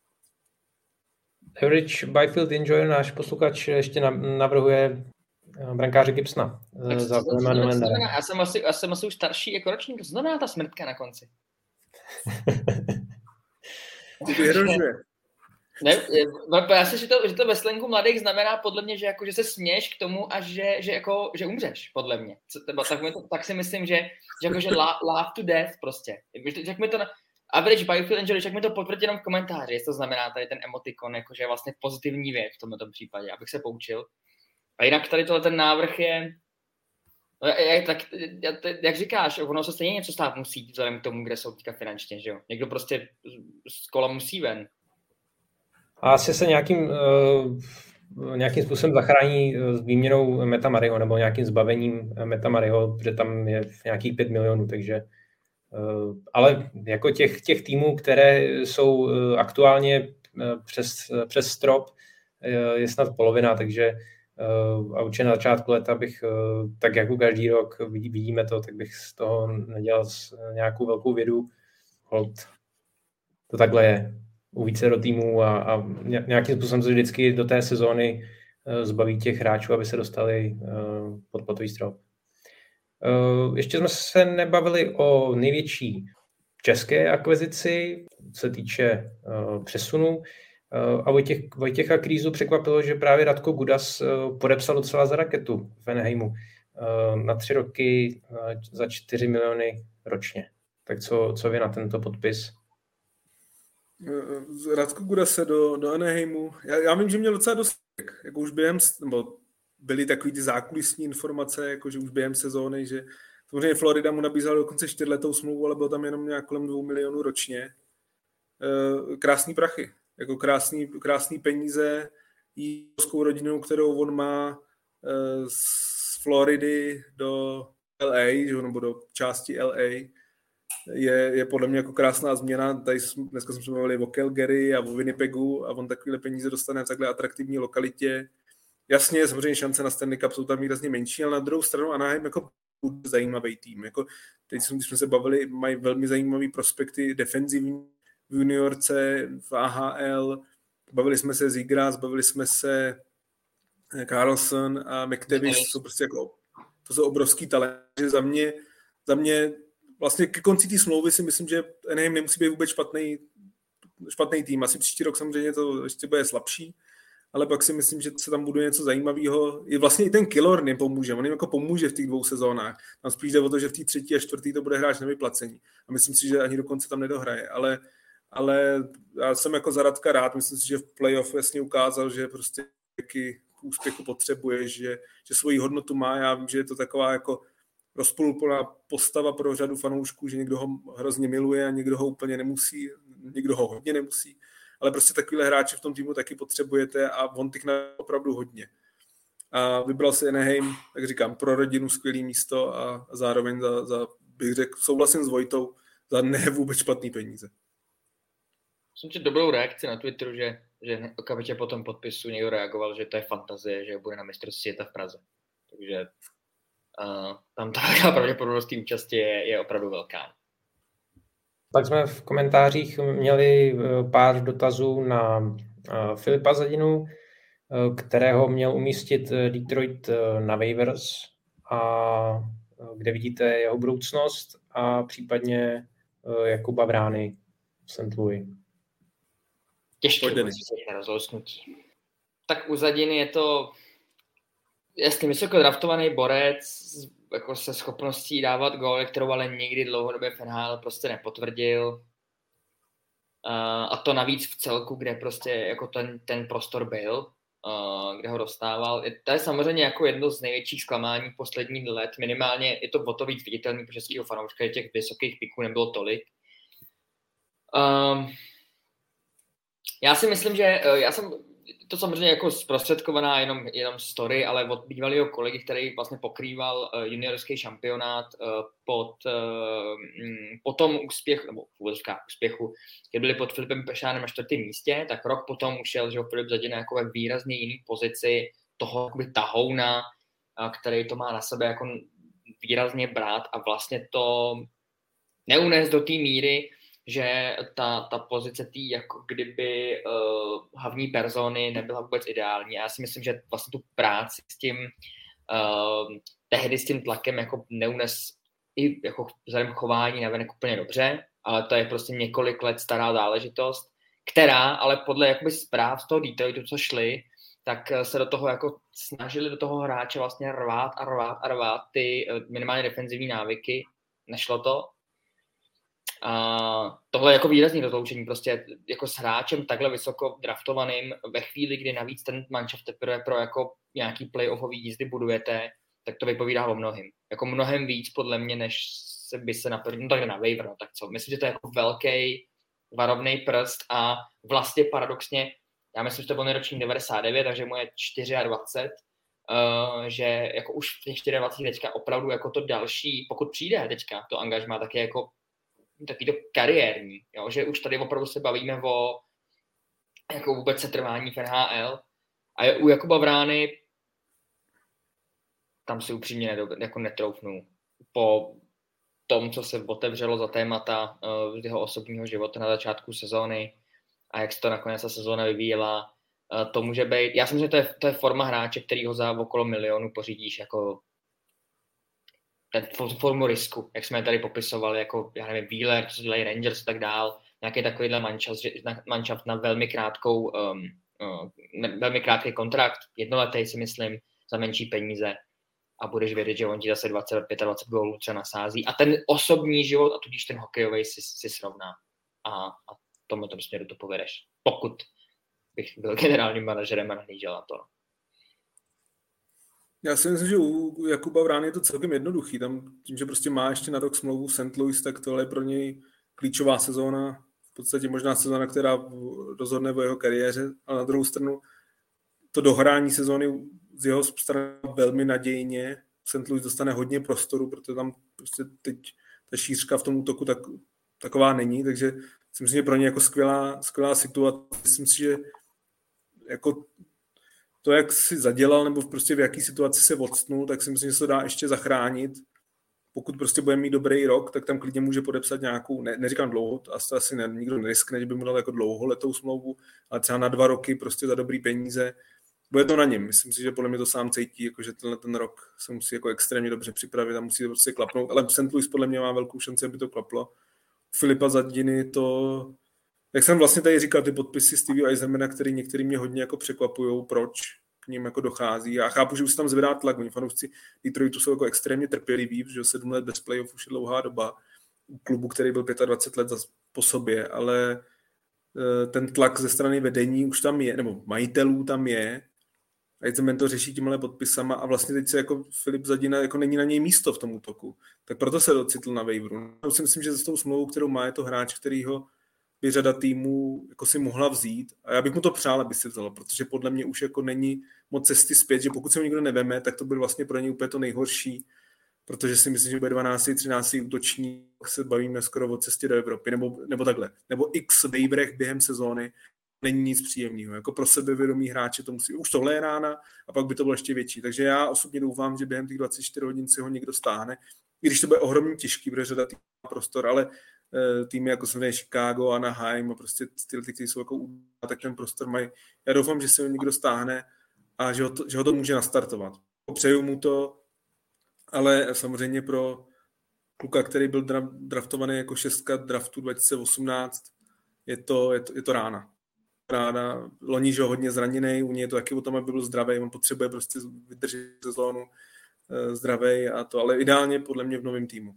Average Byfield Enjoyer, náš posluchač, ještě navrhuje brankáře Gibsona. Za to, to, to znamená, já jsem, asi, já jsem asi už starší jako ročník, to znamená ta smrtka na konci. Ty vyhrožuje. Ne, já si, že to, že to ve slangu mladých znamená podle mě, že, jako, že se směješ k tomu, až že, že, jako, že umřeš, podle mě. Tak, to, tak si myslím, že, že, jako, že love to death prostě. Jak mi to, average Byfield Enjoy, jak mi to potvrdí jenom v komentáři, jestli to znamená tady ten emotikon, jakože je vlastně pozitivní věc v tomto případě, abych se poučil. A jinak tady tohle ten návrh je, jak, tak, jak říkáš, ono se stejně něco stát musí, vzhledem k tomu, kde jsou teďka finančně, že jo? Někdo prostě z kola musí ven. A asi se nějakým, uh, nějakým způsobem zachrání s výměnou Meta Murrayho nebo nějakým zbavením Meta Murrayho, protože tam je nějakých pět milionů, takže uh, ale jako těch, těch týmů, které jsou uh, aktuálně uh, přes, uh, přes strop, uh, je snad polovina, takže uh, a určitě na začátku leta bych, uh, tak jako každý rok vidíme to, tak bych z toho nedělal nějakou velkou vědu. Hold. To takhle je. U více do týmů a, a nějakým způsobem se vždycky do té sezóny uh, zbaví těch hráčů, aby se dostali uh, pod platový strop. Uh, ještě jsme se nebavili o největší české akvizici, co se týče uh, přesunu. Uh, a Vojtěch, Vojtěcha Krýzu překvapilo, že právě Radko Gudas uh, podepsal docela za raketu v Anaheimu uh, na tři roky uh, za čtyři miliony ročně. Tak co, co vy na tento podpis? Radko Gudase do, do Anaheimu. Já, já vím, že měl docela dost, jako už během, nebo byly takový ty zákulisní informace, jako že už během sezóny, že samozřejmě Florida mu nabízala dokonce čtyřletou smlouvu, ale bylo tam jenom nějak kolem dvou milionů ročně. Krásný prachy, jako krásný, krásný peníze, jízkou rodinou, kterou on má z Floridy do L A, že, nebo do části L A, Je, je podle mě jako krásná změna. Tady dneska jsme se bavili o Calgary a o Winnipegu a on takovýhle peníze dostane v takhle atraktivní lokalitě. Jasně, samozřejmě šance na Stanley Cup jsou tam výrazně menší, ale na druhou stranu Anaheim jako zajímavý tým. Jako teď, když jsme se bavili, mají velmi zajímavý prospekty defenzivní v juniorce, v A H L. Bavili jsme se Zegras, bavili jsme se Carlson a McTavish, jsou prostě jako, to jsou obrovský talent. Za mě, za mě vlastně ke konci té smlouvy si myslím, že Anaheim nemusí být vůbec špatný, špatný tým. Asi příští rok samozřejmě to ještě bude slabší, ale pak si myslím, že se tam bude něco zajímavého. I vlastně i ten Killorn jim pomůže. On jim jako pomůže v těch dvou sezónách. Tam spíš jde o to, že v té třetí a čtvrtý to bude hráč nevyplacení. A myslím si, že ani dokonce tam nedohraje. Ale, ale já jsem jako za Radka rád. Myslím si, že v playoff jasně ukázal, že prostě jaký úspěchu potřebuje, že, že svoji hodnotu má. Já vím, že je to taková jako rozpoluplná postava pro řadu fanoušků, že někdo ho hrozně miluje a někdo ho úplně nemusí, někdo ho hodně nemusí, ale prostě takovýhle hráče v tom týmu taky potřebujete a on těch opravdu hodně. A vybral si Anaheim, tak říkám, pro rodinu skvělý místo a zároveň za, za bych řekl, souhlasím s Vojtou, za ne vůbec špatný peníze. Jsem četl dobrou reakci na Twitteru, že, že okamžitě po tom podpisu někdo reagoval, že to je fantazie, že bude na mistrovství světa v Praze. Takže uh, tam ta pravděpodobnost té účasti je, je opravdu velká. Pak jsme v komentářích měli pár dotazů na uh, Filipa Zadinu, uh, kterého měl umístit Detroit uh, na waivers a uh, kde vidíte jeho budoucnost a případně uh, Jakuba Vrány v Saint Louis. Těžké rozlousknutí. Tak u Zadiny je to jasně vysoko draftovaný borec jako se schopností dávat góly, kterou ale nikdy dlouhodobě v N H L prostě nepotvrdil. A to navíc v celku, kde prostě jako ten, ten prostor byl, kde ho dostával. To je samozřejmě jako jedno z největších zklamání posledních let. Minimálně je to o to víc viditelný pro českého fanouška, že těch vysokých piků nebylo tolik. Um, já si myslím, že já jsem to samozřejmě jako zprostředkovaná jenom, jenom story, ale od bývalého kolegy, který vlastně pokrýval uh, juniorský šampionát uh, pod, uh, po tom úspěchu, nebo vůbec úspěchu, kde byli pod Filipem Pešánem na čtvrtém místě, tak rok potom ušel, že ho Filip Zadina jako ve výrazně jiný pozici toho jakoby tahouna, uh, který to má na sebe jako výrazně brát a vlastně to neunést do té míry, že ta, ta pozice tý jako kdyby uh, hlavní persony nebyla vůbec ideální. Já si myslím, že vlastně tu práci s tím uh, tehdy s tím tlakem jako neunes i jako vzhledem chování navenek úplně dobře, ale to je prostě několik let stará záležitost, která ale podle jakoby zpráv z toho Detroitu, co šli, tak se do toho jako snažili do toho hráče vlastně rvát a rvát a rvát ty minimálně defenzivní návyky. Nešlo to. A tohle je jako výrazný rozloučení prostě jako s hráčem takhle vysoko draftovaným ve chvíli, kdy navíc ten manšaft teprve pro jako nějaký playoffový jízdy budujete, tak to vypovídá o mnohým. Jako mnohem víc podle mě, než se by se na první, no tak na waiver, no, tak co. Myslím, že to je jako velký varovný prst a vlastně paradoxně, já myslím, že to byl ročník devadesát devět, takže mu je dvacet čtyři, uh, že jako už v těch dvacet čtyři teďka opravdu jako to další, pokud přijde teďka to angažmá, tak je jako takový to kariérní, jo? Že už tady opravdu se bavíme o jako vůbec setrvání v N H L a je u Jakuba Vrány tam si upřímně nedob, jako netroufnu. Po tom, co se otevřelo za témata uh, jeho osobního života na začátku sezóny a jak se to nakonec ta sezóna vyvíjela, uh, to může být, já si myslím, že to je, to je forma hráče, který ho za okolo milionu pořídíš jako ten formu risku, jak jsme je tady popisovali, jako, já nevím, Wheeler, co dělají Rangers a tak dál, nějaký takovýhle manšaft, manšaft na velmi krátkou, um, uh, velmi krátký kontrakt, jednoletý si myslím, za menší peníze a budeš vědět, že on ti zase dvacet dvacet pět gólů třeba nasází a ten osobní život a tudíž ten hokejový si, si srovná a, a tomu tom směru to povedeš, pokud bych byl generálním manažerem a nahlížel na to. Já si myslím, že u Jakuba Vrány je to celkem jednoduchý. Tam tím, že prostě má ještě na rok smlouvu Saint Louis, tak tohle je pro něj klíčová sezóna. V podstatě možná sezóna, která rozhodne o jeho kariéře. A na druhou stranu to dohrání sezóny z jeho strany velmi nadějně. Saint Louis dostane hodně prostoru, protože tam prostě teď ta šířka v tom útoku tak, taková není. Takže si myslím, že pro ně jako skvělá, skvělá situace. Myslím si, že jako to, jak si zadělal, nebo prostě v jaký situaci se odstnul, tak si myslím, že se to dá ještě zachránit. Pokud prostě bude mít dobrý rok, tak tam klidně může podepsat nějakou, ne, neříkám dlouho, to asi, asi ne, nikdo neriskne, že by mu dal jako dlouholetou smlouvu, ale třeba na dva roky prostě za dobrý peníze. Bude to na něm. Myslím si, že podle mě to sám cítí, jako že tenhle ten rok se musí jako extrémně dobře připravit a musí to prostě klapnout. Ale Saint Louis podle mě má velkou šanci, aby to klaplo. Filipa Zadiny to... Jak jsem vlastně tady říkal, ty podpisy Stevie Eisermana, který některý mě hodně jako překvapujou, proč k ním jako dochází. Já chápu, že už se tam zvedá tlak. Oni fanoušci Detroitu jsou jako extrémně trpěliví, protože sedm let bez playoff už je dlouhá doba. U klubu, který byl dvacet pět let po sobě, ale ten tlak ze strany vedení už tam je, nebo majitelů tam je. Eiserman to řeší tímhle podpisama a vlastně teď se jako Filip Zadina jako není na něj místo v tom útoku. Tak proto se docitl na waiveru. Já si myslím, že s tou smlouvou, kterou má, je to hráč, který ho by řada týmů jako si mohla vzít. A já bych mu to přál, aby si vzalo, protože podle mě už jako není moc cesty zpět, že pokud se ho nikdo neveme, tak to byl vlastně pro něj úplně to nejhorší, protože si myslím, že bude dvanáctý třináctý útočník, se bavíme skoro o cestě do Evropy, nebo, nebo takhle, nebo x waiverech během sezóny, není nic příjemného. Jako pro sebevědomí hráče to musí, už tohle je rána a pak by to bylo ještě větší. Takže já osobně doufám, že během těch dvacet čtyři hodin si ho někdo stáhne, i když to bude ohromně těžký, protože řada týmů má prostor, ale uh, týmy jako jsou Chicago, Anaheim a prostě ty, ty, ty jsou jako údá, tak ten prostor mají. Já doufám, že si ho někdo stáhne a že ho to, že ho to může nastartovat. Přeju mu to, ale samozřejmě pro kluka, který byl draftovaný jako šestka draftu dva tisíce osmnáct, je to, je to, je to rána. Rána. Loni, že ho hodně zraněný, u něj je to taky o tom, aby byl zdravý, on potřebuje prostě vydržet sezónu e, zdravý a to, ale ideálně podle mě v novém týmu.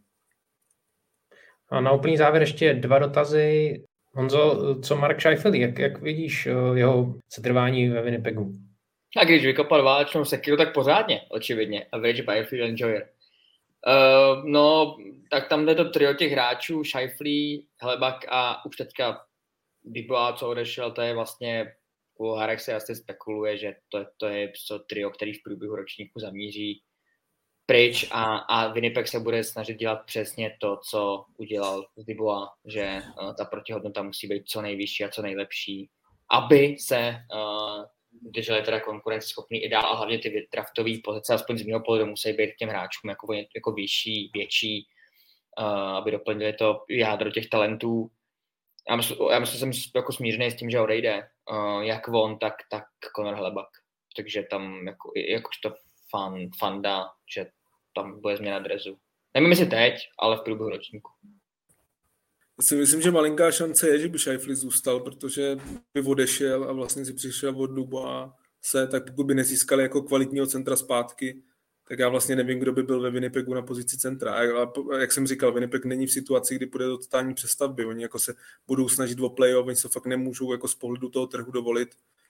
A na úplný závěr ještě dva dotazy. Honzo, co Mark Scheifele, jak, jak vidíš jeho setrvání ve Winnipegu? A když vykopal válečnou sekiru, tak pořádně, očividně. Average Byfield Enjoyer. Uh, no, tak tam jde to trio těch hráčů, Scheifele, Hellebuyck a už teďka Dubois, co odešel, to je vlastně, u Harek se asi spekuluje, že to, to je to trio, který v průběhu ročníku zamíří pryč a, a Winnipeg se bude snažit dělat přesně to, co udělal z Dubois, že uh, ta protihodnota musí být co nejvyšší a co nejlepší, aby se uh, drželi teda konkurenceschopný i dál a hlavně ty draftové pozice, aspoň z mého pohledu, musí být těm hráčům jako, jako vyšší, větší, uh, aby doplnili to jádro těch talentů. Já myslím, já myslím, že jsem jako smířený s tím, že odejde, uh, jak on, tak, tak Connor Hellebuyck. Takže tam jako, jakožto fan, fanda, že tam bude změna dresu. Nevím, jestli teď, ale v průběhu ročníku. Já si myslím, že malinká šance je, že by Scheifele zůstal, protože by odešel a vlastně si přišel od Dubois se, tak pokud by nezískali jako kvalitního centra zpátky, tak já vlastně nevím, kdo by byl ve Winnipegu na pozici centra. A jak jsem říkal, Winnipeg není v situaci, kdy půjde do totální přestavby. Oni jako se budou snažit o play-off, oni se fakt nemůžou jako z pohledu toho trhu dovolit.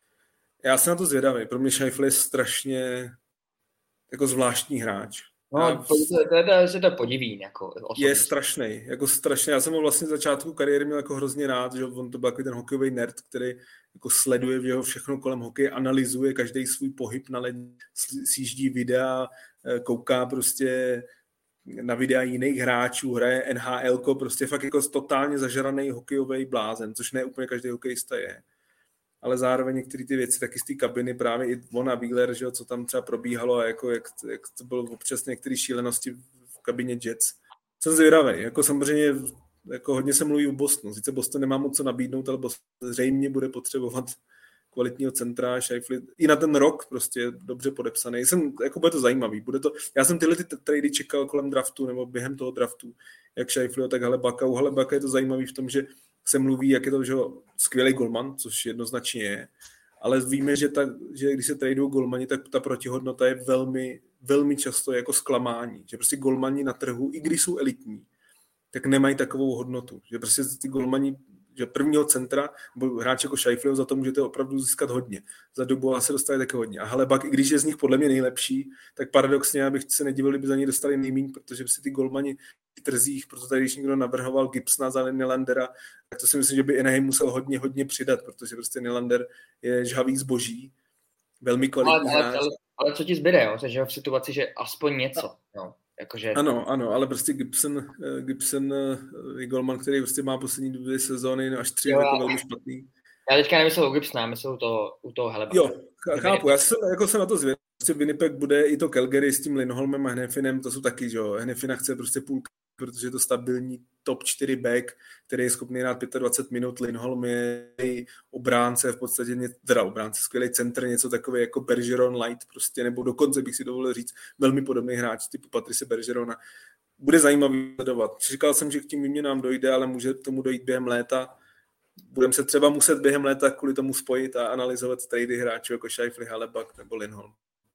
Já jsem na to zvědavý. Pro mě Scheifele je strašně jako zvláštní hráč. No, to, to, to, to, to podiví. Jako je strašný, jako strašný. Já jsem ho vlastně z začátku kariéry měl jako hrozně rád, že on to byl jako ten hokejový nerd, který jako sleduje v jeho všechno kolem hokeje, analyzuje každý svůj pohyb na ledě, sjíždí videa, kouká prostě na videa jiných hráčů, hraje N H L ko, prostě fakt jako totálně zažraný hokejový blázen, což ne úplně každý hokejista je. Ale zároveň některé ty věci taky z té kabiny, právě i on a Wheeler, že jo, co tam třeba probíhalo a jako jak, jak to bylo občas některé šílenosti v kabině Jets. Jsem zvědavý, jako samozřejmě jako hodně se mluví o Bostonu. Sice Boston nemá moc co nabídnout, ale Boston zřejmě bude potřebovat kvalitního centra, Scheifele i na ten rok prostě dobře podepsaný. Jsem, jako bude to zajímavý. Bude to, já jsem tyhle ty trady čekal kolem draftu nebo během toho draftu, jak Scheifele, tak Hellebuycka. U Hellebuycka je to zajímavý v tom, že se mluví, jak je to, že skvělý golman, což jednoznačně je, ale víme, že, ta, že když se tradují golmani, tak ta protihodnota je velmi, velmi často jako zklamání, že prostě golmani na trhu, i když jsou elitní, tak nemají takovou hodnotu, že prostě ty golmani, že prvního centra, nebo hráč jako Scheifele, za to můžete opravdu získat hodně. Za dobu se dostali také hodně. A Hellebuyck, i když je z nich podle mě nejlepší, tak paradoxně, já bych se nedivil, kdyby za něj dostali nejméně, protože si ty golmani v trzích, proto tady, když někdo navrhoval Gibsona za Nylandera, tak to si myslím, že by Anaheim musel hodně, hodně přidat, protože prostě Nylander je žhavý zboží, velmi kvalitní ale, hráč. Ale, ale co ti zbyde, jo? Že v situaci, že aspoň něco, jo? Jakože... Ano, ano, ale prostě Gibson, Gibson je golman, který prostě má poslední dvě sezóny, no až tři, jo, jako velmi špatný. Já teďka nemyslel u Gibsona, myslel u toho, u toho Hellebuycka. Jo, chápu, já jsem, jako jsem na to zvědavý. Prostě Winnipeg bude i to Calgary s tím Lindholmem a Hnefinem, to jsou taky, že jo. Hnefina chce prostě půl, protože je to stabilní top čtyři back, který je schopný hrát dvacet pět minut. Lindholm je obránce, v podstatě, teda obránce, skvělý center, něco takové jako Bergeron light, prostě, nebo dokonce bych si dovolil říct, velmi podobný hráč typu Patrice Bergerona. Bude zajímavý sledovat. Říkal jsem, že k tím výměnám dojde, ale může k tomu dojít během léta. Budeme se třeba muset během léta kvůli tomu spojit a analyzovat trady hráčů jako Scheifele, Hellebuyck nebo Lindholm.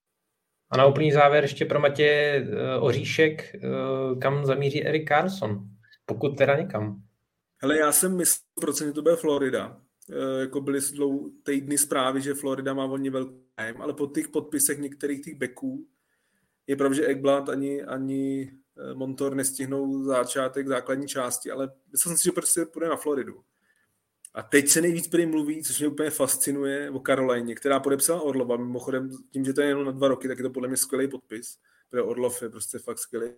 A na úplný závěr ještě pro Matěje Oříšek, kam zamíří Erik Karlsson, pokud teda někam. Hele, já jsem myslel, procent to bude Florida. Jako byly dlou týdny zprávy, že Florida má volně velký zájem, ale po těch podpisech některých těch backů je pravda, že Ekblad ani, ani Montour nestihnou začátek základní části, ale myslím si, že prostě půjde na Floridu. A teď se nejvíc prý mluví, což mě úplně fascinuje, o Karolajně, která podepsala Orlova. Mimochodem, tím, že to je jenom na dva roky, tak je to podle mě skvělý podpis. protože Orlov je prostě fakt skvělý.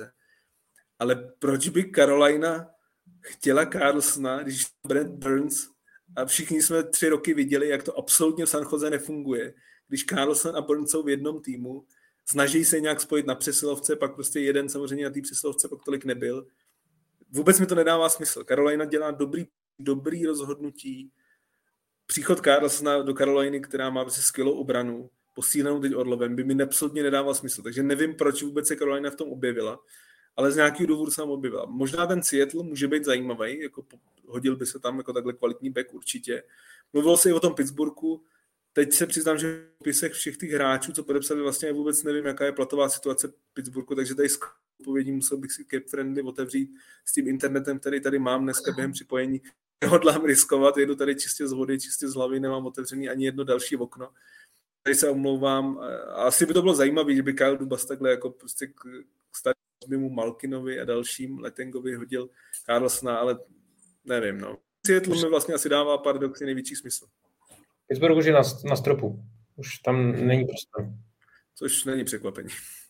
Ale proč by Carolina chtěla Karlssona, když Brent Burns a všichni jsme tři roky viděli, jak to absolutně v San Jose nefunguje, když Karlsson a Burns jsou v jednom týmu, snaží se nějak spojit na přesilovce, pak prostě jeden samozřejmě na té přesilovce pak tolik nebyl. Vůbec mi to nedává smysl. Carolina dělá dobrý, dobrý rozhodnutí. Příchod Karlssona do Caroliny, která má prostě skvělou obranu, posílenou teď Orlovem, by mi absolutně nedával smysl. Takže nevím, proč vůbec se Carolina v tom objevila, ale z nějakého důvodu se tam objevila. Možná ten Seattle může být zajímavý, jako hodil by se tam jako takhle kvalitní back určitě. Mluvilo se i o tom Pittsburghu. Teď se přiznám, že v pisech všech těch hráčů, co podepsali, vlastně vůbec nevím, jaká je platová situace Pittsburghu, takže tady s odpovědí musel bych si Cap Friendly otevřít s tím internetem, který tady mám dneska během připojení. Nehodlám riskovat, jedu tady čistě z vody, čistě z hlavy, nemám otevřený ani jedno další okno. Tady se omlouvám. Asi by to bylo zajímavé, že by Kyle Dubas takhle jako prostě k staršímu Malkinovi a dalším Letengovi hodil Karlssona, ale nevím, no. Seattle mi vlastně asi dává paradoxně největší smysl. Pittsburgh už je na, na stropu. Už tam není prostor. Což není překvapení.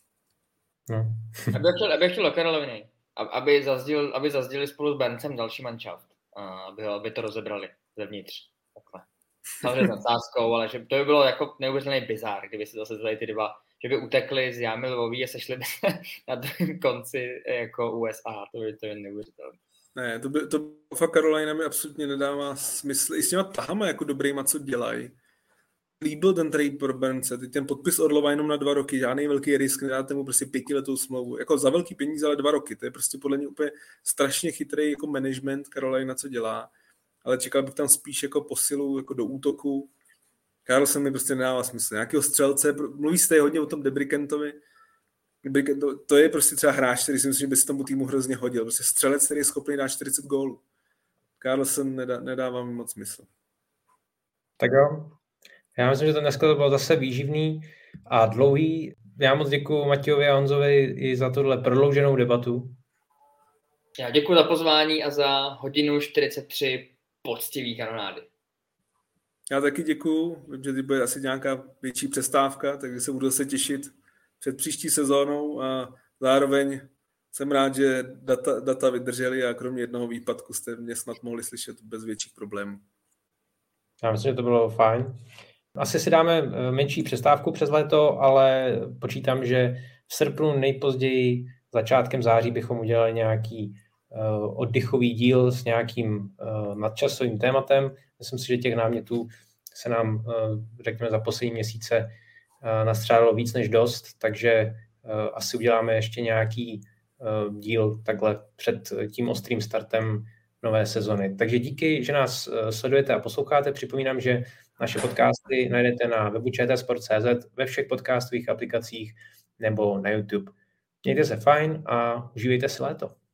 No. Aby chtěl, aby chtěl do Caroline, aby zazdíl, aby zazdíli spolu s Berncem další manšaft. Aby, aby to rozebrali zevnitř. Takhle. Samozřejmě s nadsázkou, ale že to by bylo jako neuvěřitelný bizár, kdyby se zase tady ty dva, že by utekli z Jámy Lvový a sešli by se na druhém konci jako U S A. To by to je neuvěřitelné. Ne, to by, to fakt Carolina mi absolutně nedává smysl. I s těma tahama jako dobrýma, co dělají. Líbil ten trade pro Burnse, teď ten podpis Orlova jenom na dva roky, žádný velký risk, nedáte mu prostě pětiletou smlouvu. Jako za velký peníze, ale dva roky. To je prostě podle mě úplně strašně chytrý jako management Carolina, co dělá. Ale čekal bych tam spíš jako posilu jako do útoku. Karlsson mi prostě nedává smysl. Nějakého střelce, mluví jste hodně o tom Debrikentovi. To, to je prostě třeba hráč, který si myslím, že by se tomu týmu hrozně hodil. Prostě střelec, který je schopný dát čtyřicet gólů. Karlsson nedá, nedává mi moc smysl. Tak jo. Já myslím, že to dneska to bylo zase výživný a dlouhý. Já moc děkuju Matějovi a Honzovi i za tohle prodlouženou debatu. Já děkuji za pozvání a za hodinu čtyřicet tři poctivý kanonády. Já taky děkuju. Vím, že teď bude asi nějaká větší přestávka, takže se budu zase těšit před příští sezónou a zároveň jsem rád, že data, data vydrželi a kromě jednoho výpadku jste mě snad mohli slyšet bez větších problémů. Já myslím, že to bylo fajn. Asi si dáme menší přestávku přes léto, ale počítám, že v srpnu nejpozději začátkem září bychom udělali nějaký uh, oddychový díl s nějakým uh, nadčasovým tématem. Myslím si, že těch námětů se nám, uh, řekněme, za poslední měsíce uh, nastřádalo víc než dost, takže uh, asi uděláme ještě nějaký uh, díl takhle před tím ostrým startem nové sezony. Takže díky, že nás uh, sledujete a posloucháte. Připomínám, že naše podcasty najdete na webu č t sport tečka c z, ve všech podcastových aplikacích nebo na YouTube. Mějte se fajn a užívejte si léto.